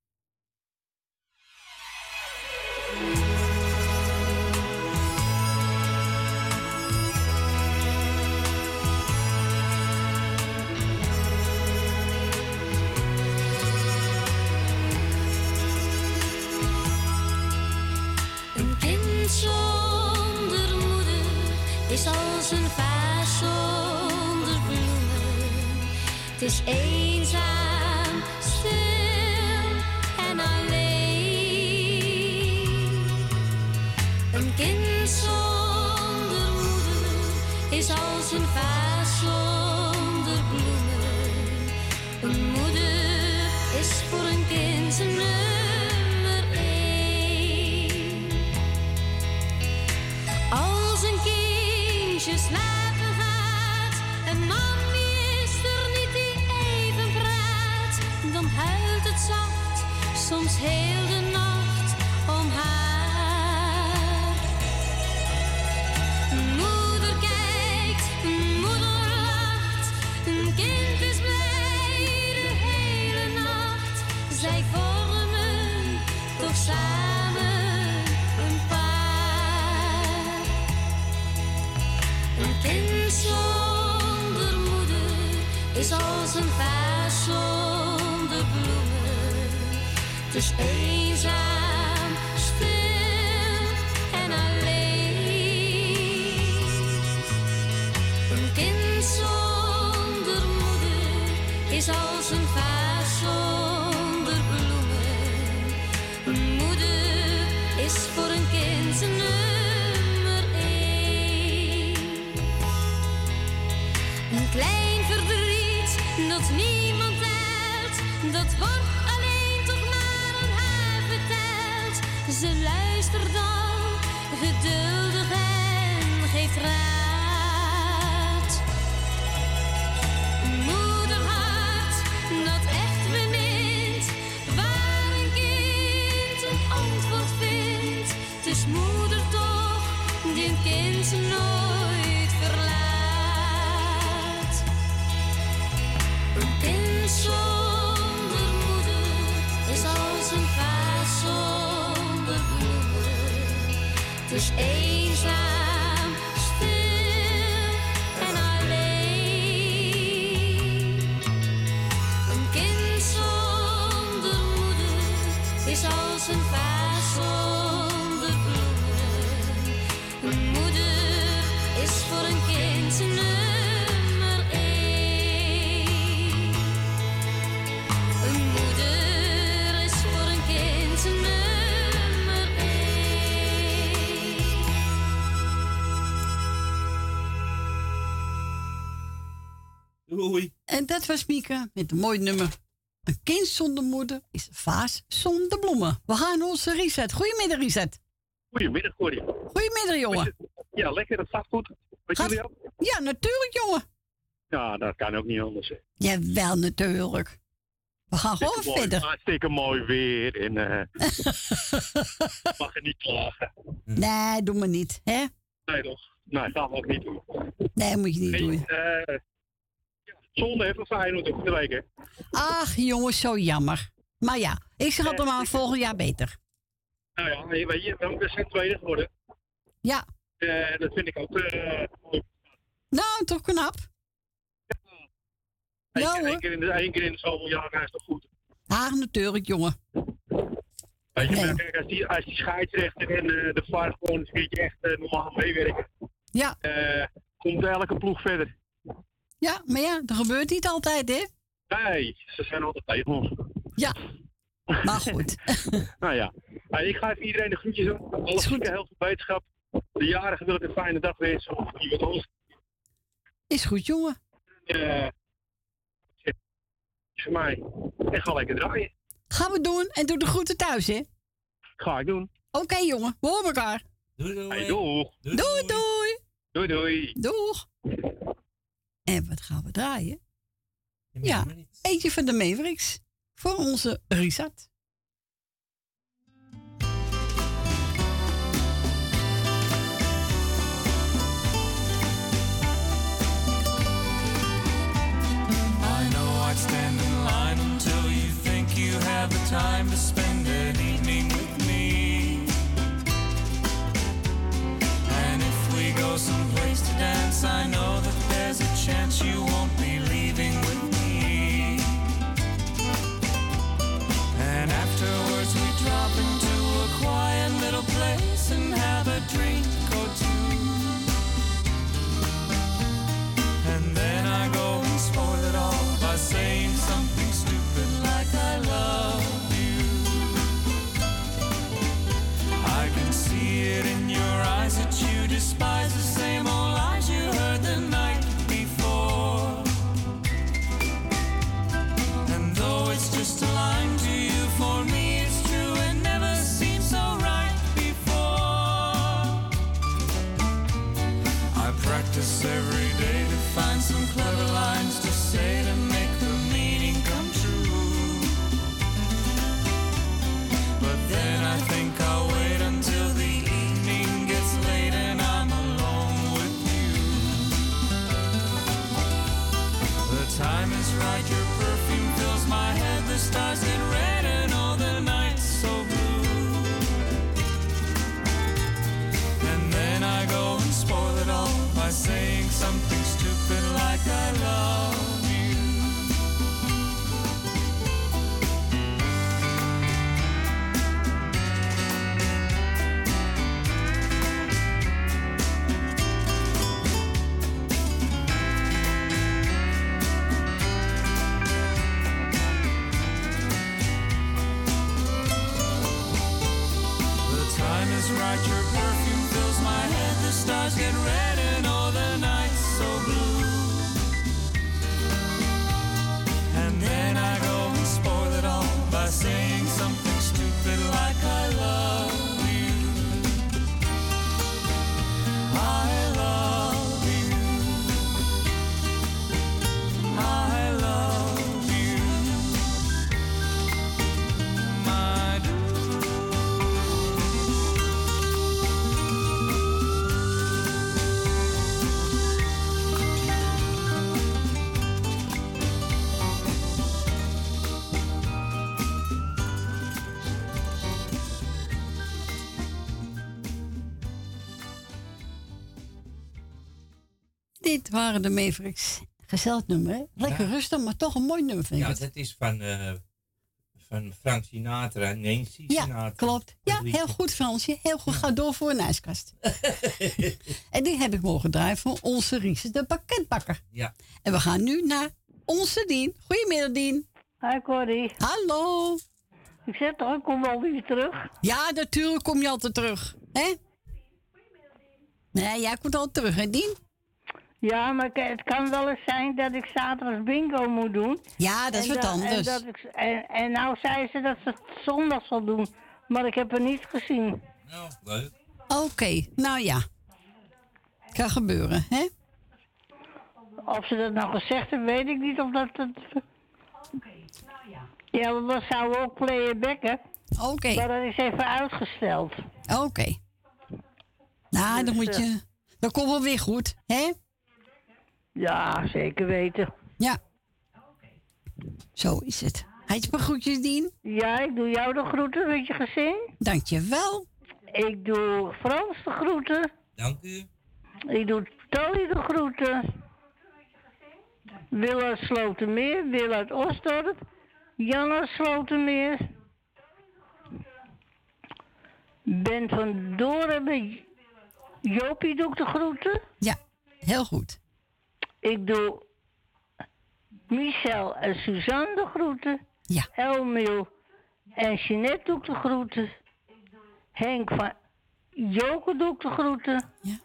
Een kind zonder moeder is als een vaas zonder bloemen. Het is eenzaam, stil en alleen. Een kind zonder moeder is als een vaas zonder bloemen. Een moeder is voor een kind zijn nummer 1. Als een kindje slapen gaat, een mami is er niet die even praat. is als een vaas zonder bloemen. Het is eenzaam, stil en alleen. Een kind zonder moeder is als een vaas zonder bloemen. Een moeder is voor een kind nummer 1. Een klein verdriet dat niemand telt, dat wordt alleen toch maar aan haar verteld. Ze luistert dan geduldig en geeft raad. Een moederhart dat echt bemint, waar een kind een antwoord vindt. Het is moeder toch die een kind nooit verlaat. Een kind zonder moeder is als een vaas zonder bloemen. Het is eenzaam, stil en alleen. Een kind zonder moeder is als een vaas zonder bloemen. Een moeder is voor een kind nummer 1. Een moeder is voor een kind nummer 1. Doei. En dat was Mieke met een mooi nummer. Een kind zonder moeder is een vaas zonder bloemen. We gaan onze Richard. Goedemiddag, Richard. Goedemiddag, Corrie. Goedemiddag, jongen. Ja, lekker, dat gaat goed. Weet jullie ook? Ja, natuurlijk, jongen. Ja, dat kan ook niet anders. Hè. Jawel, natuurlijk. We gaan gewoon Hartstikke verder. Mooi, hartstikke mooi weer en mag je niet klagen. Nee, doe maar niet, hè? Nee, toch? Nee, gaan we ook niet doen. Nee, moet je niet doen. Zonde heeft een Feyenoord ook de week, hè? Ach, jongens, zo jammer. Maar ja, ik zeg altijd maar volgend jaar beter. Nou ja, weet je, we zijn tweede geworden. Ja. Dat vind ik ook mooi. Nou, toch knap. Eén keer in de zoveel jaar is toch goed. Ah, natuurlijk, jongen. Weet je, maar kijk, als die scheidsrechter en de VAR gewoon een keertje echt normaal meewerken. Ja. Komt elke ploeg verder. Ja, maar ja, dat gebeurt niet altijd, hè? Nee, ze zijn altijd tegen ons. Ja, maar goed. Nou ja, ik ga even iedereen de groetjes doen. Alles goed, heel veel wetenschap. De jarigen wil ik een fijne dag wensen. Of iemand anders. Is goed, jongen. Voor mij. En ga lekker draaien. Gaan we doen. En doe de groeten thuis, hè? Ga ik doen. Oké, jongen. We horen elkaar. Doei, doei. Hey, doeg. Doei, doei. Doei, doei. Doeg. En wat gaan we draaien? Ja, eentje van de Mavericks. Voor onze Richard. I know I'd stand in line until you think you have the time to spend an evening with me. And if we go someplace to dance, I know that there's a chance you won't be leaving with me. And afterwards we drop into a quiet little place and have a drink or two. And then I go and spoil it all by saying something stupid like I love you. I can see it in your eyes that you despise the same old lies you heard the night before. And though it's just a line to you, for me it's true and never seemed so right before. I practice every day to find some clever lines to say to make the meaning come true. But then I think I'll wait until the evening gets late and I'm alone with you. The time is right, your perfume fills my head, the stars get red and all the nights so blue. And then I go and spoil it all by saying something stupid like I love Dit waren de Mavericks. Gezellig nummer, hè? Lekker rustig, maar toch een mooi nummer, vind ik. Ja, dat is van Frank Sinatra en Nancy Sinatra. Ja, klopt. Ja, heel goed, Fransje. Heel goed. Ga door voor een ijskast. En die heb ik mogen draaien voor onze Ries, de pakketbakker. Ja. En we gaan nu naar onze Dien. Goedemiddag, Dien. Hi, Corrie. Hallo. Ik zeg toch, ik kom wel weer terug. Ja, natuurlijk kom je altijd terug. Hè? Nee, jij komt altijd terug, hè, Dien? Ja, maar het kan wel eens zijn dat ik zaterdag bingo moet doen. Ja, dat is wat anders. En nou zei ze dat ze het zondag zal doen. Maar ik heb er niet gezien. Nou, leuk. Oké, nou ja. Kan gebeuren, hè? Of ze dat nou gezegd heeft, weet ik niet. Of dat het... Ja, want dat zou ook playbacken. Oké. Maar dat is even uitgesteld. Oké. Nou, dan moet je... Dat komt wel weer goed, hè? Ja, zeker weten. Ja. Zo is het. Had je een groetjes, Dien? Ja, ik doe jou de groeten met je gezin. Dankjewel. Ik doe Frans de groeten. Dank u. Ik doe Tolly de groeten. Wil uit Slotermeer, Wil uit Osdorp. Jan uit Slotermeer. Ben van Doren, Jopie doe ik de groeten. Ja, heel goed. Ik doe Michel en Suzanne de groeten. Ja. Elmiel en Jeanette doe ik de groeten. Henk van Joke doe ik de groeten. Ja.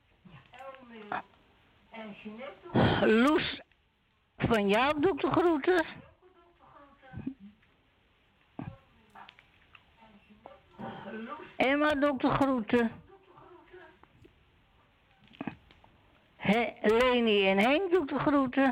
Loes van Jaap doe ik de groeten. Emma doe ik de groeten. Leni en Henk doe ik de groeten.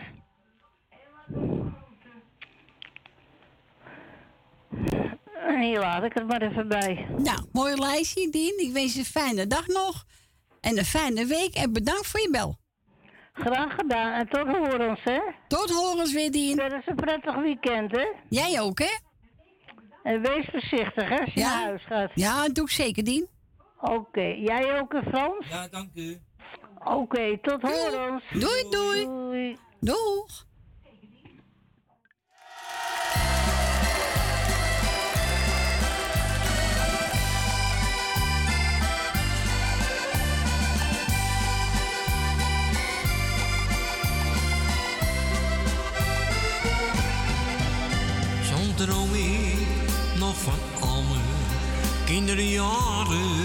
En hier laat ik het maar even bij. Nou, mooi lijstje, Dien. Ik wens je een fijne dag nog. En een fijne week. En bedankt voor je bel. Graag gedaan. En tot horens, hè? Tot horens weer, Dien. Dat is een prettig weekend, hè? Jij ook, hè? En wees voorzichtig, hè, als je naar huis gaat. Ja, dat doe ik zeker, Dien. Oké. Jij ook, Frans? Ja, dank u. Oké, tot horens. Doei, doei. Doei. Doeg. Soms droom ik nog van al mijn kinderjaren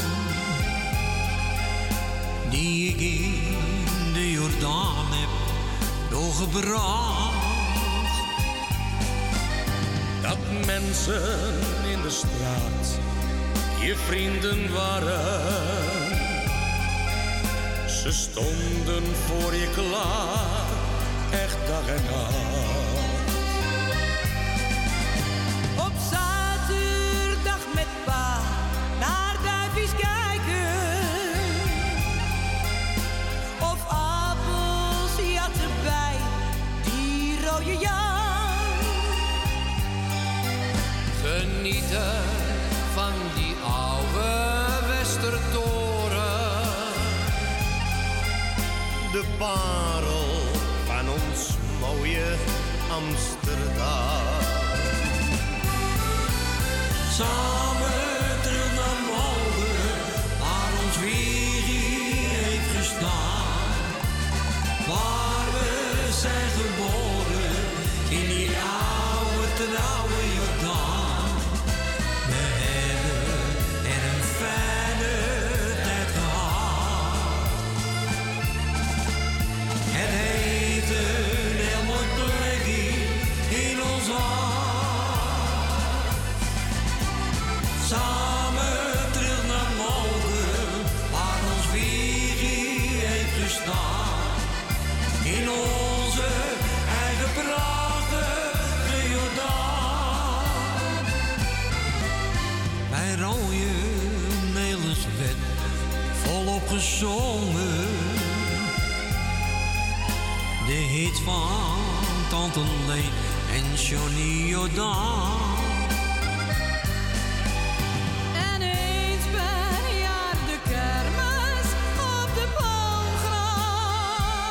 die ik in de Jordaan heb doorgebracht. Dat mensen in de straat je vrienden waren. Ze stonden voor je klaar, echt dag en nacht. Op zaterdag met pa naar duifjes kijken. Of appels jatten bij die rode Jan. Genieten van die oude Westertoren. De parel van ons mooie Amsterdam. Samen terug naar Malden, waar ons wiegje heeft gestaan. Waar we zijn geboren, in die oude trouwe Jordaan. We hebben er een fijne tijd gehad. Het heeft een heel mooi plekje in ons hart. Samen terug naar Malden, waar ons wiegje heeft gestaan. In onze eigen prachtige Jordaan. Bij rode Melis werd volop gezongen. De hits van Tante Lee en Johnny Jordaan. En eens per jaar de kermis op de Palmgracht.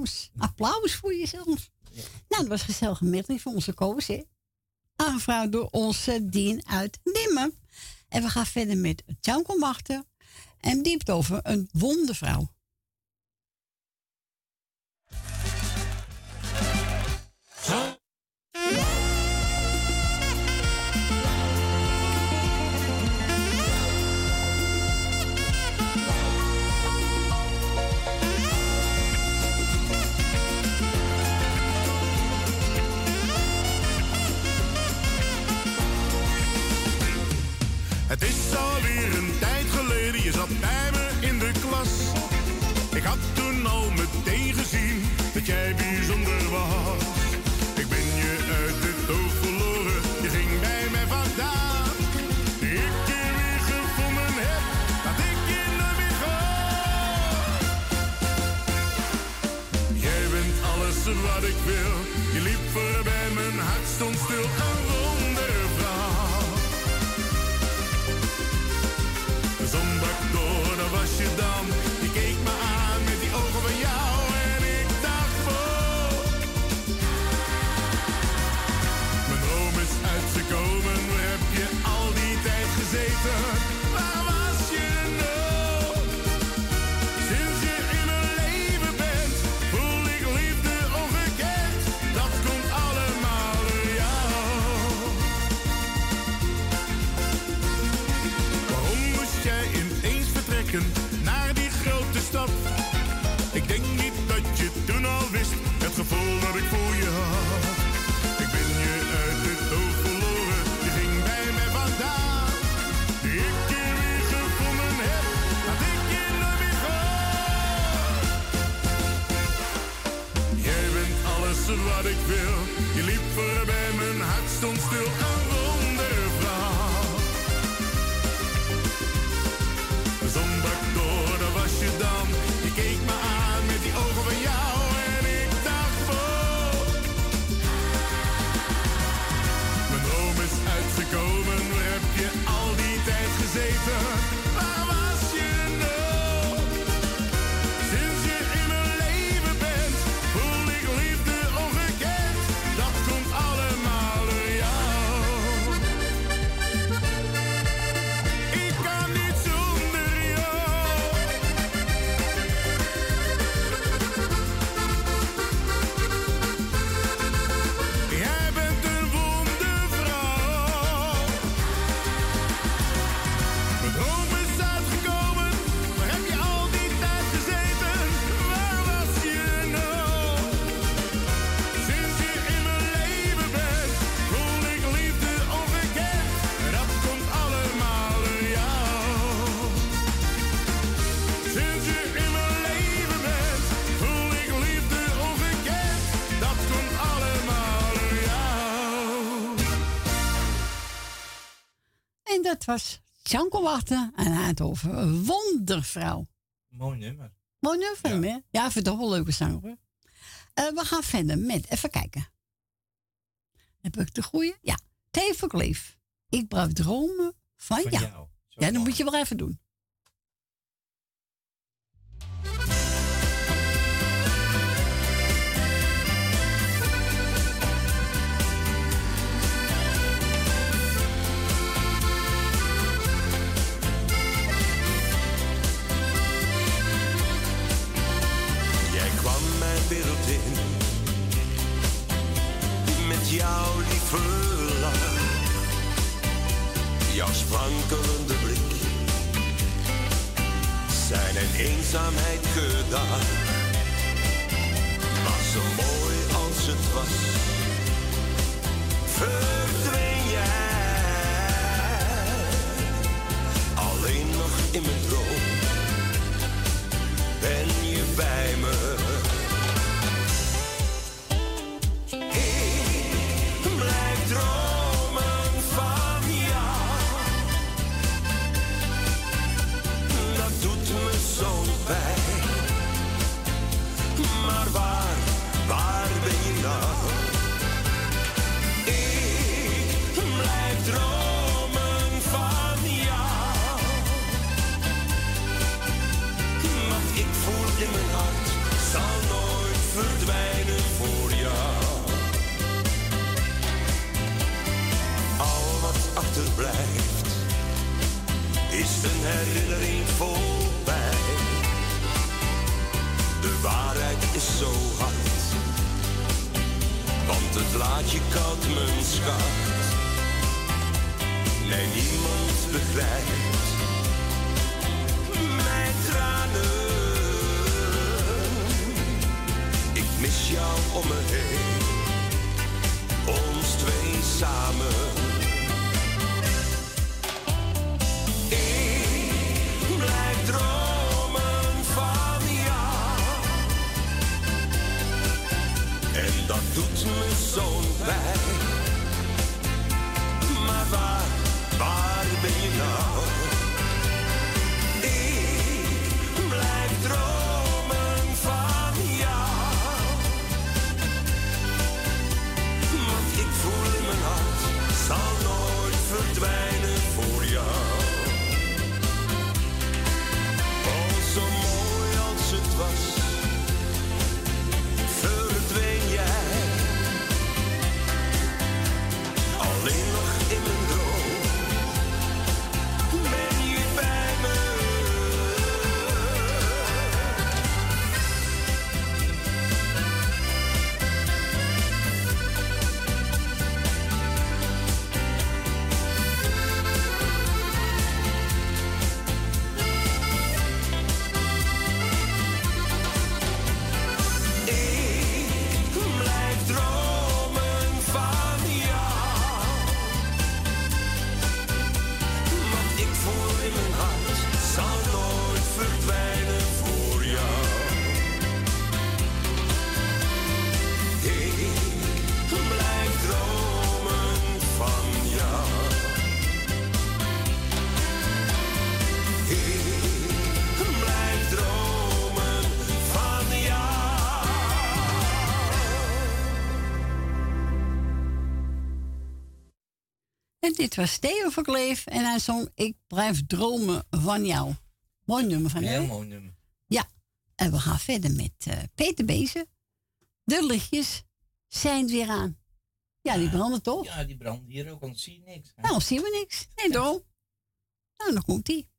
applaus. Applaus voor jezelf. Ja. Nou, dat was gezellig medley van onze Koos, hè. Aangevraagd door onze Dien uit Dimmen. En we gaan verder met Tjanko Machten. En die heeft over een wondervrouw. Het is alweer een tijd geleden, je zat bij me in de klas. Ik had toen al meteen gezien dat jij bijzonder was. Ik ben je uit het oog verloren, je ging bij mij vandaan. Ik je weer gevonden heb, dat ik je nooit meer gehad. Jij bent alles wat ik wil, je liep voorbij, mijn hart stond stil, een wondervrouw. De zon brak door, daar was je dan. Je keek me aan met die ogen van jou en ik dacht wow. Mijn droom is uitgekomen, waar heb je al die tijd gezeten? Waar was je nou? Sinds je in mijn leven bent, voel ik liefde ongekend. Dat komt allemaal door jou. Waarom moest jij ineens vertrekken naar die grote stad? Ik denk niet dat je toen al wist, het gevoel dat ik voor je had. Ik ben je uit het oog verloren, je ging bij mij vandaan. Ik je weer gevonden heb, had ik je nooit meer gehad. Jij bent alles wat ik wil, je liep voorbij, mijn hart stond stil, een wondervrouw. De zon brak door, daar was je dan. Je keek me aan met die ogen van jou en ik dacht wow. Mijn droom is uitgekomen, waar heb je al die tijd gezeten? Waar was je nou? Sinds je in mijn leven bent, voel ik liefde ongekend. Dat komt allemaal door jou. Ik kan niet zonder jou. Jij bent een wondervrouw. Mijn droom is uitgekomen, waar heb je al die tijd gezeten? Waar was je nou? Sinds je in mijn leven bent, voel ik liefde ongekend. Dat komt allemaal door jou. Sinds je in mijn leven bent, voel ik liefde ongekend. Dat komt allemaal door jou. En dat was Tjanko Machten. En hij had over een wondervrouw. Mooi nummer. Mooi nummer, hè? Ja, ik vind het toch wel een leuke zang, hoor. We gaan verder met, even kijken. Heb ik de goeie? Ja. Theo Kleef. Ik blijf dromen van jou. Ja, dat moet je wel even doen. Jij kwam mijn wereld in met jouw lieve lach, jouw sprankelende blik, zijn en eenzaamheid gedaan. Maar zo mooi als het was, verdween jij. Alleen nog in mijn droom ben je bij me. Ik blijf dromen van jou. Dat doet me zo pijn. Maar waar ben je nou? herinnering voorbij. De waarheid is zo hard, want het laat je koud, mijn schat. Nee, niemand begrijpt mijn tranen. Ik mis jou om me heen, ons twee samen. Ik blijf dromen van jou. En dat doet me zo'n pijn. Maar waar ben je nou? Ik blijf dromen van jou. Want ik voel in mijn hart, zal nooit verdwijnen voor jou. Oh, zo mooi als het was, verdween jij. Alleen nog in mijn droom ben je bij me. Ik blijf dromen van jou. Want ik voel in mijn hart, zal nooit verdwijnen voor jou. Ik blijf dromen van jou. Ik blijf dromen van jou. En dit was Theo van Kleef en hij zong Ik blijf dromen van jou. Mooi nummer van Heel hem. mooi nummer. Ja, en we gaan verder met Peter Bezen. De lichtjes zijn weer aan. Ja, die branden toch? Ja, die branden hier ook, want zie je niks. Hè? Nou, zien we niks. Nee, daarom. Nou, dan komt ie.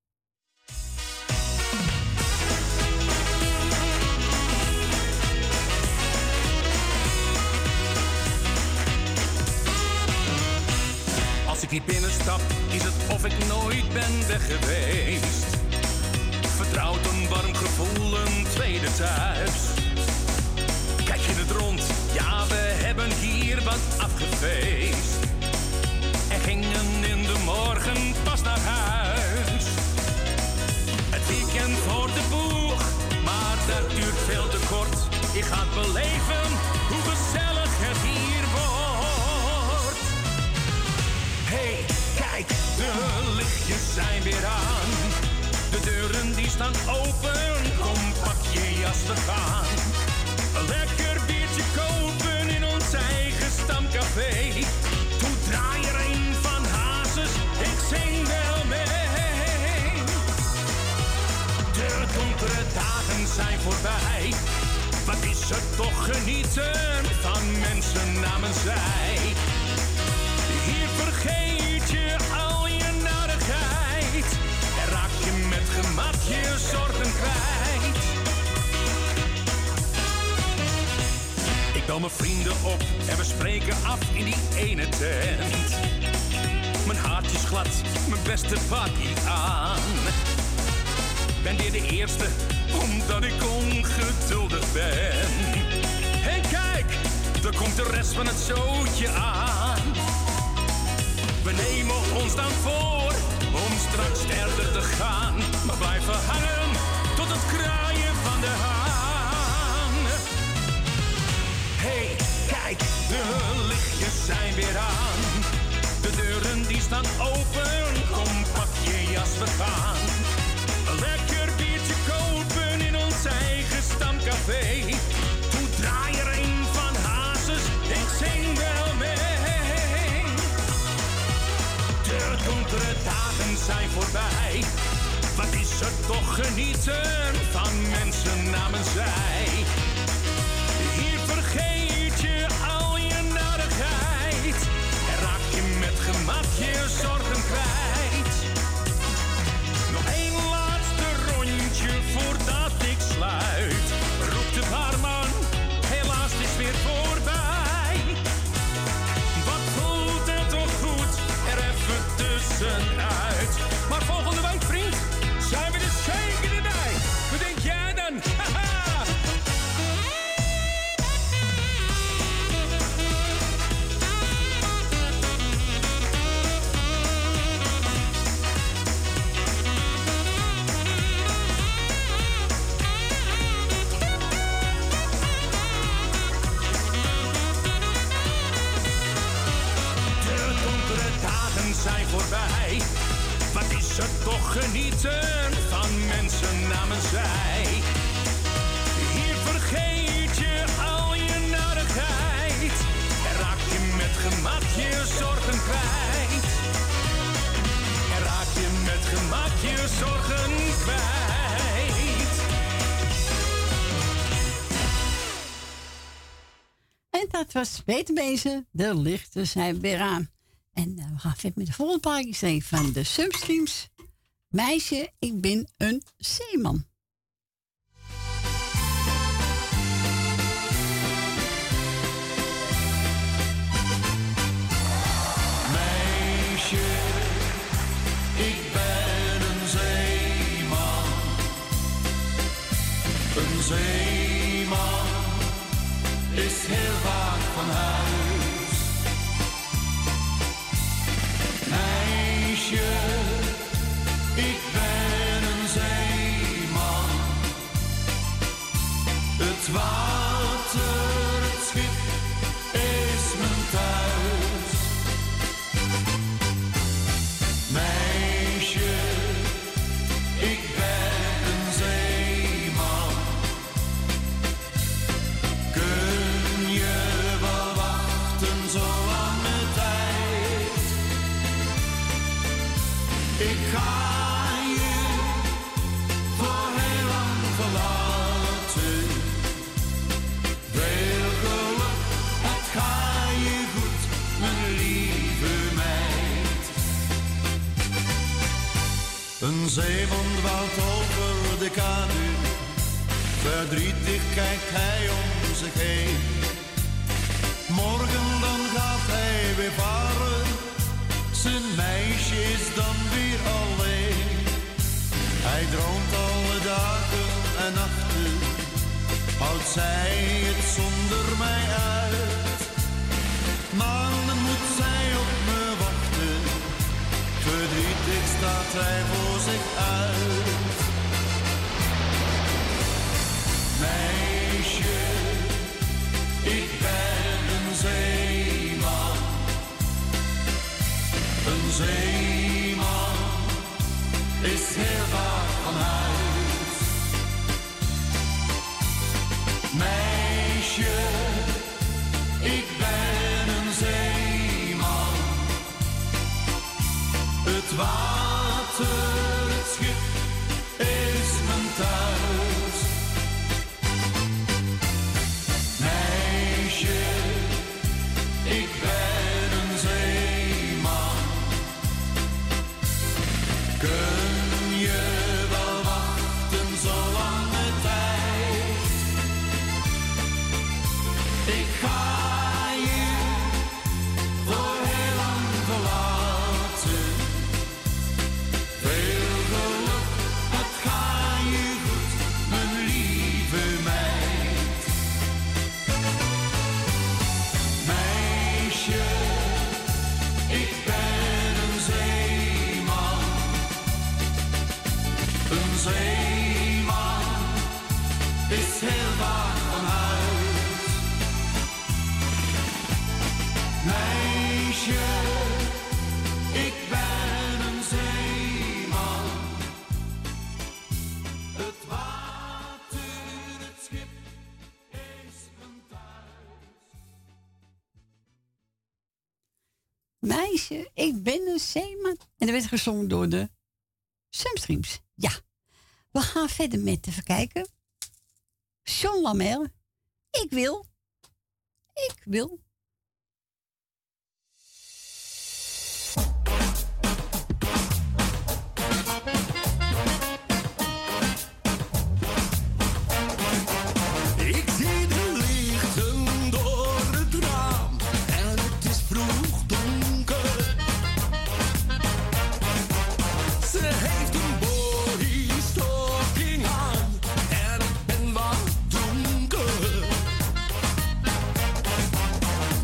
Als ik hier binnenstap, is het of ik nooit ben weg geweest. Vertrouwd, een warm gevoel, een tweede thuis. Kijk je het rond, ja, we hebben hier wat afgefeest. En gingen in de morgen pas naar huis. Het weekend voor de boeg, maar dat duurt veel te kort. Je gaat beleven hoe gezellig het hier wordt. Hey, kijk, de lichtjes zijn weer aan. De deuren die staan open, kom pak je jas, we gaan. Een lekker biertje kopen in ons eigen stamcafé. Toen draai er een van Hazes, ik zing wel mee. De donkere dagen zijn voorbij. Wat is er toch genieten van mensen namens zij. Hier vergeet je al je narigheid. En raak je met gemak je zorgen kwijt. Ik bel mijn vrienden op en we spreken af in die ene tent. Mijn haartje is glad, mijn beste party aan. Ben weer de eerste, omdat ik ongeduldig ben. En kijk, er komt de rest van het zootje aan. We nemen ons dan voor om straks verder te gaan. Maar blijven hangen tot het kraaien van de haan. Hey, kijk, de lichtjes zijn weer aan. De deuren die staan open, kom pak je jas, we gaan. Een lekker biertje kopen in ons eigen stamcafé. Toen draai er een van Hazes, ik zing wel mee. De donkere dagen zijn voorbij. Wat is er toch genieten van mensen namens zij. Hier vergeet je al je narigheid. En raak je met gemak je zorgen kwijt. Nog zijn voorbij. Wat is er toch genieten van mensen namens zij. Hier vergeet je al je narigheid. En raak je met gemak je zorgen kwijt. En raak je met gemak je zorgen kwijt. En dat was Peter Bezen. De lichten zijn weer aan. En we gaan verder met de volgende plaatje van de Substreams. Meisje, ik ben een zeeman. Meisje, ik ben een zeeman. Een zeeman is heel vaak van huis. Meisje, ik ben een zeeman. Het water, het schip is mijn thuis. Meisje, ik ben een zeeman. Kun je wel wachten zo aan mijn tijd? Ik ga je voor heel lang verlaten. Veel geluk, het gaat je goed, mijn lieve meid. Een zeeman dwaalt over de kade. Verdrietig kijkt hij om zich heen. Morgen dan gaat hij weer varen. Zijn meisje is dan weer alleen. Hij droomt alle dagen en nachten. Houdt zij het zonder mij uit. Maanden moet zij op me wachten. Verdrietig staat hij voor zich uit. Meisje, ik ben een zeeman. Een zeeman is heel vaak van huis. Meisje, ik ben een zeeman. Het water, het schip is mijn thuis. Meisje, ik ben een zeeman. Kun je wel wachten zo lange tijd? Ik ga je voor heel lang verlaten. Veel geluk, het gaat je goed, mijn lieve meid. Meisje, ik ben een zeeman. Een zeeman is heel vaak van huis. Meisje, ik ben een zeeman. Het water, het schip is mijn thuis. Meisje, ik ben een zeeman. En dat werd gezongen door de Substreams. Ja, we gaan verder met even kijken. John Lamer, ik wil. Ik zie de lichten door het raam en het is vroeg donker. Ze heeft een bodystocking aan en ik ben wat donker.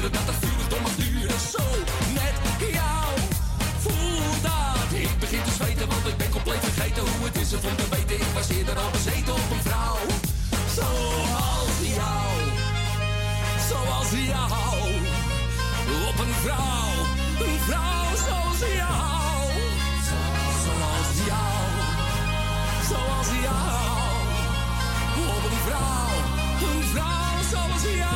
duren, dat het vurig door mag duren. Zo, met jou, voel dat. Ik begin te zweten, want ik ben compleet vergeten hoe het is om te weten. Ik was eerder al bezeten op een vrouw. Zoals jou, zoals jou. Op een vrouw zoals jou. Zoals jou, zoals jou. Op een vrouw zoals jou.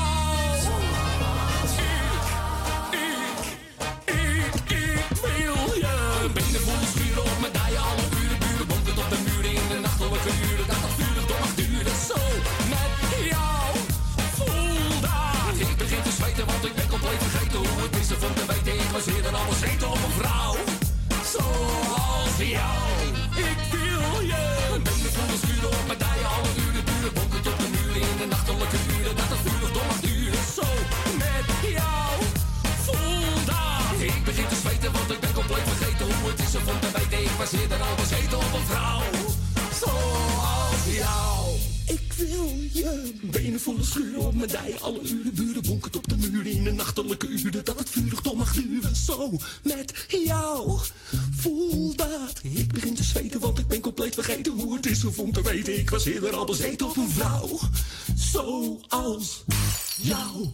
Ik wil je. Benen vol schuren op medaille, alle uren buren. Bonkend op de muren in de nachtelijke uren. Dat het vurig door mag duren. Zo, met jou, voel dat. Ik begin te zweten, want ik ben compleet vergeten hoe het is om te weten. Ik was eerder al bezeten op een vrouw. Zoals jou. Ik wil je. Benen vol schuren op medaille, alle uren buren. Bonkend op de muren in de nachtelijke uren. Dat het vurig door mag duren. Zo, met jou, voel dat. Ik begin te zweten, want ik ben compleet vergeten hoe het is om te weten. Ik was eerder al bezeten op een vrouw. Zoals jou. Ik wil je. Benen volle schuren op mijn dij. Alle uren buren bonkend op de muren in de nachtelijke uren. Dat het vurig door mag duren. Zo, met jou. Voel dat. Ik begin te zweten, want ik ben compleet vergeten hoe het is om te weten. Ik was eerder al bezeten op een vrouw. Zoals jou.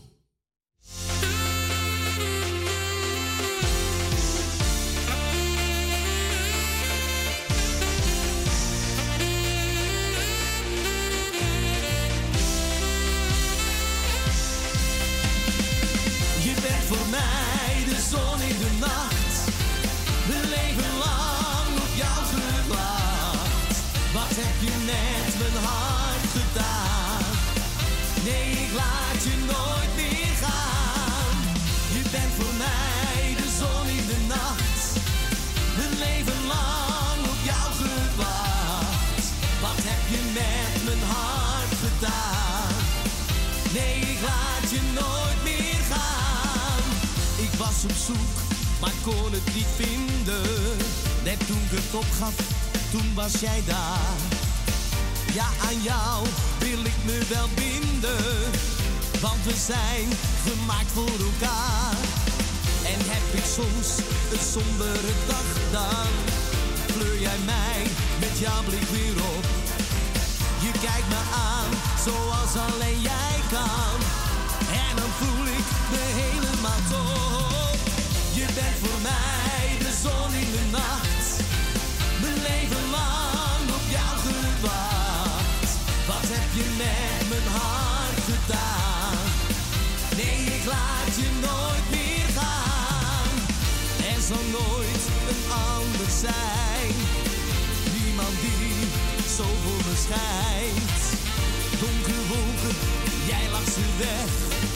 Voor mij de zon in de nacht. We leven lang op jou gewacht. Wat heb je met mijn hart gedaan? Nee, ik laat je nooit meer gaan. Je bent voor mij de zon in de nacht. We leven lang op jou gewacht. Wat heb je met mijn hart gedaan? Nee, ik laat je nooit meer gaan. Ik was op zoek, maar kon het niet vinden. Net toen ik het opgaf, toen was jij daar. Ja, aan jou wil ik me wel binden. Want we zijn gemaakt voor elkaar. En heb ik soms een sombere dag, dan kleur jij mij met jouw blik weer op. Je kijkt me aan, zoals alleen jij kan. En dan voel ik me helemaal top. Je bent voor mij de zon in de nacht. We leven lang op jou gewacht. Wat heb je met mijn hart gedaan? Nee, ik laat je nooit meer gaan. Er zal nooit een ander zijn. Niemand die zo voor me schijnt. Donkere wolken, jij lacht ze weg.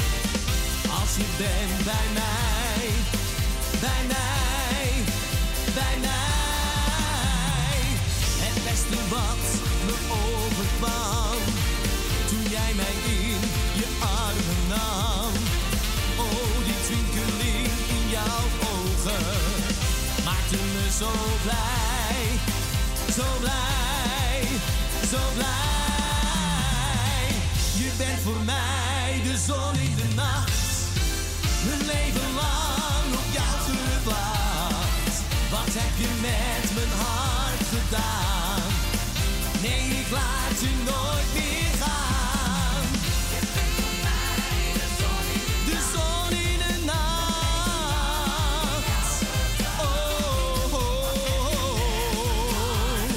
Als je bent bij mij, bij mij, bij mij. Het beste wat me overkwam, toen jij mij in je armen nam. Oh, die twinkeling in jouw ogen, maakte me zo blij, zo blij, zo blij. Je bent voor mij de zon in de nacht. We leven lang op jou gewacht. Wat heb je met mijn hart gedaan? Nee, ik laat je nooit meer gaan. Je bent voor mij de zon in de nacht. Oh, oh, oh.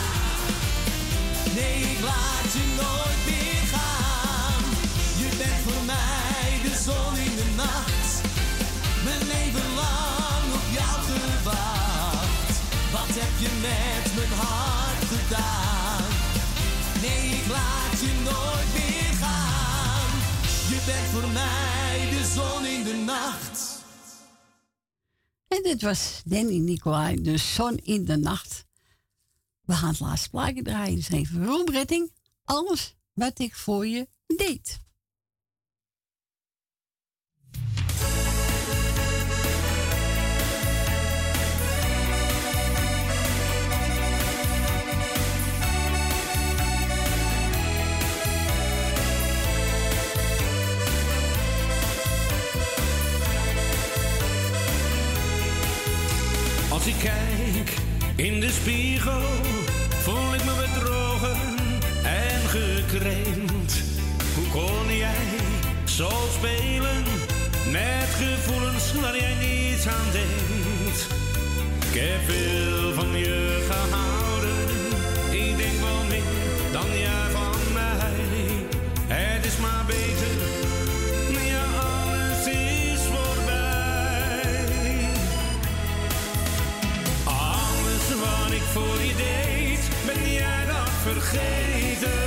Nee, ik laat je nooit meer gaan. Je bent voor mij de zon in de nacht. Mijn leven lang op jou gewacht. Wat heb je met mijn hart gedaan? Nee, ik laat je nooit meer gaan. Je bent voor mij de zon in de nacht. En dit was Danny Nicolai, de zon in de nacht. We gaan het laatste plaatje draaien. Dus even Roemretting. Alles wat ik voor je deed. Als ik kijk in de spiegel, voel ik me bedrogen en gekrenkt. Hoe kon jij zo spelen met gevoelens waar jij niets aan denkt? Ik heb veel van je gehouden, ik denk wel meer dan jij van mij. Het is maar beter, ja alles is voorbij. Alles wat ik voor je deed, ben jij dat vergeten?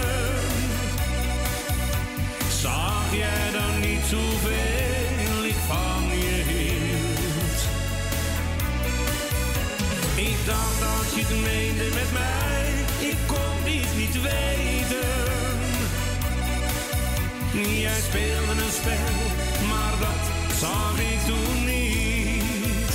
Zag jij dan niet zoveel ik van je hield? Ik dacht dat je het meende met mij, ik kon dit niet weten. Jij speelde een spel, maar dat zag ik toen niet.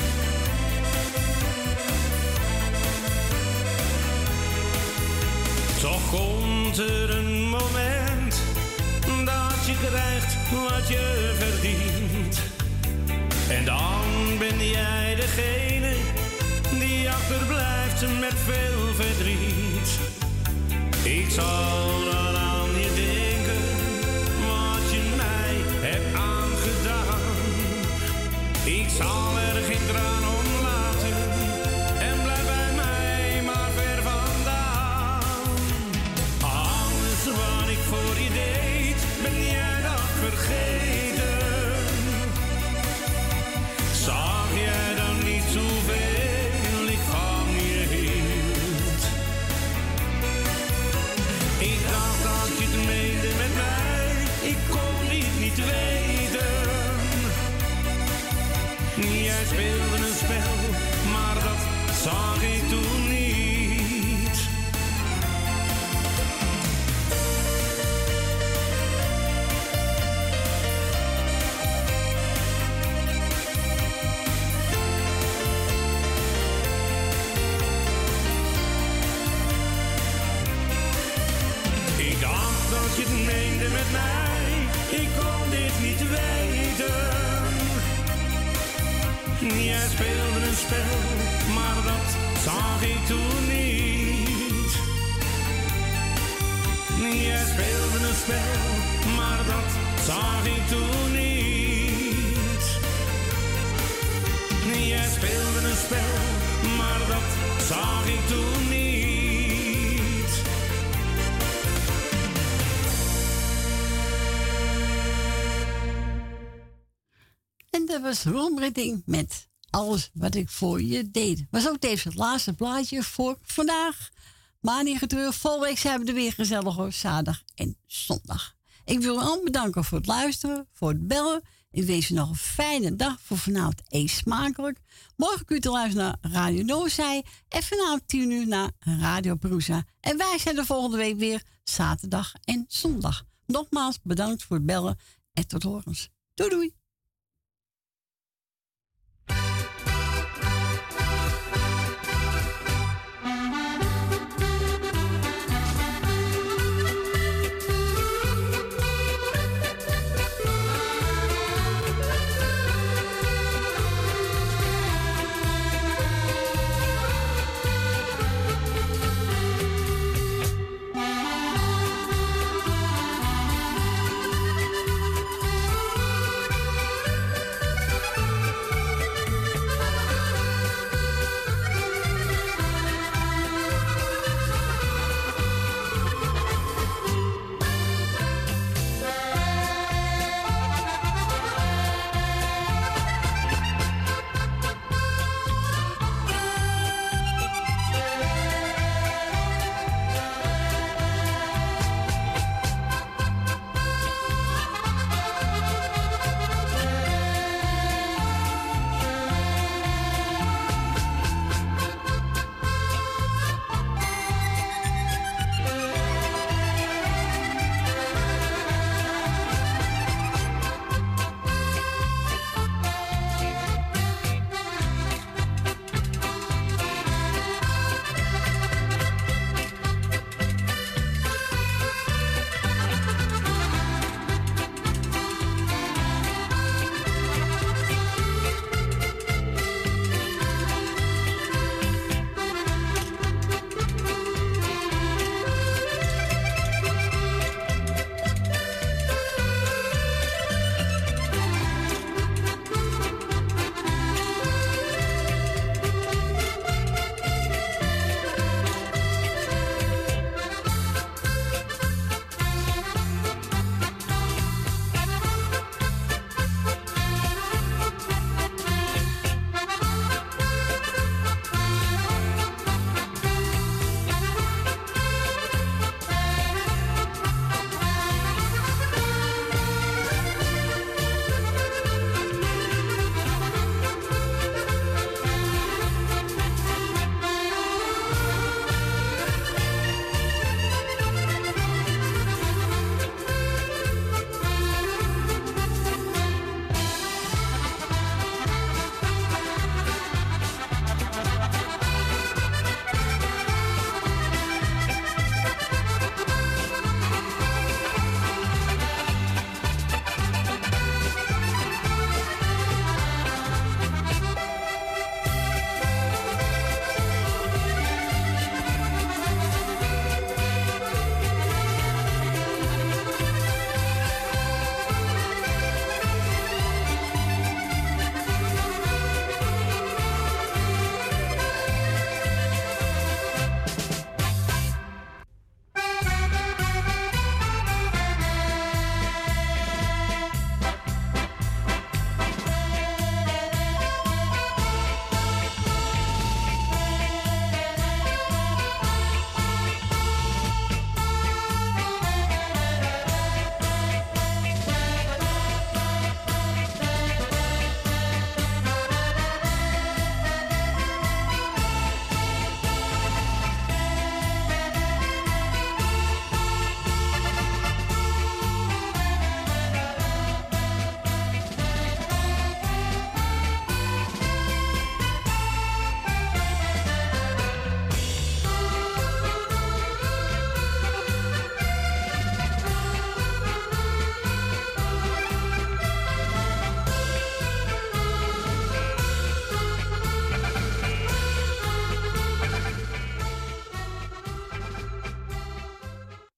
Toch komt er een moment dat je krijgt wat je verdient. En dan ben jij degene die achterblijft met veel verdriet. Ik zal dan aan je denken wat je mij hebt aangedaan. Ik zal er geen traan om laten en blijf bij mij maar ver vandaan. Alles wat ik voor je deed, ben jij dat vergeten? Zag jij dan niet zoveel ik van je hield? Ik dacht dat je het meende met mij, ik kon dit niet weten. Jij speelde een spel, maar dat zag ik toen niet. Ik dacht dat je het meende met mij, ik kon dit niet weten. Jij speelde een spel, maar dat zag ik toen niet. Jij speelde een spel, maar dat zag ik toen niet. Jij speelde een spel, maar dat zag ik toen niet. En dat was Ron Redding met Alles wat ik voor je deed. Was ook tevens het laatste plaatje voor vandaag. Maar niet getreurd, volgende week zijn we er weer gezellig hoor. Zaterdag en zondag. Ik wil u allemaal bedanken voor het luisteren, voor het bellen. Ik wens u nog een fijne dag. Voor vanavond eet smakelijk. Morgen kunt u luisteren naar Radio Noorzij. En vanavond 10 uur naar Radio Perusa. En wij zijn de volgende week weer zaterdag en zondag. Nogmaals bedankt voor het bellen en tot horens. Doei doei.